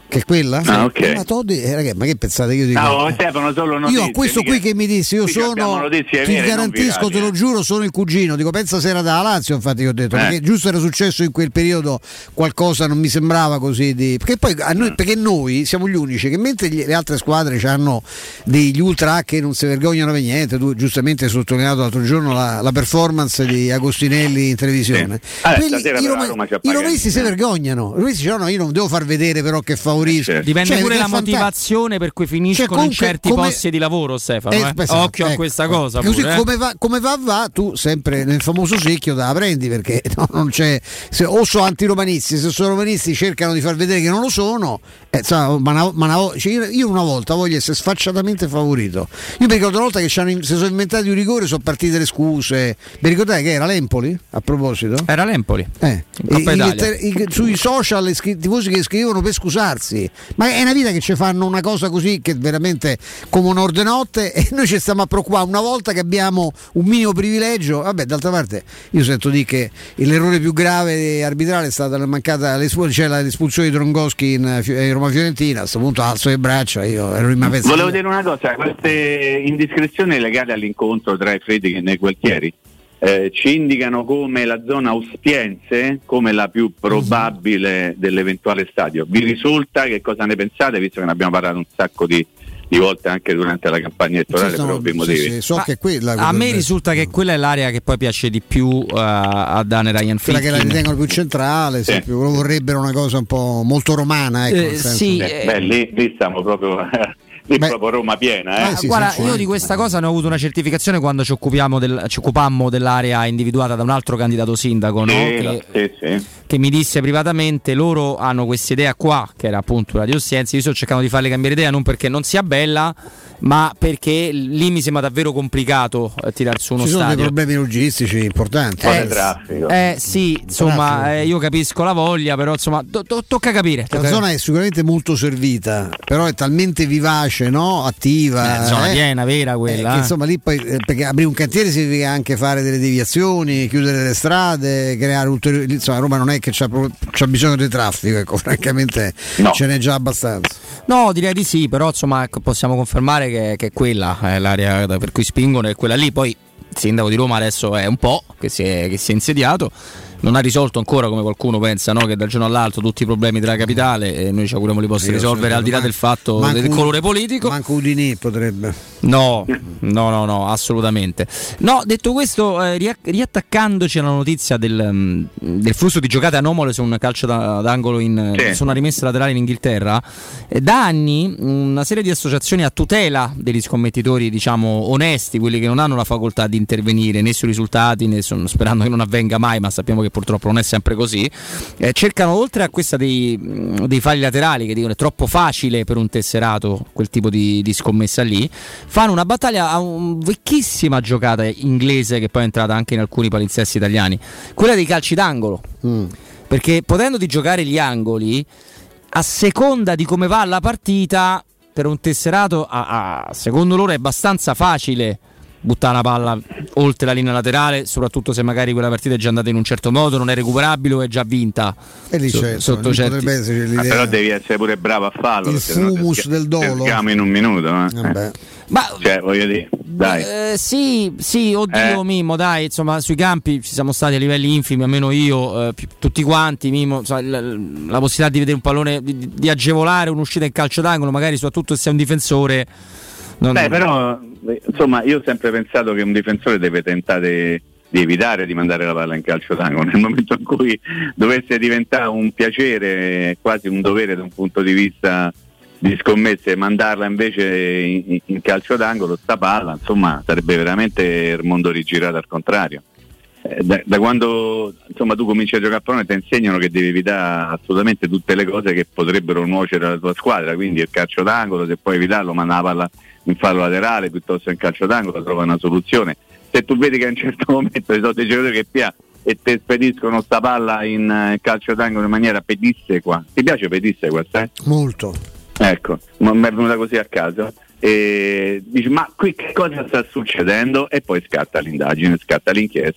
S2: Che è quella?
S3: Ah, ok.
S2: Ma, Toddy, eh, ragazzi, ma che pensate che io dico?
S3: No, Stefano, solo notizie,
S2: io a questo qui che mi disse, io sono, ti garantisco, te lo giuro, sono il cugino. Dico, pensa se era da Lazio, infatti, che ho detto, eh. perché giusto era successo in quel periodo qualcosa, non mi sembrava così di. Perché poi a noi, perché noi siamo gli unici che mentre gli, le altre squadre hanno degli ultra che non si vergognano per niente. Tu giustamente hai sottolineato l'altro giorno la, la performance di Agostinelli in televisione.
S3: Sì. Allora,
S2: Quelli, i, Roma, Roma i romanisti si vergognano. I romanisti dicono, no, io non devo far vedere però che favorisco.
S1: Dipende cioè, pure la motivazione per cui finiscono cioè, comunque, in certi come... posti di lavoro, Stefano. Eh, eh. Occhio ecco, a questa ecco. cosa.
S2: Così
S1: pure,
S2: come,
S1: eh.
S2: va, come va va, tu sempre nel famoso secchio te la prendi, perché no, non c'è. Se, o sono antiromanisti, se sono romanisti cercano di far vedere che non lo sono. Eh, insomma, ma una, ma una, cioè io una volta voglio essere sfacciatamente favorito. Io mi ricordo una volta che si sono inventati un rigore, sono partite le scuse. Mi ricordate che era l'Empoli? A proposito?
S1: Era l'Empoli.
S2: Eh. I, i, i, sui social i tifosi che scrivono per scusarsi. Ma è una vita che ci fanno una cosa così che veramente come un'orde notte e noi ci stiamo a preoccupare una volta che abbiamo un minimo privilegio. Vabbè, d'altra parte io sento dire che l'errore più grave arbitrale è stata la mancata cioè l'espulsione di Drongoschi in, in Roma Fiorentina. A questo punto alzo le braccia, io ero in
S3: volevo dire una cosa, queste indiscrezioni legate all'incontro tra i Friedkin e Gualtieri Eh, ci indicano come la zona Ostiense come la più probabile dell'eventuale stadio. Vi risulta? Che cosa ne pensate, visto che ne abbiamo parlato un sacco di, di volte anche durante la campagna elettorale, per ovvi motivi?
S2: Sì, sì, so che quella,
S1: a me risulta che quella è l'area che poi piace di più uh, a Dane Ryan Friedkin,
S2: quella che la ritengono più centrale, sì. Più, vorrebbero una cosa un po' molto romana, ecco,
S1: eh, sì,
S3: eh, beh, lì, lì stiamo proprio lì Beh, proprio Roma piena, eh?
S1: Eh, sì, guarda, io di questa cosa ne ho avuto una certificazione quando ci occupiamo del, ci occupammo dell'area individuata da un altro candidato sindaco,
S3: sì,
S1: no?
S3: che, sì, sì.
S1: che mi disse privatamente loro hanno questa idea qua, che era appunto la di Ostiense. Io sto cercando di farle cambiare idea, non perché non sia bella, ma perché lì mi sembra davvero complicato eh, tirar su uno
S2: ci
S1: stadio.
S2: Ci sono dei problemi logistici importanti.
S1: Eh, traffico. Eh sì, insomma, eh, io capisco la voglia, però insomma to- to- tocca capire.
S2: La
S1: tocca...
S2: zona è sicuramente molto servita, però è talmente vivace, no? Attiva.
S1: Eh, zona
S2: eh?
S1: piena, vera quella.
S2: Eh, insomma, lì poi eh, perché aprire un cantiere significa anche fare delle deviazioni, chiudere le strade, creare ulteriori. Insomma, Roma non è che c'ha, c'ha bisogno di traffico, ecco, francamente no. Ce n'è già abbastanza.
S1: No, direi di sì, però insomma possiamo confermare che, che quella è l'area per cui spingono, è quella lì. Poi il sindaco di Roma adesso è un po' che si è, che si è insediato, non ha risolto ancora, come qualcuno pensa, no? Che dal giorno all'altro tutti i problemi della capitale, e noi ci auguriamo li possa risolvere al di là man- del fatto del un, colore politico.
S2: Manco Udinì potrebbe.
S1: No, no, no, no, assolutamente. No, detto questo, eh, riattaccandoci alla notizia del, del flusso di giocate anomale su un calcio da, d'angolo in, sì. su una rimessa laterale in Inghilterra, eh, da anni una serie di associazioni a tutela degli scommettitori, diciamo onesti, quelli che non hanno la facoltà di intervenire né sui risultati, né sono, sperando che non avvenga mai, ma sappiamo che purtroppo non è sempre così, eh, cercano, oltre a questa dei, dei falli laterali che dicono è troppo facile per un tesserato quel tipo di, di scommessa lì, fanno una battaglia a una vecchissima giocata inglese che poi è entrata anche in alcuni palinsesti italiani, quella dei calci d'angolo, mm. perché potendo di giocare gli angoli a seconda di come va la partita, per un tesserato a, a, secondo loro è abbastanza facile buttare una palla oltre la linea laterale, soprattutto se magari quella partita è già andata in un certo modo, non è recuperabile o è già vinta.
S2: E lì
S1: so,
S2: c'è,
S1: sotto
S2: lì
S1: certi...
S3: ah, però devi essere pure bravo a farlo.
S2: Il fumus del dolo.
S3: In un minuto, eh.
S1: Ma
S3: cioè, voglio dire, dai.
S1: Eh, sì, sì, oddio, eh. Mimmo, dai, insomma, sui campi ci siamo stati a livelli infimi, almeno io, eh, più, tutti quanti, Mimmo, insomma, la, la possibilità di vedere un pallone, di, di agevolare un'uscita in calcio d'angolo, magari soprattutto se sei un difensore.
S3: Non... Beh, però, insomma, io ho sempre pensato che un difensore deve tentare di evitare di mandare la palla in calcio d'angolo. Nel momento in cui dovesse diventare un piacere, quasi un dovere da un punto di vista di scommesse, mandarla invece in, in calcio d'angolo, sta palla, insomma, sarebbe veramente il mondo rigirato al contrario. Eh, da, da quando insomma tu cominci a giocare a pallone ti insegnano che devi evitare assolutamente tutte le cose che potrebbero nuocere alla tua squadra, quindi il calcio d'angolo, se puoi evitarlo, manda la palla in fallo laterale piuttosto in calcio d'angolo, trova una soluzione. Se tu vedi che a un certo momento ci sono dei giocatori che pia e te spediscono sta palla in uh, calcio d'angolo in maniera pedissequa, ti piace pedissequa? Eh?
S2: Molto.
S3: Ecco, ma mi è venuta così a caso. E dici, ma qui che cosa sta succedendo? E poi scatta l'indagine, scatta l'inchiesta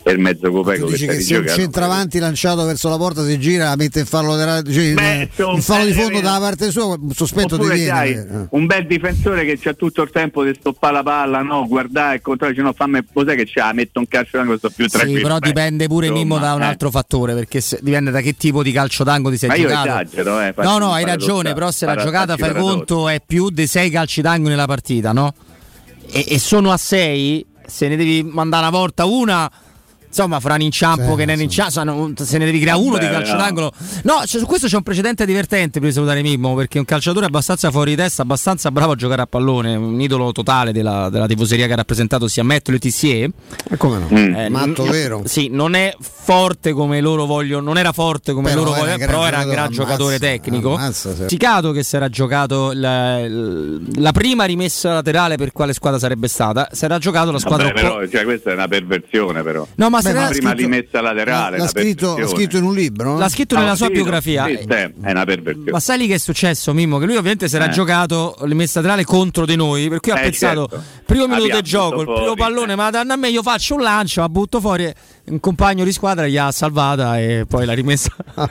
S3: e il mezzo copeco
S2: tu dici
S3: che,
S2: che se un centravanti lanciato verso la porta si gira, la mette in fallo laterale, cioè
S3: Beh,
S2: il fallo di fondo dalla parte sua, un sospetto di viene.
S3: Dai,
S2: eh.
S3: un bel difensore che c'ha tutto il tempo di stoppare la palla, no, guardare il controllo, no, fammi, cos'è che c'ha, metto un calcio d'angolo, sto più tranquillo.
S1: Sì, però
S3: Beh,
S1: dipende pure
S3: insomma,
S1: Mimmo da un altro
S3: eh.
S1: fattore, perché se, dipende da che tipo di calcio d'angolo ti sei
S3: Ma io
S1: giocato.
S3: esagero, eh,
S1: no, no, hai ragione, però se la giocata fai conto è più di sei calci d'angolo nella partita, no? E, e sono a sei, se ne devi mandare una volta una, insomma, fra un inciampo sì, che ne inciampo, se ne devi creare uno Beh, di calcio no. d'angolo. No, cioè, su questo c'è un precedente divertente per salutare Mimmo, perché è un calciatore abbastanza fuori di testa, abbastanza bravo a giocare a pallone, un idolo totale della, della tifoseria che ha rappresentato sia Metto e Tissier.
S2: E come no?
S1: Mm. Eh,
S2: Matto
S1: n-
S2: vero?
S1: Sì, non è forte come loro vogliono, non era forte come
S2: però
S1: loro vogliono, però era un gran
S2: ammazza,
S1: giocatore tecnico.
S2: Ammazza,
S1: Sicato che si era giocato la, la prima rimessa laterale per quale squadra sarebbe stata, si era giocato la squadra
S3: Vabbè, però, cioè, questa è una perversione però.
S1: No, ma
S3: Beh,
S1: se
S3: la
S1: l'ha
S3: prima
S1: scritto,
S3: rimessa laterale
S2: l'ha scritto, l'ha scritto in un libro, no?
S1: L'ha scritto
S3: no,
S1: nella sua
S3: sì,
S1: biografia.
S3: Sì, è una perversione.
S1: Ma sai lì che è successo, Mimmo? Che lui ovviamente si era
S3: Eh.
S1: giocato rimessa laterale contro di noi, per cui ha
S3: Eh,
S1: pensato
S3: certo.
S1: primo minuto
S3: Abbiamo
S1: di gioco, il
S3: fuori,
S1: primo pallone,
S3: eh.
S1: ma danno a me, io faccio un lancio, la butto fuori, e un compagno di squadra gli ha salvata e poi la rimessa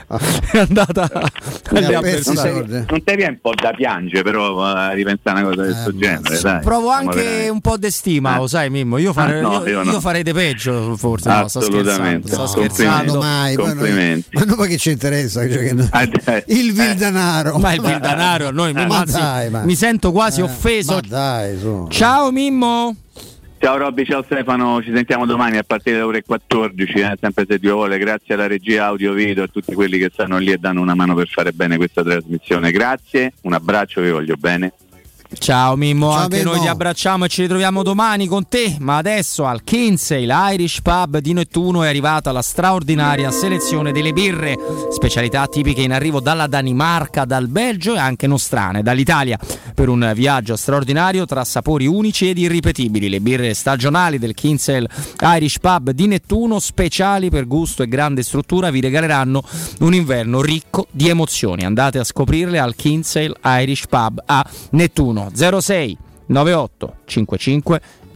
S1: è andata agli avversari.
S3: Non ti viene un po' da piangere però a ripensare a una cosa di questo
S2: Eh,
S3: genere, dai.
S1: Provo anche
S3: veramente.
S1: un po' di stima,
S3: Eh.
S1: lo sai Mimmo, io, fare,
S3: Ah, no,
S1: io,
S3: io no.
S1: io farei di peggio forse, no, sto
S3: Assolutamente.
S1: scherzando, sto
S3: No,
S1: scherzando.
S2: mai, ma, noi,
S3: Complimenti.
S2: ma noi che ci interessa? Cioè che noi,
S3: Ah, dai.
S2: il Vildanaro,
S1: Ma il Vildanaro a noi
S2: Ma
S1: anzi,
S2: dai, ma-
S1: mi sento quasi
S2: eh,
S1: offeso.
S2: ma dai, su.
S1: Ciao Mimmo.
S3: Ciao Robby, ciao Stefano, ci sentiamo domani a partire dalle ore quattordici, eh, sempre se Dio vuole, grazie alla regia audio video, a tutti quelli che stanno lì e danno una mano per fare bene questa trasmissione, grazie, un abbraccio, vi voglio bene.
S1: Ciao Mimmo,
S2: Ciao,
S1: anche
S2: Mimmo.
S1: noi ti abbracciamo e ci ritroviamo domani con te, ma adesso al Kinsey, l'Irish Pub di Nettuno, è arrivata la straordinaria selezione delle birre, specialità tipiche in arrivo dalla Danimarca, dal Belgio e anche nostrane, dall'Italia, per un viaggio straordinario tra sapori unici ed irripetibili. Le birre stagionali del Kinsey Irish Pub di Nettuno, speciali per gusto e grande struttura, vi regaleranno un inverno ricco di emozioni. Andate a scoprirle al Kinsey Irish Pub a Nettuno. zero sei novantaotto cinquantacinque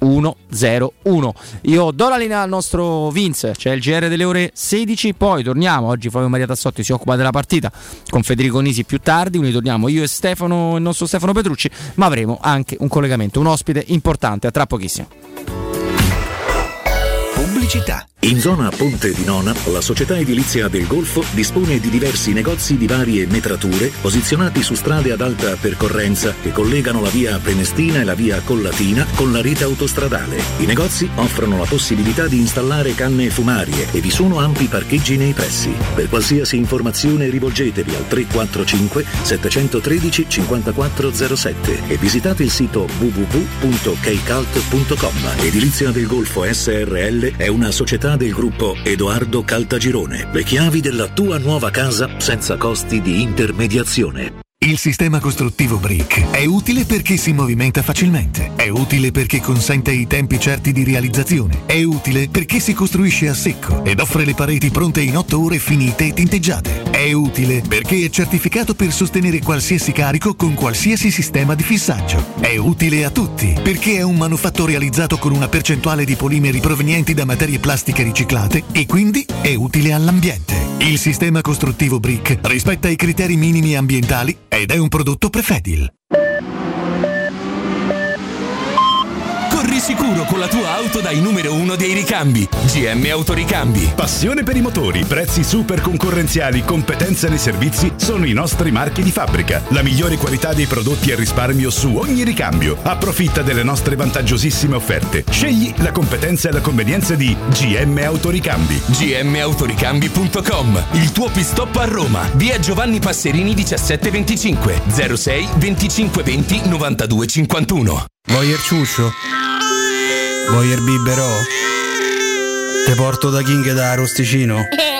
S1: centouno. Io do la linea al nostro Vince, c'è il G R delle ore sedici, poi torniamo. Oggi Fabio Maria Tassotti si occupa della partita con Federico Nisi più tardi, quindi torniamo io e Stefano, il nostro Stefano Petrucci, ma avremo anche un collegamento, un ospite importante, a tra pochissimo.
S13: Pubblicità.
S4: In zona Ponte di Nona, la società edilizia del Golfo dispone di diversi negozi di varie metrature posizionati su strade ad alta percorrenza che collegano la via Prenestina e la via Collatina con la rete autostradale. I negozi offrono la possibilità di installare canne fumarie e vi sono ampi parcheggi nei pressi. Per qualsiasi informazione rivolgetevi al tre quattro cinque sette uno tre cinque zero sette e visitate il sito w w w punto keicalt punto com. Edilizia del Golfo S R L è una società del gruppo Edoardo Caltagirone. Le chiavi della tua nuova casa senza costi di intermediazione.
S9: Il sistema costruttivo Brick è utile perché si movimenta facilmente, è utile perché consente i tempi certi di realizzazione, è utile perché si costruisce a secco ed offre le pareti pronte in otto ore finite e tinteggiate, è utile perché è certificato per sostenere qualsiasi carico con qualsiasi sistema di fissaggio, è utile a tutti perché è un manufatto realizzato con una percentuale di polimeri provenienti da materie plastiche riciclate e quindi è utile all'ambiente. Il sistema costruttivo Brick rispetta i criteri minimi ambientali ed è un prodotto Prefedil.
S15: Corri sicuro con la tua auto dai numero uno dei ricambi. G M Autoricambi.
S16: Passione per i motori, prezzi super concorrenziali, competenza nei servizi sono i nostri marchi di fabbrica. La migliore qualità dei prodotti e risparmio su ogni ricambio. Approfitta delle nostre vantaggiosissime offerte. Scegli la competenza e la convenienza di G M Autoricambi.
S15: G M Autoricambi punto com. Il tuo pit-stop a Roma. Via Giovanni Passerini diciassette venticinque zero sei venticinque venti novantadue cinquantuno.
S17: Voyer ciuscio? Voyer biberò? Te porto da King da Arosticino?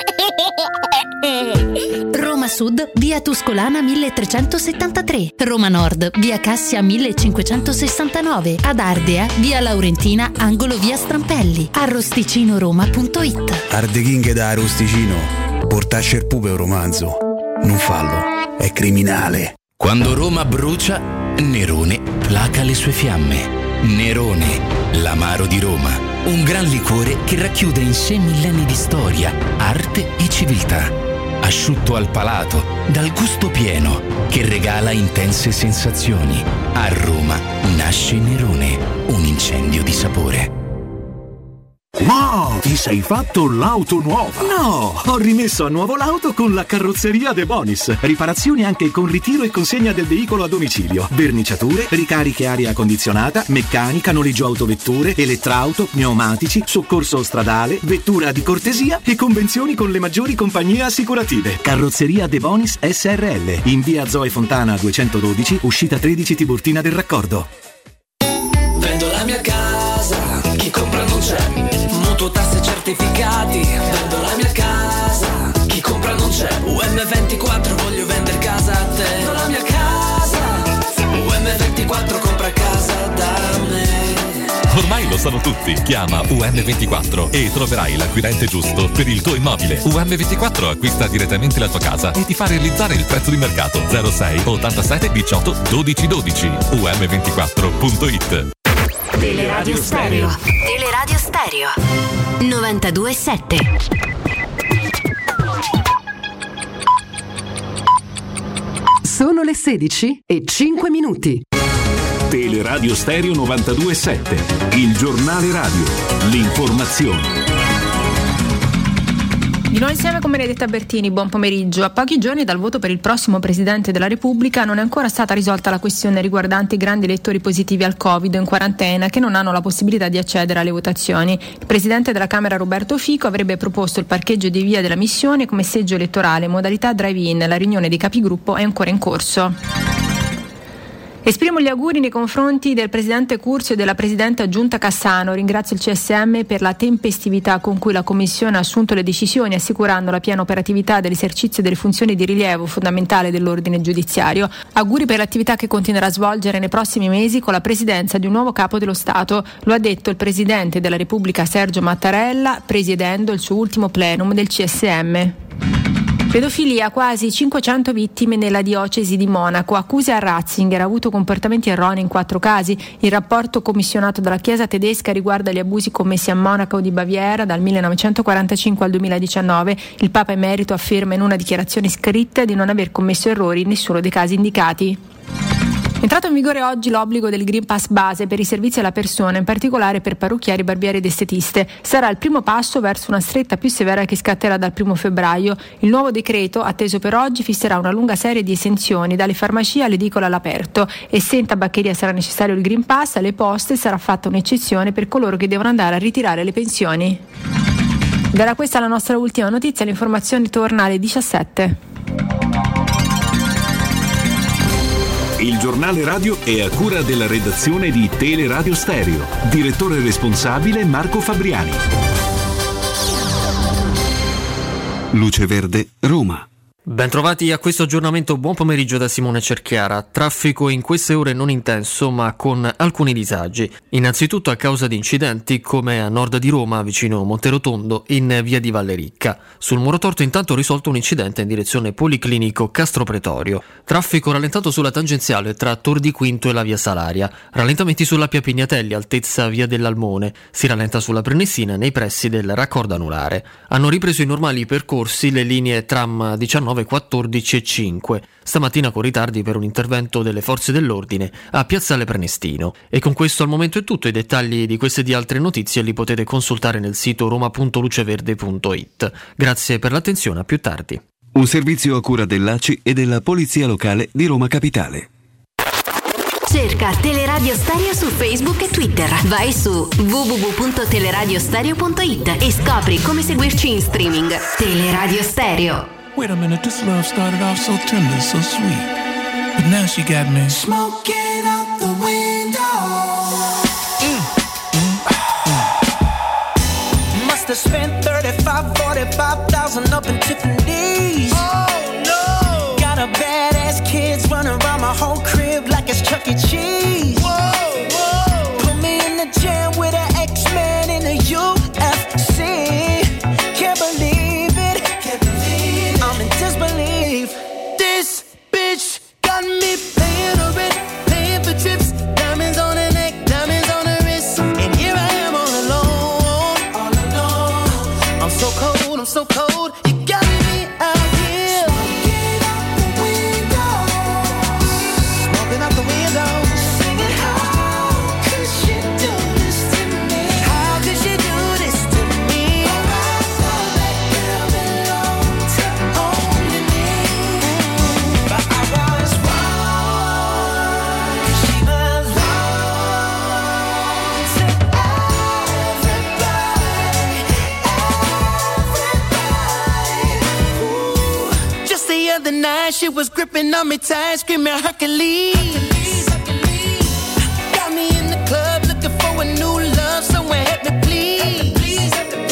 S23: Roma Sud, via Tuscolana milletrecentosettantatré. Roma Nord, via Cassia millecinquecentosessantanove. Ad Ardea, via Laurentina, angolo via Strampelli. arrosticinoroma punto it.
S17: Arde King da Arosticino. Portasce il pupe un romanzo. Non fallo, è criminale.
S15: Quando Roma brucia, Nerone placa le sue fiamme. Nerone, l'amaro di Roma. Un gran liquore che racchiude in sé millenni di storia, arte e civiltà. Asciutto al palato, dal gusto pieno, che regala intense sensazioni. A Roma nasce Nerone, un incendio di sapore.
S18: Wow, ti sei fatto l'auto nuova?
S19: No, ho rimesso a nuovo l'auto con la carrozzeria De Bonis. Riparazioni anche con ritiro e consegna del veicolo a domicilio. Verniciature, ricariche aria condizionata, meccanica, noleggio autovetture, elettrauto, pneumatici, soccorso stradale, vettura di cortesia e convenzioni con le maggiori compagnie assicurative. Carrozzeria De Bonis S R L, in via Zoe Fontana duecentododici, uscita tredici Tiburtina del Raccordo.
S14: Vendo la mia casa, chi compra non c'è. Mutuo, tasse, certificati. Vendo la mia casa, chi compra non c'è. U M ventiquattro, voglio vendere casa a te. Vendo la mia casa, U M ventiquattro, compra casa da me.
S12: Ormai lo sanno tutti. Chiama U M ventiquattro e troverai l'acquirente giusto per il tuo immobile. U M ventiquattro acquista direttamente la tua casa e ti fa realizzare il prezzo di mercato. zero sei ottantasette diciotto dodici dodici. U M ventiquattro punto it.
S24: Teleradio Stereo.
S11: Teleradio Stereo novantadue sette.
S21: Sono le sedici e cinque minuti.
S13: Teleradio Stereo novantadue sette, il giornale radio, l'informazione.
S22: Di nuovo insieme con Benedetta Bertini, buon pomeriggio. A pochi giorni dal voto per il prossimo Presidente della Repubblica non è ancora stata risolta la questione riguardante i grandi elettori positivi al Covid in quarantena che non hanno la possibilità di accedere alle votazioni. Il Presidente della Camera Roberto Fico avrebbe proposto il parcheggio di via della Missione come seggio elettorale, modalità drive-in. La riunione dei capigruppo è ancora in corso. Esprimo gli auguri nei confronti del Presidente Curzio e della Presidente Giunta Cassano. Ringrazio il C S M per la tempestività con cui la Commissione ha assunto le decisioni, assicurando la piena operatività dell'esercizio delle funzioni di rilievo fondamentale dell'ordine giudiziario. Auguri per l'attività che continuerà a svolgere nei prossimi mesi con la presidenza di un nuovo capo dello Stato. Lo ha detto il Presidente della Repubblica Sergio Mattarella, presiedendo il suo ultimo plenum del C S M. Pedofilia, quasi cinquecento vittime nella diocesi di Monaco, accuse a Ratzinger, ha avuto comportamenti erronei in quattro casi. Il rapporto commissionato dalla Chiesa tedesca riguarda gli abusi commessi a Monaco di Baviera dal millenovecentoquarantacinque al duemiladiciannove. Il Papa Emerito afferma in una dichiarazione scritta di non aver commesso errori in nessuno dei casi indicati. Entrato in vigore oggi l'obbligo del Green Pass base per i servizi alla persona, in particolare per parrucchieri, barbieri ed estetiste. Sarà il primo passo verso una stretta più severa che scatterà dal primo febbraio. Il nuovo decreto, atteso per oggi, fisserà una lunga serie di esenzioni, dalle farmacie alle edicole all'aperto. E se in tabaccheria sarà necessario il Green Pass, alle poste sarà fatta un'eccezione per coloro che devono andare a ritirare le pensioni. Ed era questa la nostra ultima notizia, l'informazione torna alle diciassette.
S13: Il giornale radio è a cura della redazione di Teleradio Stereo. Direttore responsabile Marco Fabriani.
S25: Luce Verde, Roma.
S26: Bentrovati a questo aggiornamento, buon pomeriggio da Simone Cerchiara. Traffico in queste ore non intenso ma con alcuni disagi. Innanzitutto a causa di incidenti come a nord di Roma vicino Monterotondo in via di Vallericca. Sul muro torto intanto risolto un incidente in direzione Policlinico Castro Pretorio. Traffico rallentato sulla tangenziale tra Tor di Quinto e la via Salaria. Rallentamenti sulla Pia Pignatelli altezza via dell'Almone. Si rallenta sulla Prenestina nei pressi del raccordo anulare. Hanno ripreso i normali percorsi le linee tram diciannove, quattordici e cinque, stamattina con ritardi per un intervento delle forze dell'ordine a Piazzale Prenestino. E con questo al momento è tutto. I dettagli di queste e di altre notizie li potete consultare nel sito roma punto luceverde punto it. Grazie per l'attenzione, a più tardi.
S25: Un servizio a cura dell'A C I e della Polizia Locale di Roma Capitale.
S11: Cerca Teleradio Stereo su Facebook e Twitter. Vai su w w w punto teleradiostereo punto it e scopri come seguirci in streaming. Teleradio Stereo.
S27: Wait a minute, this love started off so tender, so sweet, but now she got me smoking out the window. Mm. Mm. Mm. Must have spent thirty-five, forty-five thousand up in Tiffany's. Oh no! Got a badass kids running around my whole crib like it's Chuck E. Cheese. Whoa, whoa! Put me in the jam with an X-Men in the U F C. Can't believe disbelief. This bitch got me paying her rent, paying for trips, diamonds on her neck, diamonds on was gripping on me tight, screaming Hercules. Got me in the club looking for a new love, someone help me please.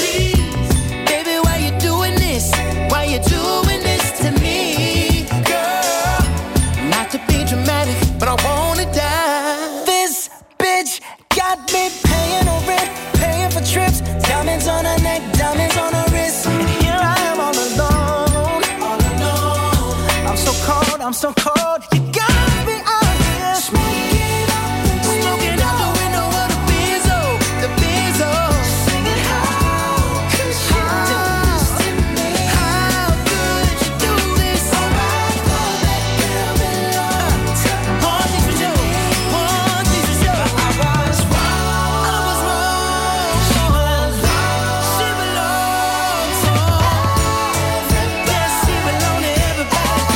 S27: Baby, why you doing this? Why you doing this to me, girl? Not to be dramatic, but I wanna die. This bitch got me paying her rent, paying for trips, diamonds on her neck, diamonds on her wrist. And here I am all alone, all alone. I'm so cold, I'm so cold. You got me out here smoking out, smoking out the window of the Benzo, the Benzo. Singing, how could you do this to me? How could you do this? Alright, well, that girl belongs to me. One thing for sure, one thing for sure. I was wrong, I was wrong. She belongs, she belongs to everybody. Yes, she belongs to everybody.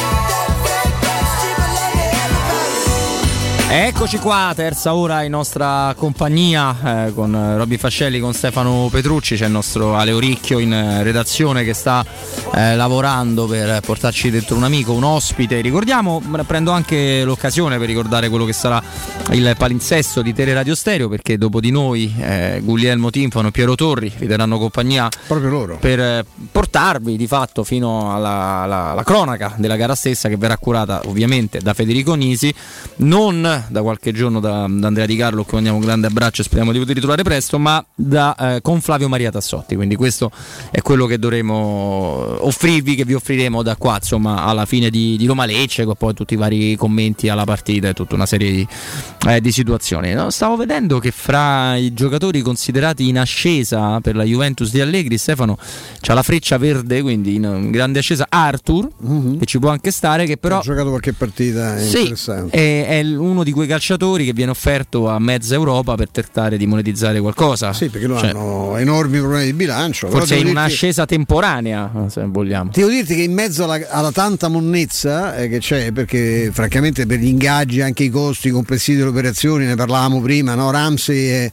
S27: She belongs to everybody.
S1: Eccoci qua, terza ora in nostra compagnia eh, con Robby Fascelli, con Stefano Petrucci. C'è il nostro Ale Oricchio in eh, redazione che sta eh, lavorando per portarci dentro un amico, un ospite. Ricordiamo, prendo anche l'occasione per ricordare quello che sarà il palinsesto di Teleradio Stereo, perché dopo di noi eh, Guglielmo Tinfano e Piero Torri vi terranno compagnia
S2: proprio loro
S1: per eh, portarvi di fatto fino alla, alla, alla cronaca della gara stessa, che verrà curata ovviamente da Federico Nisi, non da qualche giorno da, da Andrea Di Carlo, che mandiamo un grande abbraccio e speriamo di poter ritrovare presto, ma da, eh, con Flavio Maria Tassotti. Quindi questo è quello che dovremo offrirvi, che vi offriremo da qua, insomma, alla fine di, di Roma Lecce, con poi tutti i vari commenti alla partita e tutta una serie di, eh, di situazioni. No? Stavo vedendo che fra i giocatori considerati in ascesa per la Juventus di Allegri, Stefano, c'ha la freccia verde, quindi in, in grande ascesa Arthur, mm-hmm. che ci può anche stare, che però
S2: ha giocato qualche partita
S1: sì,
S2: interessante.
S1: È, è uno di quei calciatori che viene offerto a mezza Europa per tentare di monetizzare qualcosa.
S2: Sì, perché loro
S1: cioè,
S2: hanno enormi problemi di bilancio.
S1: Forse in
S2: dirti,
S1: un'ascesa temporanea, se vogliamo.
S2: Devo dirti che in mezzo alla, alla tanta monnezza eh, che c'è, perché francamente per gli ingaggi, anche i costi complessivi delle operazioni, ne parlavamo prima, no? Ramsey e,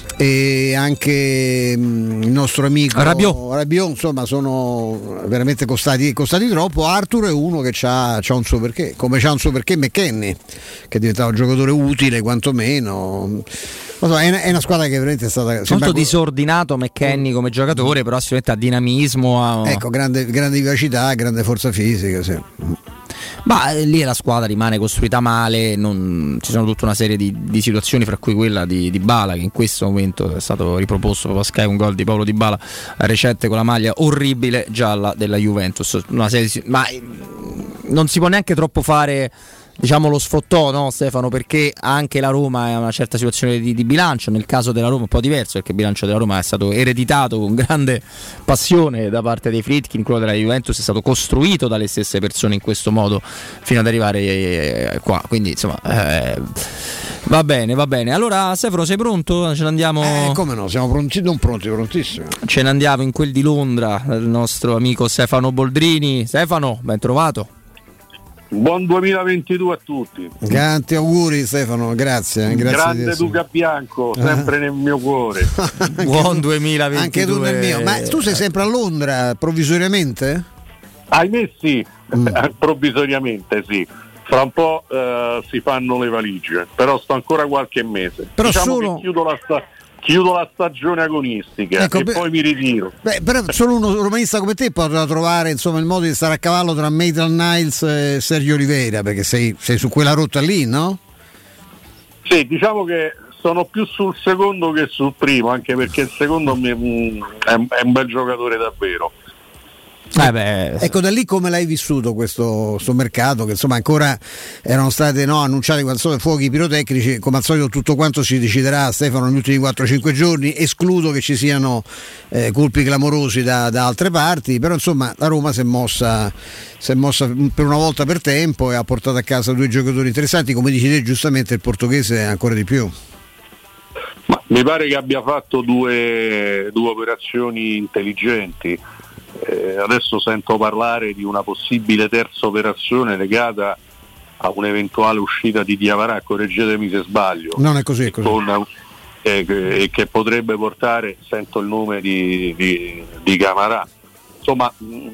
S2: e anche mh, il nostro amico
S1: Rabiot.
S2: Rabiot, insomma, sono veramente costati, costati troppo. Arthur è uno che c'ha, c'ha un suo perché, come c'ha un suo perché McKennie, che è diventato un giocatore utile quantomeno. So, è, una, è una squadra che veramente è stata
S1: molto disordinato McKennie come giocatore, però sicuramente ha dinamismo, ha...
S2: ecco, grande, grande vivacità, grande forza fisica, sì.
S1: Ma lì la squadra rimane costruita male, non, ci sono tutta una serie di, di situazioni, fra cui quella di Dybala, che in questo momento è stato riproposto proprio a Sky, un gol di Paolo Dybala recente con la maglia orribile gialla della Juventus. Una serie di, ma non si può neanche troppo fare, diciamo, lo sfottò, no, Stefano, perché anche la Roma è una certa situazione di, di bilancio. Nel caso della Roma è un po' diverso, perché il bilancio della Roma è stato ereditato con grande passione da parte dei Friedkin, quello della Juventus è stato costruito dalle stesse persone in questo modo fino ad arrivare eh, qua, quindi insomma eh, va bene, va bene. Allora Stefano, sei pronto? Ce ne andiamo?
S2: Eh, come no, siamo pronti, non pronti, prontissimi.
S1: Ce ne andiamo in quel di Londra, il nostro amico Stefano Boldrini. Stefano, ben trovato.
S3: Buon duemilaventidue a tutti.
S2: Tanti auguri Stefano, grazie, grazie.
S3: Grande Duca Bianco, sempre eh. nel mio cuore.
S1: Buon duemilaventidue.
S2: Anche tu nel mio. Ma tu sei sempre a Londra provvisoriamente?
S3: Ahimè sì, mm. provvisoriamente sì. Fra un po' eh, si fanno le valigie, però sto ancora qualche mese. Però diciamo solo... che chiudo la sta... chiudo la stagione agonistica, ecco, e beh, poi mi ritiro.
S2: Beh, però solo uno romanista come te potrà trovare, insomma, il modo di stare a cavallo tra Maitland Niles e Sergio Oliveira, perché sei, sei su quella rotta lì, no?
S3: Sì, diciamo che sono più sul secondo che sul primo, anche perché il secondo mi, è, è un bel giocatore davvero.
S1: Eh beh,
S2: ecco, da lì come l'hai vissuto questo, questo mercato, che insomma ancora erano state, no, annunciati quando fuochi pirotecnici, come al solito tutto quanto si deciderà, Stefano, negli ultimi quattro cinque giorni, escludo che ci siano eh, colpi clamorosi da, da altre parti, però insomma la Roma si è mossa si è mossa per una volta per tempo e ha portato a casa due giocatori interessanti, come dici te giustamente, il portoghese ancora di più.
S3: Ma mi pare che abbia fatto due, due operazioni intelligenti. Eh, adesso sento parlare di una possibile terza operazione legata a un'eventuale uscita di Diawara, correggetemi se sbaglio.
S2: Non è così, è così.
S3: Con, eh, che, che potrebbe portare, sento il nome di, di, di Camarà, insomma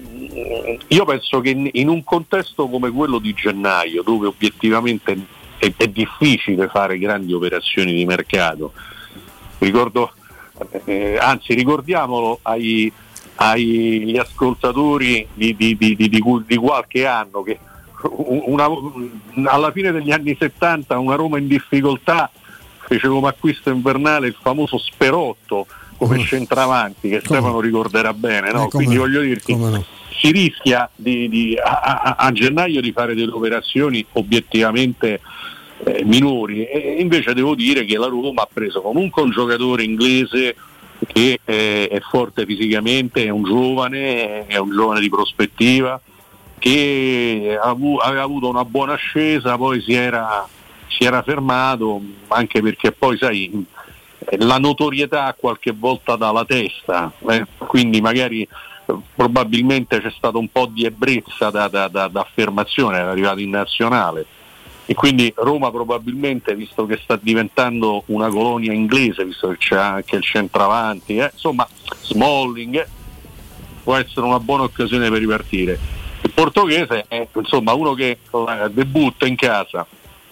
S3: io penso che in un contesto come quello di gennaio, dove obiettivamente è, è difficile fare grandi operazioni di mercato, ricordo eh, anzi ricordiamolo ai agli ascoltatori di, di, di, di, di, di qualche anno che una, alla fine degli anni settanta una Roma in difficoltà fece come acquisto invernale il famoso Sperotto come uh, centravanti che come? Stefano ricorderà bene, no? Eh, quindi no? Voglio dirti no? Si rischia di, di, a, a, a gennaio di fare delle operazioni obiettivamente eh, minori, e invece devo dire che la Roma ha preso comunque un giocatore inglese che eh, è forte fisicamente, è un giovane, è un giovane di prospettiva, che ha avu- aveva avuto una buona ascesa, poi si era, si era fermato, anche perché poi sai la notorietà qualche volta dà la testa, eh? Quindi magari eh, probabilmente c'è stato un po' di ebbrezza da, da, da, da affermazione, era arrivato in nazionale. E quindi Roma probabilmente, visto che sta diventando una colonia inglese, visto che c'è anche il centravanti, eh, insomma Smalling eh, può essere una buona occasione per ripartire. Il portoghese è insomma uno che eh, debutta in casa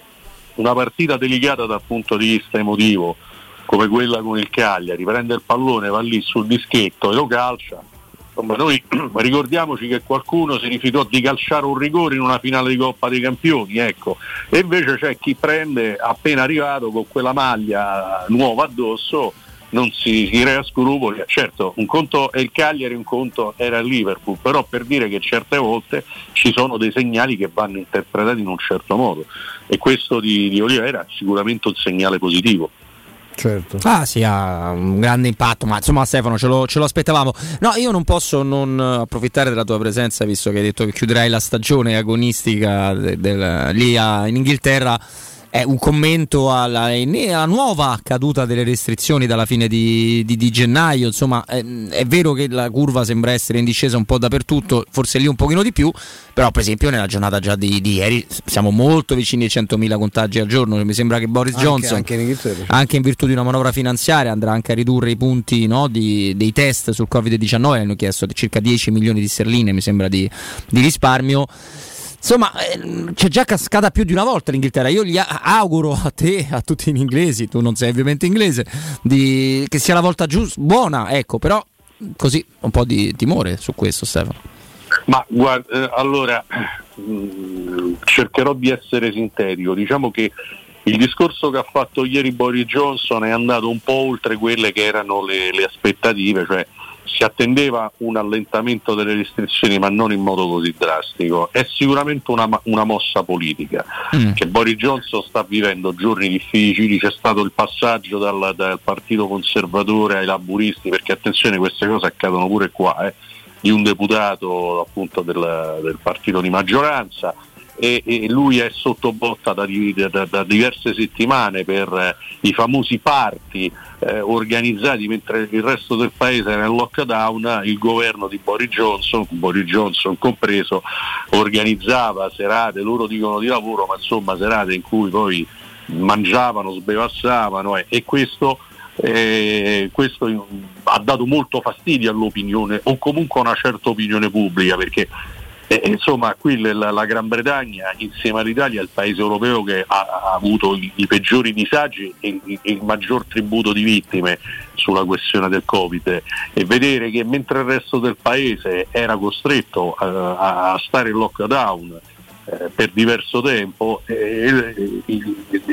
S3: una partita delicata dal punto di vista emotivo come quella con il Cagliari, prende il pallone, va lì sul dischetto e lo calcia. Insomma, noi ricordiamoci che qualcuno si rifiutò di calciare un rigore in una finale di Coppa dei Campioni, ecco, e invece c'è chi prende appena arrivato con quella maglia nuova addosso, non si, si crea scrupoli. Certo, un conto è il Cagliari, un conto era il Liverpool, però per dire che certe volte ci sono dei segnali che vanno interpretati in un certo modo, e questo di, di Oliveira è sicuramente un segnale positivo.
S1: Certo. Ah sì, ha un grande impatto, ma insomma Stefano ce lo, ce lo aspettavamo. No, io non posso non approfittare della tua presenza, visto che hai detto che chiuderai la stagione agonistica del, del, lì a, in Inghilterra. È un commento alla, alla nuova caduta delle restrizioni dalla fine di, di, di gennaio. Insomma, è, è vero che la curva sembra essere in discesa un po' dappertutto, forse lì un pochino di più, però per esempio nella giornata già di, di ieri siamo molto vicini ai centomila contagi al giorno. Mi sembra che Boris
S2: anche,
S1: Johnson,
S2: anche in,
S1: anche in virtù di una manovra finanziaria, andrà anche a ridurre i punti, no, di, dei test sul covid diciannove. Hanno chiesto circa dieci milioni di sterline, mi sembra, di, di risparmio. Insomma, c'è già cascata più di una volta l'Inghilterra. Io gli auguro a te, a tutti gli inglesi, tu non sei ovviamente inglese, di, che sia la volta giusta, buona, ecco, però così un po' di timore su questo, Stefano.
S3: Ma guarda, eh, allora mh, cercherò di essere sintetico. Diciamo che il discorso che ha fatto ieri Boris Johnson è andato un po' oltre quelle che erano le, le aspettative, cioè si attendeva un allentamento delle restrizioni, ma non in modo così drastico. È sicuramente una, una mossa politica, mm. che Boris Johnson sta vivendo giorni difficili. C'è stato il passaggio dal, dal partito conservatore ai laburisti, perché attenzione, queste cose accadono pure qua, eh, di un deputato appunto del, del partito di maggioranza, e, e lui è sotto botta da, da, da diverse settimane per eh, i famosi party eh, organizzati mentre il resto del paese era in lockdown. Il governo di Boris Johnson, Boris Johnson compreso, organizzava serate, loro dicono di lavoro, ma insomma serate in cui poi mangiavano, sbevassavano, eh, e questo Eh, questo ha dato molto fastidio all'opinione, o comunque a una certa opinione pubblica, perché eh, insomma qui la, la Gran Bretagna insieme all'Italia è il paese europeo che ha, ha avuto i, i peggiori disagi e il, il maggior tributo di vittime sulla questione del Covid, e vedere che mentre il resto del paese era costretto a, a stare in lockdown eh, per diverso tempo, eh, i, i,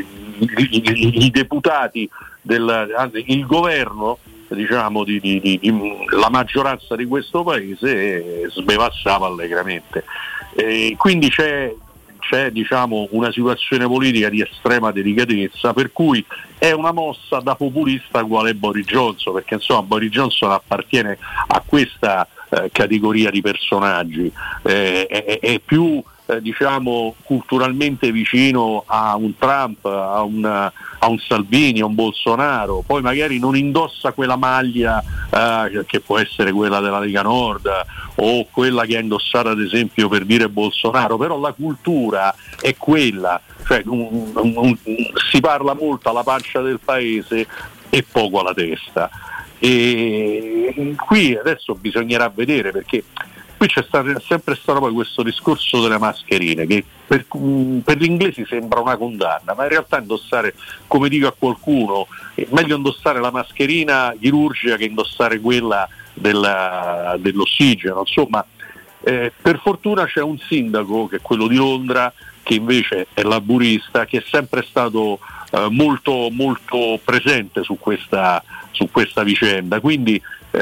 S3: i, i deputati del, anzi, il governo, diciamo, di, di, di, di la maggioranza di questo paese eh, sbevassava allegramente. E quindi c'è, c'è diciamo, una situazione politica di estrema delicatezza, per cui è una mossa da populista quale Boris Johnson, perché insomma Boris Johnson appartiene a questa eh, categoria di personaggi, eh, è, è più eh, diciamo culturalmente vicino a un Trump, a un, a un Salvini, a un Bolsonaro. Poi magari non indossa quella maglia eh, che può essere quella della Lega Nord o quella che ha indossato ad esempio per dire Bolsonaro, però la cultura è quella, cioè un, un, un, si parla molto alla pancia del paese e poco alla testa. E qui adesso bisognerà vedere, perché qui c'è stato, sempre stato poi questo discorso delle mascherine che per, per gli inglesi sembra una condanna, ma in realtà indossare, come dico a qualcuno, è meglio indossare la mascherina chirurgica che indossare quella della, dell'ossigeno. Insomma, eh, per fortuna c'è un sindaco, che è quello di Londra, che invece è laburista, che è sempre stato eh, molto molto presente su questa, su questa vicenda, quindi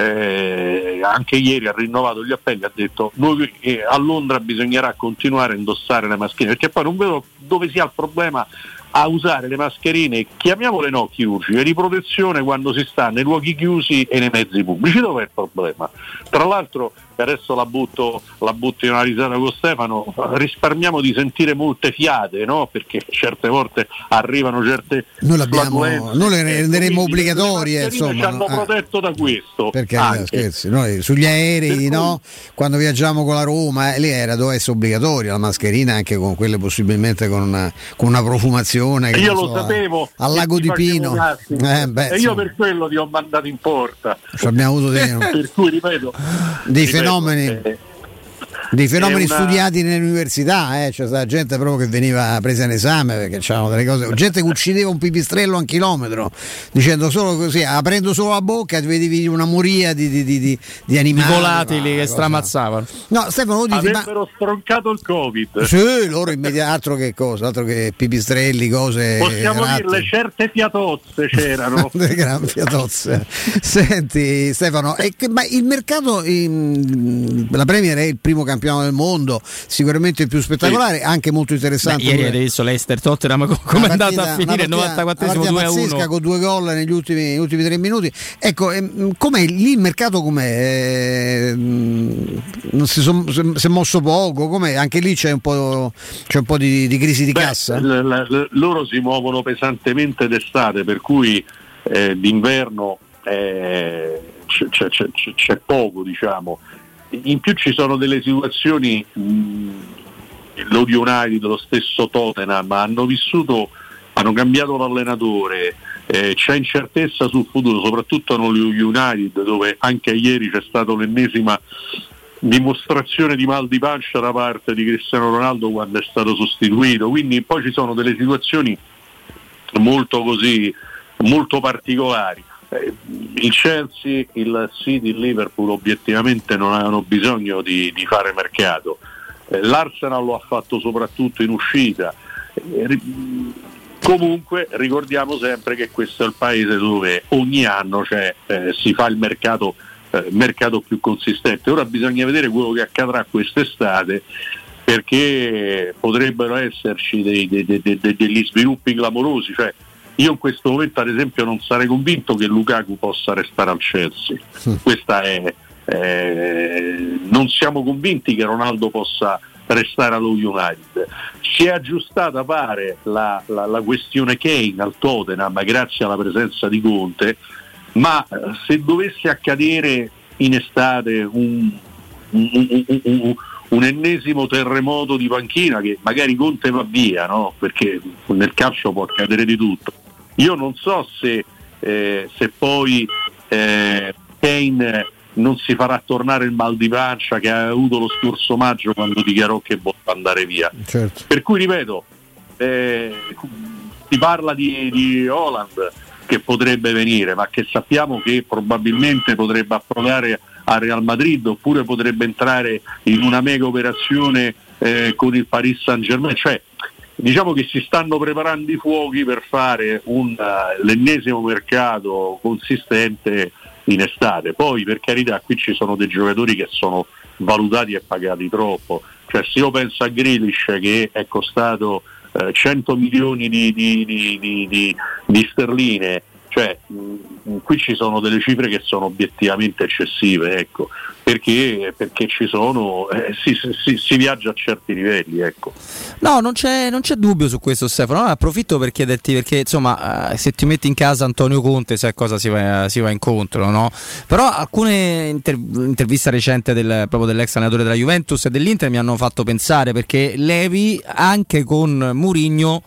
S3: eh, anche ieri ha rinnovato gli appelli, ha detto noi eh, a Londra bisognerà continuare a indossare le mascherine, perché poi non vedo dove sia il problema a usare le mascherine, chiamiamole no chirurgiche, di protezione quando si sta nei luoghi chiusi e nei mezzi pubblici. Dov'è il problema? Tra l'altro, adesso la butto, la butto in una risata con Stefano, risparmiamo di sentire molte fiate, no? Perché certe volte arrivano certe
S2: noi, l'abbiamo, noi le renderemo obbligatorie, insomma,
S3: ci hanno
S2: no?
S3: protetto da questo,
S2: perché scherzi, noi sugli aerei, no? Quando viaggiamo con la Roma, eh, lì era, doveva essere obbligatoria la mascherina, anche con quelle possibilmente con una, con una profumazione che
S3: io
S2: so,
S3: lo sapevo
S2: al lago di Pino,
S3: eh, beh, e io per quello ti ho mandato in porta,
S2: ci abbiamo avuto dei,
S3: per cui ripeto
S2: dei
S3: ripeto,
S2: fenomeni
S3: eh,
S2: dei fenomeni
S3: una...
S2: studiati nelle università, eh? C'è stata gente proprio che veniva presa in esame perché c'erano delle cose, gente che uccideva un pipistrello a un chilometro, dicendo solo così, aprendo solo la bocca ti vedevi una moria di, di, di, di, di animali,
S1: di volatili che stramazzavano.
S2: No, Stefano, lo dici,
S3: avrebbero ma... stroncato il Covid.
S2: Sì, loro immediatamente, altro che cosa, altro che pipistrelli, cose.
S3: Possiamo ratti. dirle, certe fiatozze c'erano.
S2: Delle gran fiatozze. Senti Stefano, è che, ma il mercato, in, la Premier è il primo campionato del mondo, sicuramente il più spettacolare, sì. Anche molto interessante.
S1: Beh, ieri hai visto Leicester Tottenham come è andata a finire, il novantaquattresimo due a uno
S2: con due gol negli ultimi, negli ultimi tre minuti. Ecco, ehm, com'è lì il mercato, com'è? Eh, non si, son, si è mosso poco, com'è? Anche lì c'è un po', c'è un po' di, di crisi di
S3: Beh,
S2: cassa.
S3: L- l- loro si muovono pesantemente d'estate, per cui eh, d'inverno eh, c'è, c'è, c'è, c'è poco, diciamo. In più ci sono delle situazioni, mh, l'Odio United, lo stesso Tottenham hanno vissuto, hanno cambiato l'allenatore, eh, c'è incertezza sul futuro, soprattutto nello United, dove anche ieri c'è stata l'ennesima dimostrazione di mal di pancia da parte di Cristiano Ronaldo quando è stato sostituito, quindi poi ci sono delle situazioni molto così, molto particolari. Il Chelsea, il City, il Liverpool obiettivamente non avevano bisogno di, di fare mercato, l'Arsenal lo ha fatto soprattutto in uscita. Comunque ricordiamo sempre che questo è il paese dove ogni anno cioè, eh, si fa il mercato, eh, mercato più consistente. Ora bisogna vedere quello che accadrà quest'estate, perché potrebbero esserci dei, dei, dei, dei, degli sviluppi clamorosi, cioè io in questo momento ad esempio non sarei convinto che Lukaku possa restare al Chelsea, sì. Questa è eh, non siamo convinti che Ronaldo possa restare allo United. Si è aggiustata pare la, la, la questione Kane al Tottenham grazie alla presenza di Conte, ma se dovesse accadere in estate un, un, un, un, un ennesimo terremoto di panchina, che magari Conte va via, no? Perché nel calcio può accadere di tutto. Io non so se, eh, se poi eh, Kane non si farà tornare il mal di pancia che ha avuto lo scorso maggio quando dichiarò che voleva andare via.
S2: Certo.
S3: Per cui ripeto, eh, si parla di, di Haaland che potrebbe venire, ma che sappiamo che probabilmente potrebbe approdare al Real Madrid oppure potrebbe entrare in una mega operazione eh, con il Paris Saint-Germain, cioè diciamo che si stanno preparando i fuochi per fare un, uh, l'ennesimo mercato consistente in estate. Poi per carità qui ci sono dei giocatori che sono valutati e pagati troppo, cioè se io penso a Grealish che è costato uh, cento milioni di, di, di, di, di, di sterline, cioè mh, qui ci sono delle cifre che sono obiettivamente eccessive, ecco, perché, perché ci sono eh, si, si, si viaggia a certi livelli, ecco.
S1: No, non c'è, non c'è dubbio su questo, Stefano. No, approfitto per chiederti, perché insomma eh, se ti metti in casa Antonio Conte sai a cosa si va, si va incontro, no? Però alcune inter- interviste recenti del, proprio dell'ex allenatore della Juventus e dell'Inter mi hanno fatto pensare, perché Levi anche con Mourinho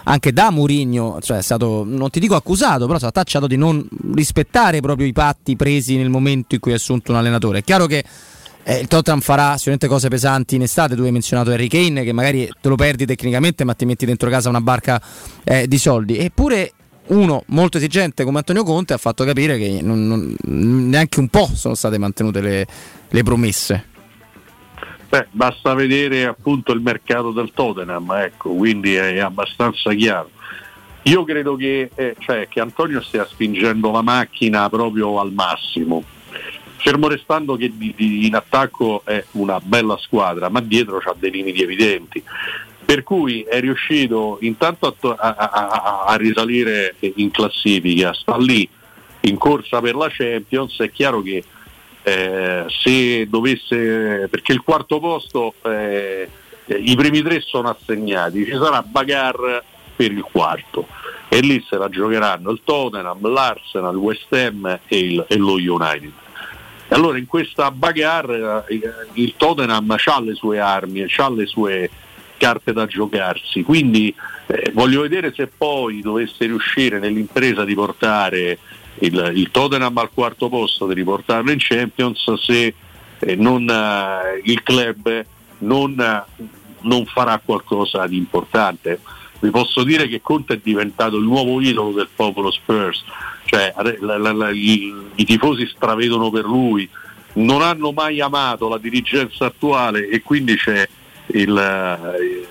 S1: anche da Mourinho, cioè è stato, non ti dico accusato, però è stato tacciato di non rispettare proprio i patti presi nel momento in cui ha assunto un allenatore. È chiaro che eh, il Tottenham farà sicuramente cose pesanti in estate. Tu hai menzionato Harry Kane, che magari te lo perdi tecnicamente ma ti metti dentro casa una barca eh, di soldi, eppure uno molto esigente come Antonio Conte ha fatto capire che non, non, neanche un po' sono state mantenute le, le promesse.
S3: Beh, basta vedere appunto il mercato del Tottenham, ecco, quindi è abbastanza chiaro. Io credo che, eh, cioè, che Antonio stia spingendo la macchina proprio al massimo, fermo restando che di, di, in attacco è una bella squadra, ma dietro c'ha dei limiti evidenti. Per cui è riuscito intanto a, to- a, a, a risalire in classifica, sta lì in corsa per la Champions. È chiaro che eh, se dovesse, perché il quarto posto, eh, i primi tre sono assegnati, ci sarà bagarre per il quarto e lì se la giocheranno il Tottenham, l'Arsenal, il West Ham e, il, e lo United. E allora in questa bagarre eh, il Tottenham ha le sue armi, ha le sue carte da giocarsi, quindi eh, voglio vedere se poi dovesse riuscire nell'impresa di portare il, il Tottenham al quarto posto, di riportarlo in Champions, se eh, non, eh, il club non, eh, non farà qualcosa di importante. Vi posso dire che Conte è diventato il nuovo idolo del popolo Spurs, cioè la, la, la, i, i tifosi stravedono per lui, non hanno mai amato la dirigenza attuale e quindi c'è il eh,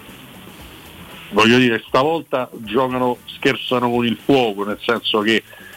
S3: voglio dire, stavolta giocano, scherzano con il fuoco, nel senso che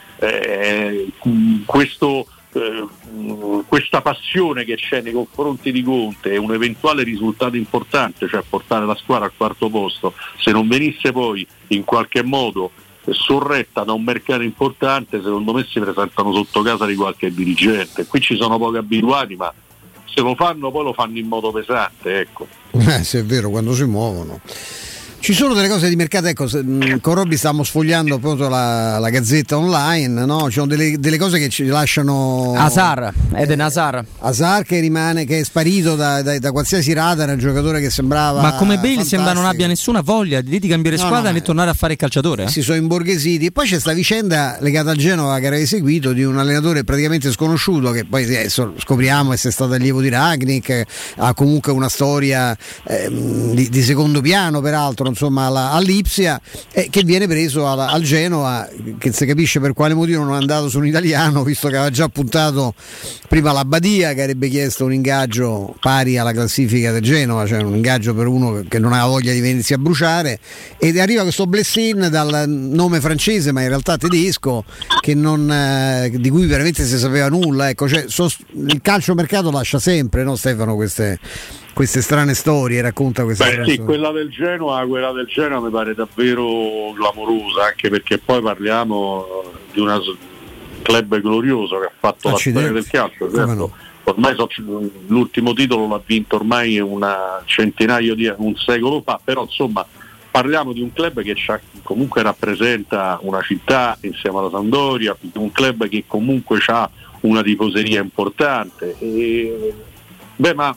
S3: eh, questo eh, questa passione che c'è nei confronti di Conte e un eventuale risultato importante, cioè portare la squadra al quarto posto, se non venisse poi in qualche modo sorretta da un mercato importante, secondo me si presentano sotto casa di qualche dirigente. Qui ci sono pochi abituati, ma se lo fanno poi lo fanno in modo pesante, ecco.
S2: Eh, se è vero, quando si muovono. Ci sono delle cose di mercato, ecco, con Robby stiamo sfogliando proprio la, la gazzetta online, no? Ci sono delle, delle cose che ci lasciano
S1: Hazard, Eden Hazard.
S2: Eh, Hazard che rimane, che è sparito da, da, da qualsiasi radar, un giocatore che sembrava
S1: ma come Bale
S2: fantastico.
S1: Sembra non abbia nessuna voglia di, di cambiare
S2: no,
S1: squadra
S2: no,
S1: e tornare a fare il calciatore. Eh?
S2: Si sono imborghesiti. E poi c'è sta vicenda legata al Genova che avevi seguito, di un allenatore praticamente sconosciuto che poi eh, scopriamo essere stato allievo di Rangnick, ha comunque una storia eh, di, di secondo piano peraltro, insomma, alla, all'Ipsia, eh, che viene preso al, al Genova, che si capisce per quale motivo non è andato su un italiano, visto che aveva già puntato prima la Badia, che avrebbe chiesto un ingaggio pari alla classifica del Genova, cioè un ingaggio per uno che non aveva voglia di venirsi a bruciare, ed arriva questo Blessin dal nome francese ma in realtà tedesco, che non, eh, di cui veramente si sapeva nulla, ecco, cioè, so, il calciomercato lascia sempre, no Stefano, queste queste strane storie, racconta queste
S3: Beh,
S2: strane
S3: sì,
S2: storie.
S3: quella del Genoa, quella del Genoa mi pare davvero clamorosa, anche perché poi parliamo di un club glorioso che ha fatto Accidenti. la storia del calcio, certo. No? Ormai so, l'ultimo titolo l'ha vinto ormai una centinaio di un secolo fa, però insomma parliamo di un club che comunque rappresenta una città insieme alla Sampdoria, un club che comunque ha una tifoseria importante e, beh, ma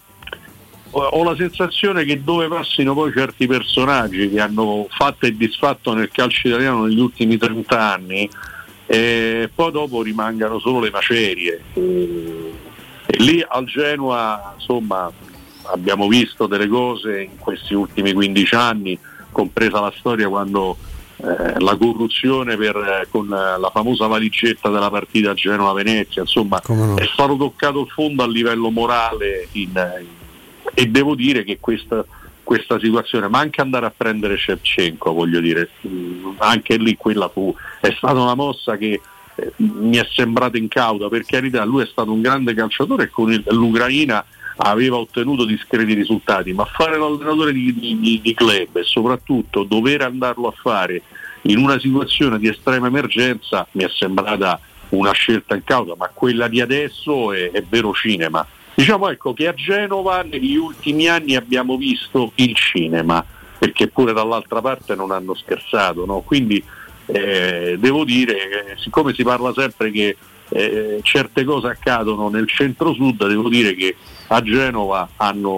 S3: ho la sensazione che dove passino poi certi personaggi che hanno fatto e disfatto nel calcio italiano negli ultimi trenta anni, e poi dopo rimangano solo le macerie. E, e lì al Genoa, insomma, abbiamo visto delle cose in questi ultimi quindici anni, compresa la storia quando eh, la corruzione per, eh, con la famosa valigetta della partita Genoa-Venezia, insomma, no. È stato toccato il fondo a livello morale in, in e devo dire che questa, questa situazione, ma anche andare a prendere Shevchenko, voglio dire, anche lì quella fu, è stata una mossa che eh, mi è sembrata incauta, per carità, lui è stato un grande calciatore e con il, l'Ucraina aveva ottenuto discreti risultati, ma fare l'allenatore di, di, di club e soprattutto dover andarlo a fare in una situazione di estrema emergenza mi è sembrata una scelta incauta, ma quella di adesso è, è vero cinema. Diciamo, ecco, che a Genova negli ultimi anni abbiamo visto il cinema, perché pure dall'altra parte non hanno scherzato, no? Quindi eh, devo dire che siccome si parla sempre che eh, certe cose accadono nel centro-sud, devo dire che a Genova hanno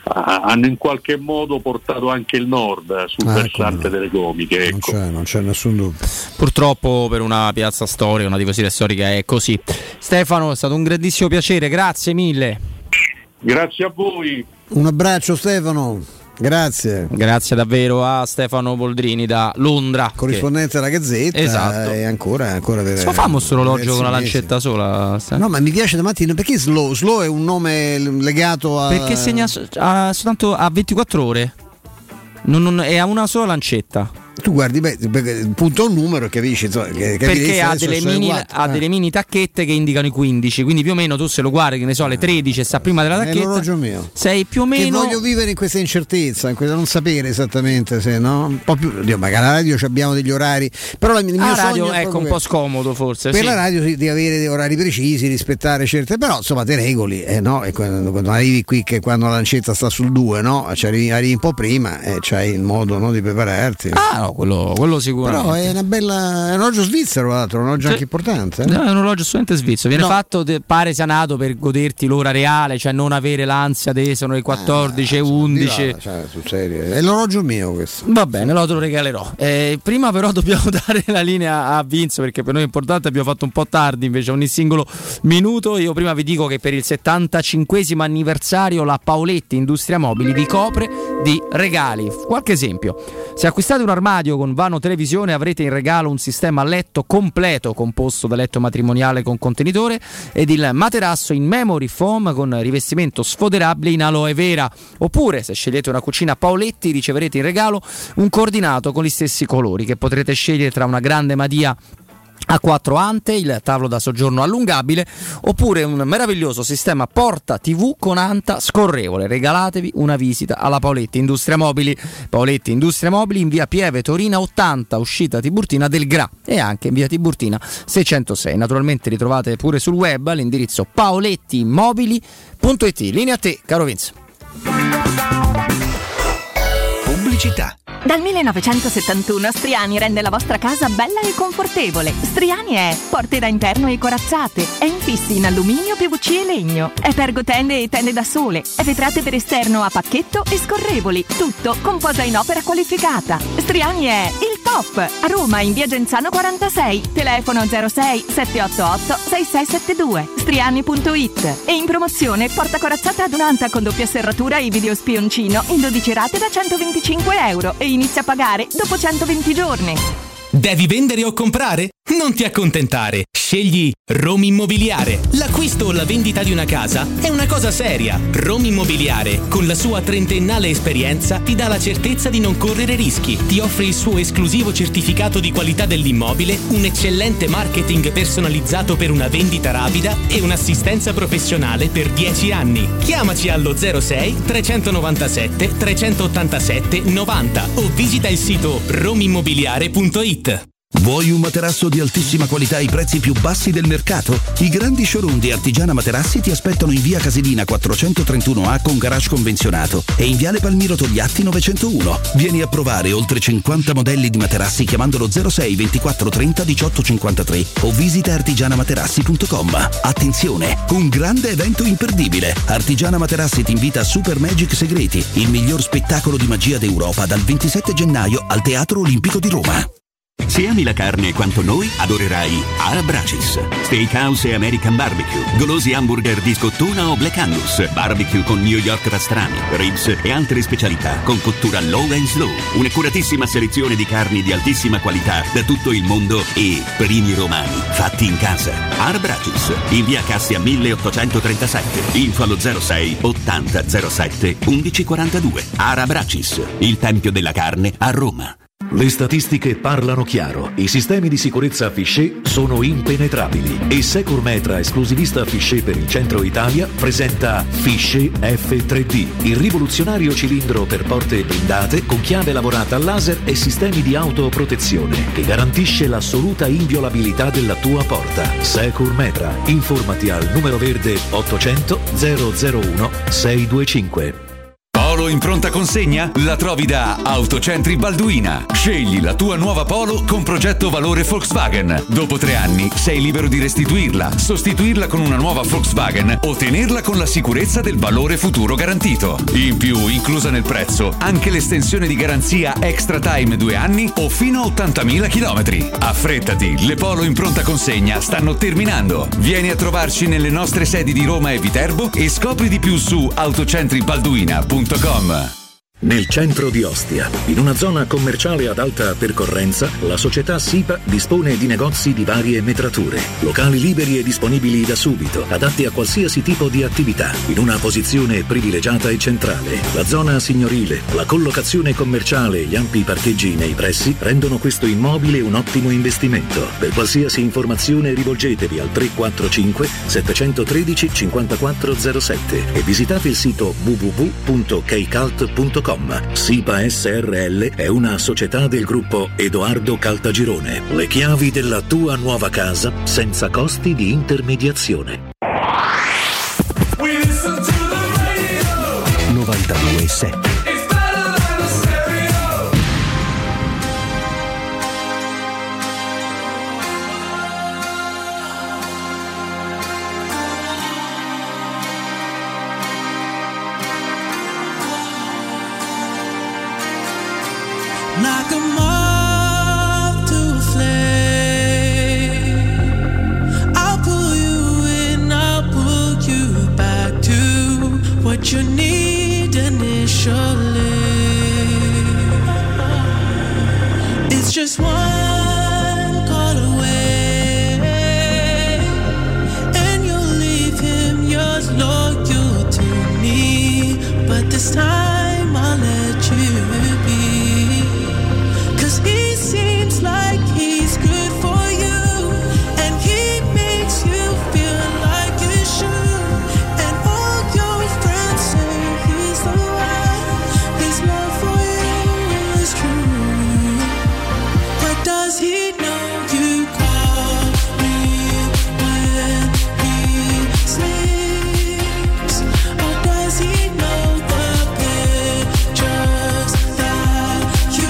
S3: hanno in qualche modo portato anche il nord sul ah, versante delle comiche. Ecco.
S2: Non c'è, non c'è nessun dubbio.
S1: Purtroppo per una piazza storica, una tifoseria storica è così. Stefano, è stato un grandissimo piacere, grazie mille.
S3: Grazie a voi.
S2: Un abbraccio Stefano. Grazie.
S1: Grazie davvero a Stefano Boldrini da Londra,
S2: corrispondente della Gazzetta.
S1: Esatto.
S2: E ancora, ancora per
S1: si fa questo orologio con la lancetta sola?
S2: No, ma mi piace da mattina. Perché Slow? Slow è un nome legato a.
S1: Perché segna a, soltanto a ventiquattro ore. Non, non, è a una sola lancetta.
S2: Tu guardi, beh, punta un numero e capisci, insomma, che,
S1: perché ha delle, mini, ha eh. delle mini tacchette che indicano i quindici, quindi più o meno tu se lo guardi, che ne so, le tredici e sta prima della tacchetta, è l'orologio mio. Sei più o meno.
S2: Che voglio vivere in questa incertezza, in questa non sapere esattamente se no, un po' più. Dio, magari alla radio abbiamo degli orari, però il mio ah,
S1: radio
S2: sogno è
S1: ecco un po' scomodo forse.
S2: Per
S1: sì.
S2: la radio sì, di avere dei orari precisi, rispettare certe, però insomma te regoli, eh, no? E quando, quando arrivi qui, che quando la lancetta sta sul due, no? Cioè, arrivi, arrivi un po' prima e eh, c'hai il modo, no, di prepararti.
S1: Ah no, quello, quello sicuramente.
S2: Però è una bella. È un orologio svizzero, tra l'altro, un orologio sì. anche importante. Eh?
S1: No, è un orologio assolutamente svizzero. Viene no. fatto, de, pare sia nato per goderti l'ora reale, cioè non avere l'ansia dei sono le quattordici e ah, undici.
S2: Là, cioè, sul serio. È l'orologio mio questo.
S1: Va bene, lo te lo regalerò. Eh, prima però dobbiamo dare la linea a Vince, perché per noi è importante, abbiamo fatto un po' tardi invece ogni singolo minuto. Io prima vi dico che per il settantacinquesimo anniversario la Paoletti Industria Mobili vi copre di regali. Qualche esempio: se acquistate un armadio con vano televisione avrete in regalo un sistema a letto completo composto da letto matrimoniale con contenitore ed il materasso in memory foam con rivestimento sfoderabile in aloe vera. Oppure se scegliete una cucina Paoletti riceverete in regalo un coordinato con gli stessi colori che potrete scegliere tra una grande madia a quattro ante, il tavolo da soggiorno allungabile oppure un meraviglioso sistema porta tivù con anta scorrevole. Regalatevi una visita alla Paoletti Industria Mobili. Paoletti Industria Mobili in via Pieve Torina ottanta, uscita Tiburtina del Gra, e anche in via Tiburtina seicentosei. Naturalmente li trovate pure sul web all'indirizzo paolettimobili punto it. Linea a te, caro Vince.
S23: Pubblicità. Dal millenovecentosettantuno Striani rende la vostra casa bella e confortevole. Striani è porte da interno e corazzate, è infissi in alluminio, P V C e legno, è pergotende e tende da sole, è vetrate per esterno a pacchetto e scorrevoli, tutto con posa in opera qualificata. Striani è il top! A Roma in via Genzano quarantasei, telefono zero sei sette otto otto sei sei sette due, striani punto it. E in promozione porta corazzata ad un'anta con doppia serratura e video spioncino in dodici rate da centoventicinque euro e inizia a pagare dopo centoventi giorni.
S4: Devi vendere o comprare? Non ti accontentare. Scegli Roma Immobiliare. L'acquisto o la vendita di una casa è una cosa seria. Roma Immobiliare, con la sua trentennale esperienza, ti dà la certezza di non correre rischi. Ti offre il suo esclusivo certificato di qualità dell'immobile, un eccellente marketing personalizzato per una vendita rapida e un'assistenza professionale per dieci anni. Chiamaci allo zero sei trecentonovantasette trecentottantasette novanta o visita il sito romimmobiliare punto it.
S18: Vuoi un materasso di altissima qualità ai prezzi più bassi del mercato? I grandi showroom di Artigiana Materassi ti aspettano in via Casilina quattrocentotrentuno A con garage convenzionato e in viale Palmiro Togliatti novecentouno. Vieni a provare oltre cinquanta modelli di materassi chiamandolo zero sei ventiquattro trenta diciotto cinquantatré o visita artigiana materassi punto com. Attenzione, un grande evento imperdibile. Artigiana Materassi ti invita a Super Magic Segreti, il miglior spettacolo di magia d'Europa dal ventisette gennaio al Teatro Olimpico di Roma.
S25: Se ami la carne quanto noi, adorerai Arabracis. Steakhouse e American Barbecue, golosi hamburger di scottuna o Black Angus, barbecue con New York pastrami, ribs e altre specialità con cottura low and slow. Un'accuratissima selezione di carni di altissima qualità da tutto il mondo e primi romani fatti in casa. Arabracis, in via Cassia milleottocentotrentasette, info allo zero sei ottanta zero sette undici quarantadue. Arabracis, il tempio della carne a Roma.
S5: Le statistiche parlano chiaro. I sistemi di sicurezza Fichet sono impenetrabili e Securmetra, esclusivista Fichet per il centro Italia, presenta Fichet F tre D, il rivoluzionario cilindro per porte blindate con chiave lavorata a laser e sistemi di autoprotezione che garantisce l'assoluta inviolabilità della tua porta. Securmetra. Informati al numero verde ottocento zero zero uno sei due cinque.
S6: Polo in pronta consegna? La trovi da Autocentri Balduina. Scegli la tua nuova Polo con progetto valore Volkswagen. Dopo tre anni sei libero di restituirla, sostituirla con una nuova Volkswagen o tenerla con la sicurezza del valore futuro garantito. In più, inclusa nel prezzo, anche l'estensione di garanzia Extra Time due anni o fino a ottantamila chilometri. Affrettati, le Polo in pronta consegna stanno terminando. Vieni a trovarci nelle nostre sedi di Roma e Viterbo e scopri di più su autocentri balduina punto com.
S5: Nel centro di Ostia, in una zona commerciale ad alta percorrenza, la società SIPA dispone di negozi di varie metrature, locali liberi e disponibili da subito, adatti a qualsiasi tipo di attività, in una posizione privilegiata e centrale. La zona signorile, la collocazione commerciale e gli ampi parcheggi nei pressi rendono questo immobile un ottimo investimento. Per qualsiasi informazione rivolgetevi al tre quattro cinque sette uno tre cinque zero sette e visitate il sito w w w punto keicalt punto com. SIPA S R L è una società del gruppo Edoardo Caltagirone. Le chiavi della tua nuova casa senza costi di intermediazione.
S7: novantadue sette.
S27: Like a moth to a flame, I'll pull you in, I'll pull you back to what you need initially. It's just one call away, and you'll leave him yours loyal to me. But this time I'll let you be. He seems like he's good for you, and he makes you feel like you should. And all your friends say he's the one, his love for you is true. But does he know you call me when he sleeps? Or does he know the pictures that you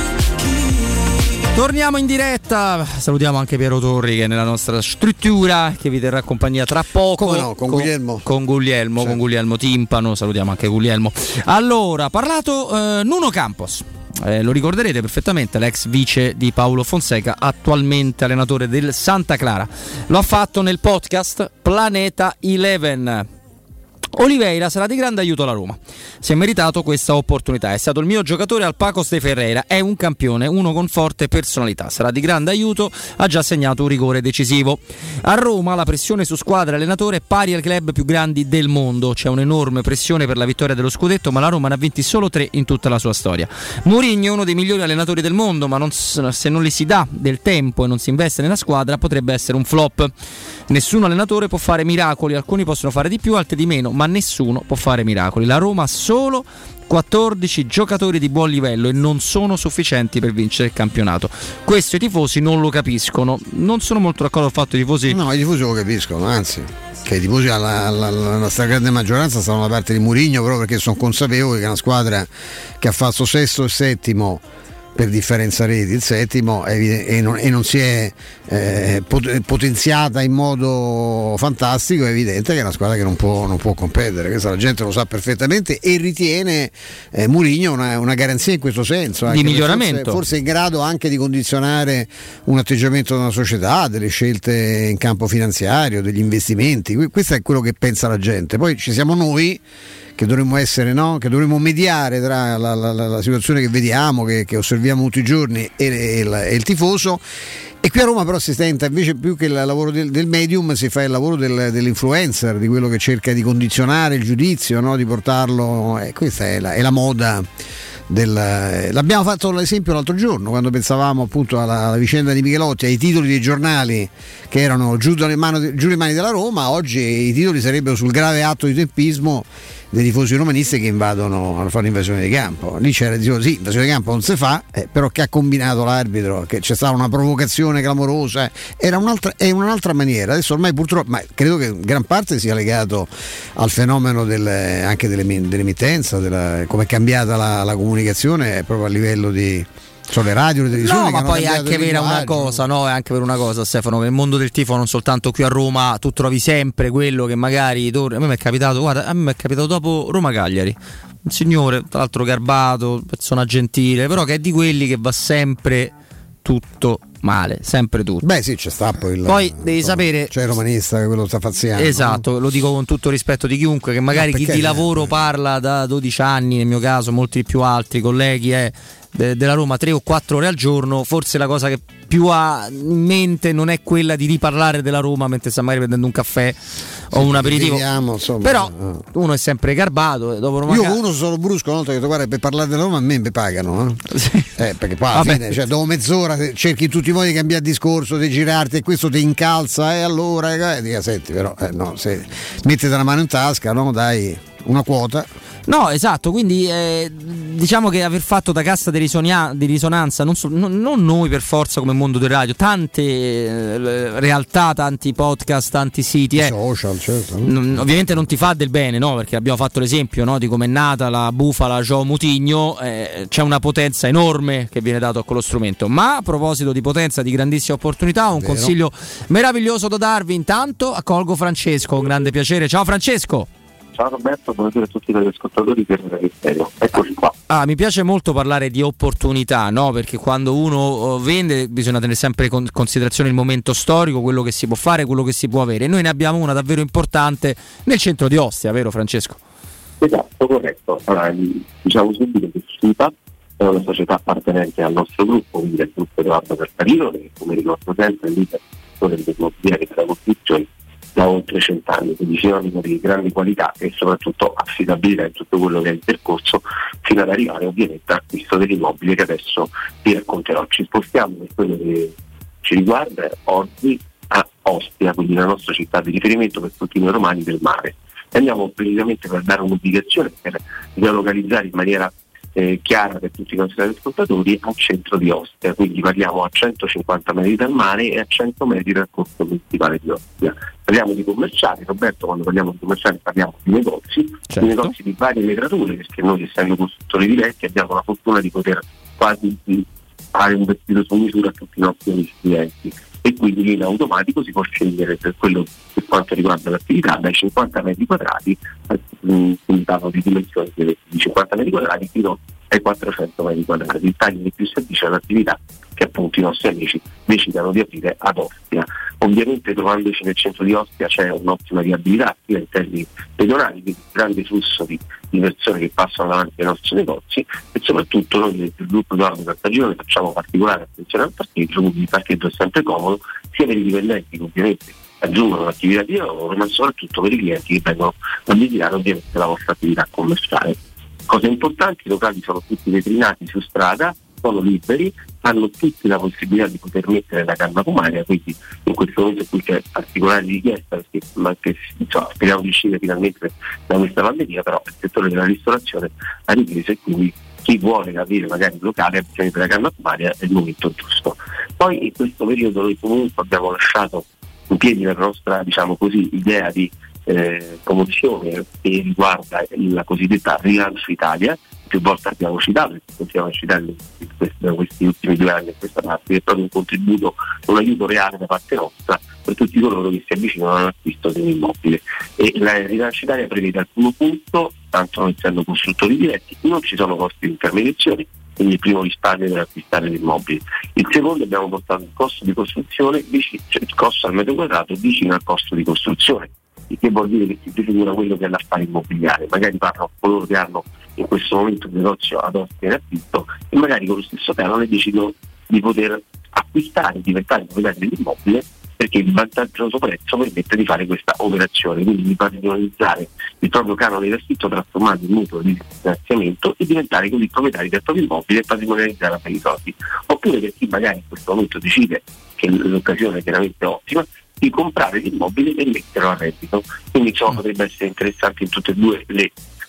S1: Torniamo in diretta, salutiamo anche Piero Torri che è nella nostra struttura, che vi terrà compagnia tra poco.
S2: Come no, con, con Guglielmo.
S1: Con Guglielmo,
S2: Certo.
S1: con Guglielmo Timpano, salutiamo anche Guglielmo. Allora, ha parlato eh, Nuno Campos. Eh, lo ricorderete perfettamente, l'ex vice di Paolo Fonseca, attualmente allenatore del Santa Clara. Lo ha fatto nel podcast Planeta Eleven. Oliveira sarà di grande aiuto alla Roma, si è meritato questa opportunità, è stato il mio giocatore al Pacos de Ferreira, è un campione, uno con forte personalità, sarà di grande aiuto, ha già segnato un rigore decisivo. A Roma la pressione su squadra e allenatore è pari ai club più grandi del mondo, c'è un'enorme pressione per la vittoria dello scudetto, ma la Roma ne ha vinti solo tre in tutta la sua storia. Mourinho è uno dei migliori allenatori del mondo, ma non, se non gli si dà del tempo e non si investe nella squadra potrebbe essere un flop. Nessun allenatore può fare miracoli, alcuni possono fare di più, altri di meno, ma nessuno può fare miracoli. La Roma ha solo quattordici giocatori di buon livello e non sono sufficienti per vincere il campionato. Questo i tifosi non lo capiscono. Non sono molto d'accordo col fatto i tifosi.
S2: No, i tifosi lo capiscono, anzi, che i tifosi alla, alla, alla stragrande maggioranza stanno dalla parte di Mourinho, proprio perché sono consapevoli che è una squadra che ha fatto sesto e settimo per differenza reti, il settimo e non, e non si è eh, potenziata in modo fantastico, è evidente che è una squadra che non può, non può competere, questa la gente lo sa perfettamente e ritiene eh, Mourinho una, una garanzia in questo senso, anche
S1: di miglioramento,
S2: forse, forse in grado anche di condizionare un atteggiamento di una società, delle scelte in campo finanziario, degli investimenti. Questo è quello che pensa la gente, poi ci siamo noi che dovremmo essere, no? Che dovremmo mediare tra la, la, la situazione che vediamo, che, che osserviamo tutti i giorni e, e, il, e il tifoso. E qui a Roma però si tenta, invece più che il lavoro del, del medium, si fa il lavoro del, dell'influencer, di quello che cerca di condizionare il giudizio, no? Di portarlo, eh, questa è la, è la moda del, l'abbiamo fatto l'esempio l'altro giorno quando pensavamo appunto alla, alla vicenda di Michelotti, ai titoli dei giornali che erano giù dalle mani, giù le mani della Roma. Oggi i titoli sarebbero sul grave atto di tempismo dei tifosi romanisti che invadono, fanno invasione di campo. Lì c'era, dicevo, sì, invasione di campo non si fa, eh, però che ha combinato l'arbitro, che c'è stata una provocazione clamorosa, era un'altra, è un'altra maniera. Adesso ormai purtroppo, ma credo che in gran parte sia legato al fenomeno del, anche dell'emittenza, della, come è cambiata la, la comunicazione proprio a livello di sono le radio, le televisioni.
S1: No, ma poi è anche vera una cosa, no? È anche per una cosa, Stefano, che nel mondo del tifo, non soltanto qui a Roma, tu trovi sempre quello che magari torna. A me mi è capitato, guarda, a me mi è capitato dopo Roma-Cagliari. Un signore, tra l'altro garbato, persona gentile, però che è di quelli che va sempre tutto male, sempre tutto.
S2: Beh sì, c'è sta poi il,
S1: poi devi insomma, sapere,
S2: c'è il romanista che quello sta fazziando.
S1: Esatto, no? Lo dico con tutto rispetto di chiunque, che magari chi di lavoro parla da dodici anni, nel mio caso, molti più altri colleghi, è de- della Roma tre o quattro ore al giorno, forse la cosa che più ha in mente non è quella di riparlare della Roma mentre sta magari prendendo un caffè o un aperitivo.
S2: Vediamo, insomma,
S1: però
S2: no.
S1: Uno è sempre garbato. Dopo Roma
S2: Io
S1: ca-
S2: uno sono brusco, una volta che guarda, per parlare della Roma a me mi pagano, eh?
S1: Sì.
S2: Eh, perché poi alla
S1: Vabbè.
S2: fine, cioè, dopo mezz'ora cerchi in tutti i modi di cambiare discorso, di girarti e questo ti incalza e allora eh, dica, senti però eh, no, se mettete la mano in tasca, no, dai una quota.
S1: No, esatto, quindi eh, diciamo che aver fatto da cassa di, risonia- di risonanza non, so, non, non noi per forza come mondo del radio, tante eh, realtà, tanti podcast, tanti siti, eh.
S2: social, certo.
S1: N- ovviamente non ti fa del bene, no? Perché abbiamo fatto l'esempio, no? Di come è nata la bufala Joe Mutigno, eh, c'è una potenza enorme che viene dato a quello strumento. Ma a proposito di potenza, di grandissima opportunità, un
S2: Vero.
S1: consiglio meraviglioso da darvi. Intanto accolgo Francesco con grande piacere. Ciao Francesco.
S7: Ciao Roberto, buonasera a tutti gli ascoltatori per il Stereo. Eccoci qua.
S1: Ah, mi piace molto parlare di opportunità, no? Perché quando uno vende bisogna tenere sempre in considerazione il momento storico, quello che si può fare, quello che si può avere. Noi ne abbiamo una davvero importante nel centro di Ostia, vero Francesco?
S7: Esatto, corretto. Allora, diciamo subito che SIPA è una società appartenente al nostro gruppo, quindi al gruppo Edoardo Cartarino, che come ricordo sempre è leader dell'immobiliare della costruzione da oltre cent'anni, quindi sinonimo di grandi qualità e soprattutto affidabilità in tutto quello che è il percorso, fino ad arrivare ovviamente all'acquisto dell'immobile che adesso vi racconterò. Ci spostiamo per quello che ci riguarda oggi a Ostia, quindi la nostra città di riferimento per tutti noi romani del mare. E andiamo precisamente per dare un'indicazione, per geolocalizzare in maniera eh, chiara per tutti i nostri ascoltatori al centro di Ostia, quindi parliamo a centocinquanta metri dal mare e a cento metri dal corso principale di Ostia. Parliamo di commerciali, Roberto, quando parliamo di commerciali parliamo di negozi, certo. Di negozi di varie metrature, perché noi essendo costruttori diretti abbiamo la fortuna di poter quasi fare un vestito su misura a tutti i nostri clienti e quindi in automatico si può scegliere per quello per quanto riguarda l'attività dai cinquanta metri quadrati, quindi parlo di dimensioni di cinquanta metri quadrati fino ai quattrocento metri quadrati. Il taglio che più si addice all'attività che appunto i nostri amici decidano di aprire ad Ostia. Ovviamente trovandoci nel centro di Ostia c'è un'ottima viabilità sia in termini pedonali, quindi un grande flusso di, di persone che passano davanti ai nostri negozi e soprattutto noi del gruppo Edoardo Cartarino facciamo particolare attenzione al parcheggio, quindi il parcheggio è sempre comodo sia per i dipendenti che ovviamente aggiungono l'attività di lavoro, ma soprattutto per i clienti che vengono a visitare ovviamente la vostra attività commerciale. Cose importanti, i locali sono tutti vetrinati su strada, sono liberi, hanno tutti la possibilità di poter mettere la canna fumaria, quindi in questo momento qui c'è particolare richiesta perché anche, insomma, speriamo di uscire finalmente da questa pandemia, però il settore della ristorazione ha ripreso e quindi chi vuole aprire magari il locale ha bisogno della canna fumaria è il momento giusto. Poi in questo periodo noi comunque abbiamo lasciato in piedi la nostra, diciamo così, idea di eh, promozione che riguarda la cosiddetta Rilancio Italia. Più volte abbiamo citato e continuiamo a citare in questi, in questi ultimi due anni a questa parte, che è proprio un contributo, un aiuto reale da parte nostra per tutti coloro che si avvicinano all'acquisto di un immobile. E la Rilancio Italia prevede al primo punto, tanto noi essendo costruttori diretti, non ci sono costi di intermediazione, quindi il primo risparmio per acquistare l'immobile. Il secondo, abbiamo portato il costo di costruzione, cioè il costo al metro quadrato vicino al costo di costruzione, il che vuol dire che si prefigura quello che è l'affare immobiliare. Magari parlano a coloro che hanno in questo momento un negozio ad Ostia in affitto e magari con lo stesso canone decidono di poter acquistare, diventare proprietario dell'immobile perché il vantaggioso prezzo permette di fare questa operazione, quindi di patrimonializzare il proprio canone di affitto, trasformarlo in mutuo di finanziamento e diventare così proprietari del proprio immobile e patrimonializzare per i soldi. Oppure per chi magari in questo momento decide che l'occasione è veramente ottima di comprare l'immobile e metterlo a reddito. Quindi insomma potrebbe essere interessante in tutte e due le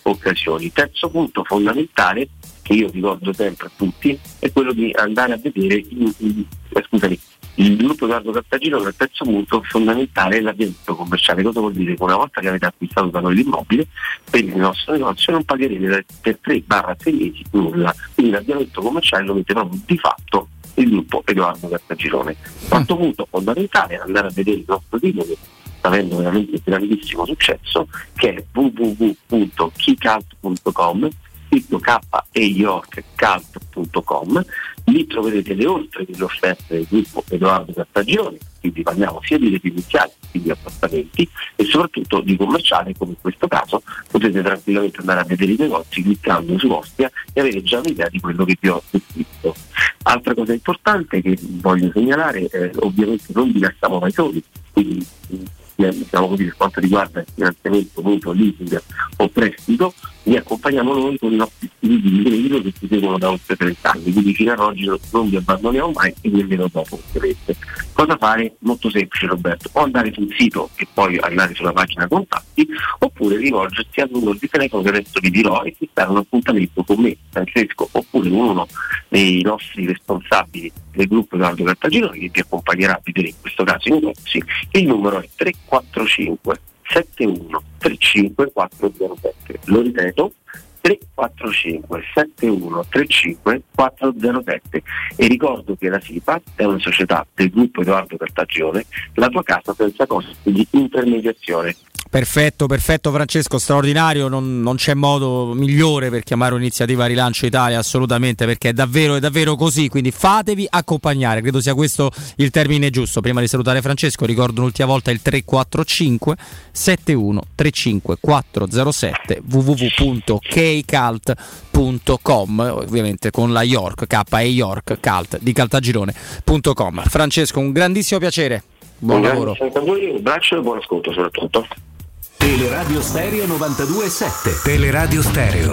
S7: occasioni. Terzo punto fondamentale che io ricordo sempre a tutti è quello di andare a vedere il, il, eh, scusami, il gruppo Edoardo Cartagirone. Il terzo punto fondamentale è l'avviamento commerciale. Cosa vuol dire? Che una volta che avete acquistato da noi l'immobile, per il nostro negozio non pagherete per tre sei mesi nulla, quindi l'avviamento commerciale lo mette proprio di fatto il gruppo Edoardo Cartagirone. Quarto punto fondamentale è andare a vedere il nostro sito che sta avendo veramente grandissimo successo, che è w w w punto keycult punto com, sito k e york cult punto com. Lì troverete le oltre delle offerte del gruppo Edoardo Cartagirone, quindi parliamo sia di residenziali che di appartamenti e soprattutto di commerciale, come in questo caso potete tranquillamente andare a vedere i negozi cliccando su Ostia e avere già un'idea di quello che vi ho descritto. Altra cosa importante che voglio segnalare, eh, ovviamente non vi lasciamo mai soli, quindi diciamo così, per quanto riguarda il finanziamento, mutuo, leasing o prestito, vi accompagniamo noi con i nostri stili di credito che ci seguono da oltre trenta anni, quindi fino ad oggi non vi abbandoniamo mai e nemmeno dopo, ovviamente. Cosa fare? Molto semplice, Roberto: o andare sul sito e poi andare sulla pagina contatti, oppure rivolgersi al numero di telefono che adesso vi dirò e fissare un appuntamento con me, Francesco, oppure con uno dei nostri responsabili del gruppo Edoardo Cartagirone che vi accompagnerà a vedere in questo caso i negozi. Il numero è tre quattro cinque sette uno tre cinque quattro zero sette, lo ripeto, tre quattro cinque sette uno tre cinque quattro zero sette, e ricordo che la SIPA è una società del gruppo Edoardo Cartagirone, la tua casa senza costi di intermediazione.
S1: Perfetto, perfetto Francesco, straordinario, non, non c'è modo migliore per chiamare un'iniziativa Rilancio Italia, assolutamente, perché è davvero, è davvero così, quindi fatevi accompagnare, credo sia questo il termine giusto. Prima di salutare Francesco ricordo un'ultima volta il tre quattro cinque sette uno tre cinque quattro zero sette, w w w punto keycult punto com, ovviamente con la York, K e York, Cult di caltagirone punto com. Francesco, un grandissimo piacere, buon lavoro.
S7: A voi, un abbraccio e buon ascolto soprattutto.
S5: Teleradio Stereo novantadue virgola sette. Teleradio Stereo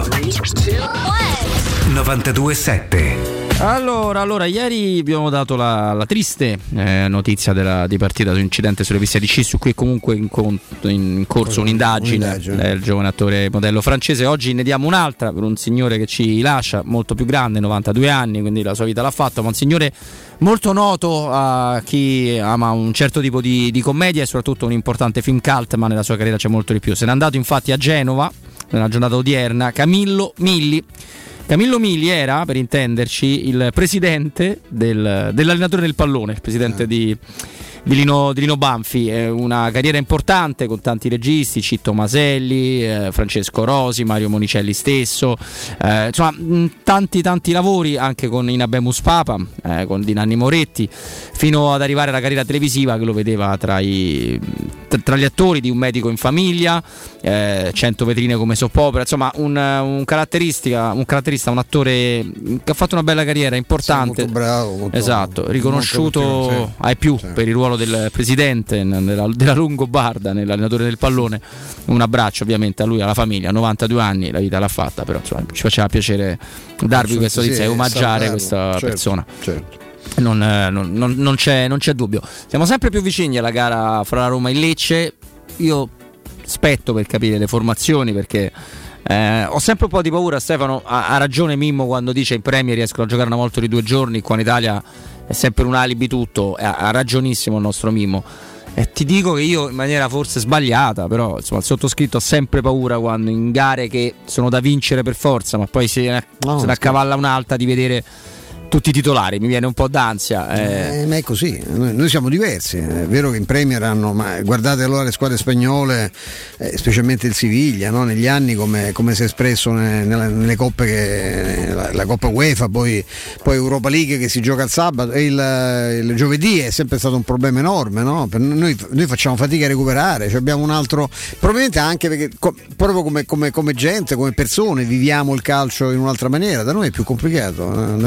S5: novantadue virgola sette.
S1: Allora, allora, ieri abbiamo dato la, la triste eh, notizia della, di partita su incidente sulle piste di sci, su cui comunque in, in corso un'indagine, un'indagine. del giovane attore modello francese. Oggi ne diamo un'altra per un signore che ci lascia, molto più grande, novantadue anni, quindi la sua vita l'ha fatta, ma un signore molto noto a chi ama un certo tipo di, di commedia e soprattutto un importante film cult, ma nella sua carriera c'è molto di più. Se n'è andato infatti a Genova nella giornata odierna Camillo Milli. Camillo Milli era, per intenderci, il presidente del, dell'allenatore del pallone, il presidente di, di, Lino, di Lino Banfi. È una carriera importante con tanti registi, Citto Maselli, eh, Francesco Rosi, Mario Monicelli stesso, eh, insomma mh, tanti tanti lavori anche con Inabemus Papa, eh, con Di Nanni Moretti, fino ad arrivare alla carriera televisiva che lo vedeva tra, i, tra, tra gli attori di Un medico in famiglia, eh, cento vetrine come soppopera, insomma un, un caratteristica, un caratterista un attore che ha fatto una bella carriera importante,
S2: molto bravo, molto,
S1: esatto, riconosciuto
S2: molto sì,
S1: ai più
S2: sì.
S1: per il ruolo del presidente della, della Longobarda nell'allenatore del pallone. Un abbraccio ovviamente a lui, alla famiglia, novantadue anni, la vita l'ha fatta, però insomma, ci faceva piacere darvi certo, questa notizia sì, e omaggiare questa certo, persona certo. Non, non, non, non, c'è, non c'è dubbio. Siamo sempre più vicini alla gara fra la Roma e Lecce. Io aspetto per capire le formazioni, perché Eh, ho sempre un po' di paura. Stefano ha, ha ragione Mimmo quando dice in Premier riescono a giocare una volta di due giorni, qua in Italia è sempre un alibi tutto. Ha, ha ragionissimo il nostro Mimmo, e ti dico che io in maniera forse sbagliata, però insomma il sottoscritto ha sempre paura quando in gare che sono da vincere per forza, ma poi se, no, se ne accavalla un'alta, di vedere tutti i titolari, mi viene un po' d'ansia.
S2: Eh. Eh, ma è così, noi, noi siamo diversi. È vero che in Premier hanno, ma guardate allora le squadre spagnole, eh, specialmente il Siviglia, no? Negli anni come, come si è espresso nelle, nelle coppe, che, la, la Coppa UEFA, poi, poi Europa League che si gioca il sabato e il, il giovedì è sempre stato un problema enorme, no? Per noi, noi facciamo fatica a recuperare, cioè abbiamo un altro, probabilmente anche perché co, proprio come, come, come gente, come persone viviamo il calcio in un'altra maniera. Da noi è più complicato, eh? Da noi non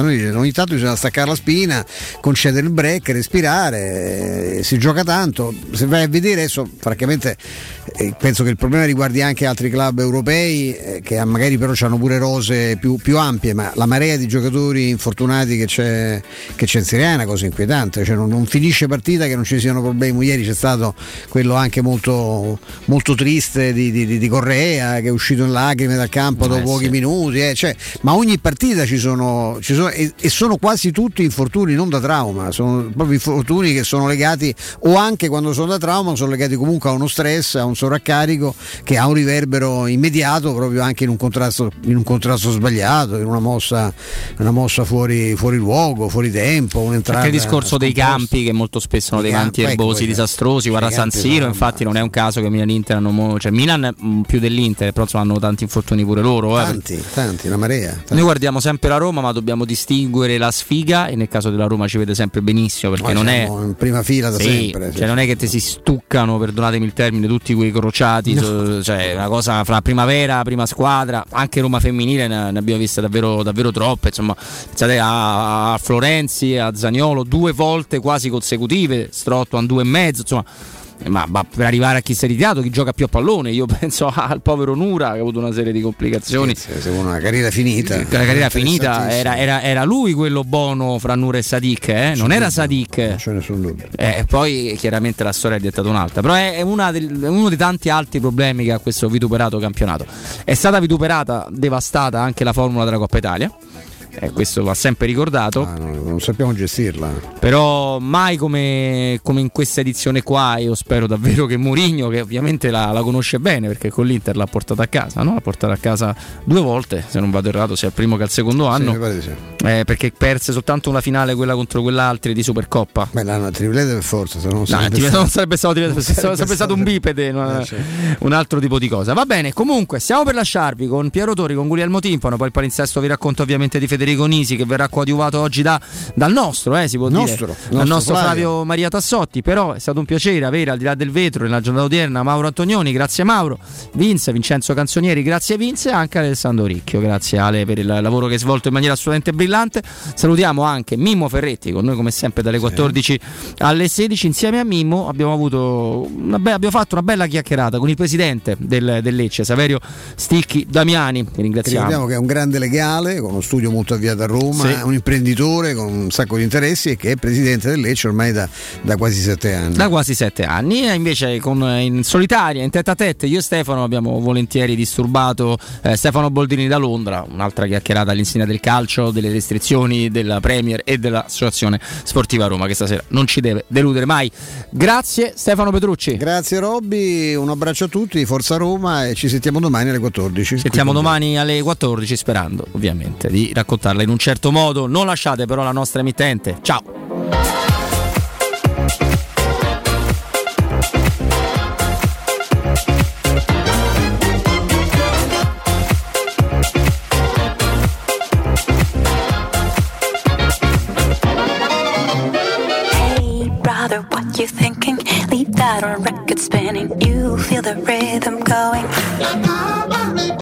S2: ogni tanto bisogna staccare la spina, concedere il break, respirare, eh, si gioca tanto. Se vai a vedere adesso, francamente eh, penso che il problema riguardi anche altri club europei eh, che magari però hanno pure rose più, più ampie, ma la marea di giocatori infortunati che c'è, che c'è in Serie A è una cosa inquietante, cioè non, non finisce partita che non ci siano problemi. Ieri c'è stato quello anche molto, molto triste di, di, di Correa che è uscito in lacrime dal campo dopo eh, pochi sì. minuti, eh, cioè, ma ogni partita ci sono, ci sono e, e sono quasi tutti infortuni non da trauma, sono proprio infortuni che sono legati, o anche quando sono da trauma sono legati comunque a uno stress, a un sovraccarico che ha un riverbero immediato proprio anche in un contrasto, in un contrasto sbagliato, in una mossa, una mossa fuori, fuori luogo, fuori tempo, un'entrata.
S1: Anche il discorso dei campi che molto spesso sono dei campi erbosi, ecco, disastrosi, guarda San Siro, infatti non è un caso che Milan e Inter hanno mo- cioè Milan mh, più dell'Inter, però insomma, hanno tanti infortuni pure loro, eh,
S2: tanti, perché... tanti, una marea. Tanti.
S1: Noi guardiamo sempre la Roma, ma dobbiamo distinguere la sfiga, e nel caso della Roma ci vede sempre benissimo, perché
S2: Noi
S1: non è
S2: in prima fila da
S1: sì,
S2: sempre,
S1: cioè
S2: sì.
S1: non è che ti si stuccano, perdonatemi il termine, tutti quei crociati, no. so, cioè una cosa fra primavera, prima squadra, anche Roma femminile ne, ne abbiamo viste davvero, davvero troppe, insomma, pensate a, a Florenzi, a Zaniolo due volte quasi consecutive, Strootman due e mezzo, insomma. Ma, ma per arrivare a chi si è ritirato, chi gioca più a pallone, io penso al povero Nura che ha avuto una serie di complicazioni,
S2: sì, sì, una carriera finita,
S1: la carriera finita era, era, era lui quello buono fra Nura e Sadik, eh? non era Sadik,
S2: non c'è nessun dubbio.
S1: Eh, poi chiaramente la storia è diventata un'altra, però è, una del, è uno dei tanti altri problemi che ha questo vituperato campionato. È stata vituperata, devastata anche la formula della Coppa Italia. Eh, questo va sempre ricordato,
S2: ah, no, non sappiamo gestirla,
S1: però mai come, come in questa edizione qua. Io spero davvero che Mourinho, che ovviamente la, la conosce bene perché con l'Inter l'ha portata a casa, no? L'ha portata a casa due volte, se non vado errato, sia il primo che al secondo anno,
S2: sì, mi pare di sì.
S1: eh, perché perse soltanto una finale, quella contro quell'altri di Supercoppa.
S2: Beh, l'hanno triplete per forza, se non sarebbe,
S1: no,
S2: stato...
S1: non sarebbe stato triplete, sarebbe, sarebbe, sarebbe stato un bipede, eh, no, certo. un altro tipo di cosa. Va bene, comunque stiamo per lasciarvi con Piero Tori, con Guglielmo Timpano, poi il palinsesto vi racconto ovviamente di Federico Nisi, che verrà coadiuvato oggi da, dal nostro, eh, si può
S2: nostro,
S1: dire,
S2: nostro
S1: dal nostro
S2: Flavio.
S1: Flavio Maria Tassotti. Però è stato un piacere avere al di là del vetro nella giornata odierna Mauro Antonioni, grazie Mauro, Vince, Vincenzo Canzonieri, grazie Vince, e anche Alessandro Ricchio, grazie Ale per il lavoro che hai svolto in maniera assolutamente brillante. Salutiamo anche Mimmo Ferretti con noi come sempre dalle quattordici sì. alle sedici. Insieme a Mimmo abbiamo avuto una be- abbiamo fatto una bella chiacchierata con il presidente del, del Lecce, Saverio Sticchi Damiani, che ringraziamo.
S2: Ricordiamo che è un grande legale con uno studio molto avviato a Roma, sì. un imprenditore con un sacco di interessi e che è presidente del Lecce ormai da, da quasi sette anni.
S1: Da quasi sette anni, e invece con, in solitaria, in tête à tête, io e Stefano abbiamo volentieri disturbato eh, Stefano Boldrini da Londra, un'altra chiacchierata all'insegna del calcio, delle restrizioni della Premier e dell'Associazione Sportiva Roma, che stasera non ci deve deludere mai. Grazie Stefano Petrucci.
S2: Grazie Robby, un abbraccio a tutti, Forza Roma, e ci sentiamo domani alle quattordici.
S1: Ci sentiamo domani alle quattordici, sperando ovviamente di raccontarla in un certo modo. Non lasciate però la nostra emittente. Ciao.
S8: Hey brother, what you thinking? Leave that on record spinning. You feel the rhythm going.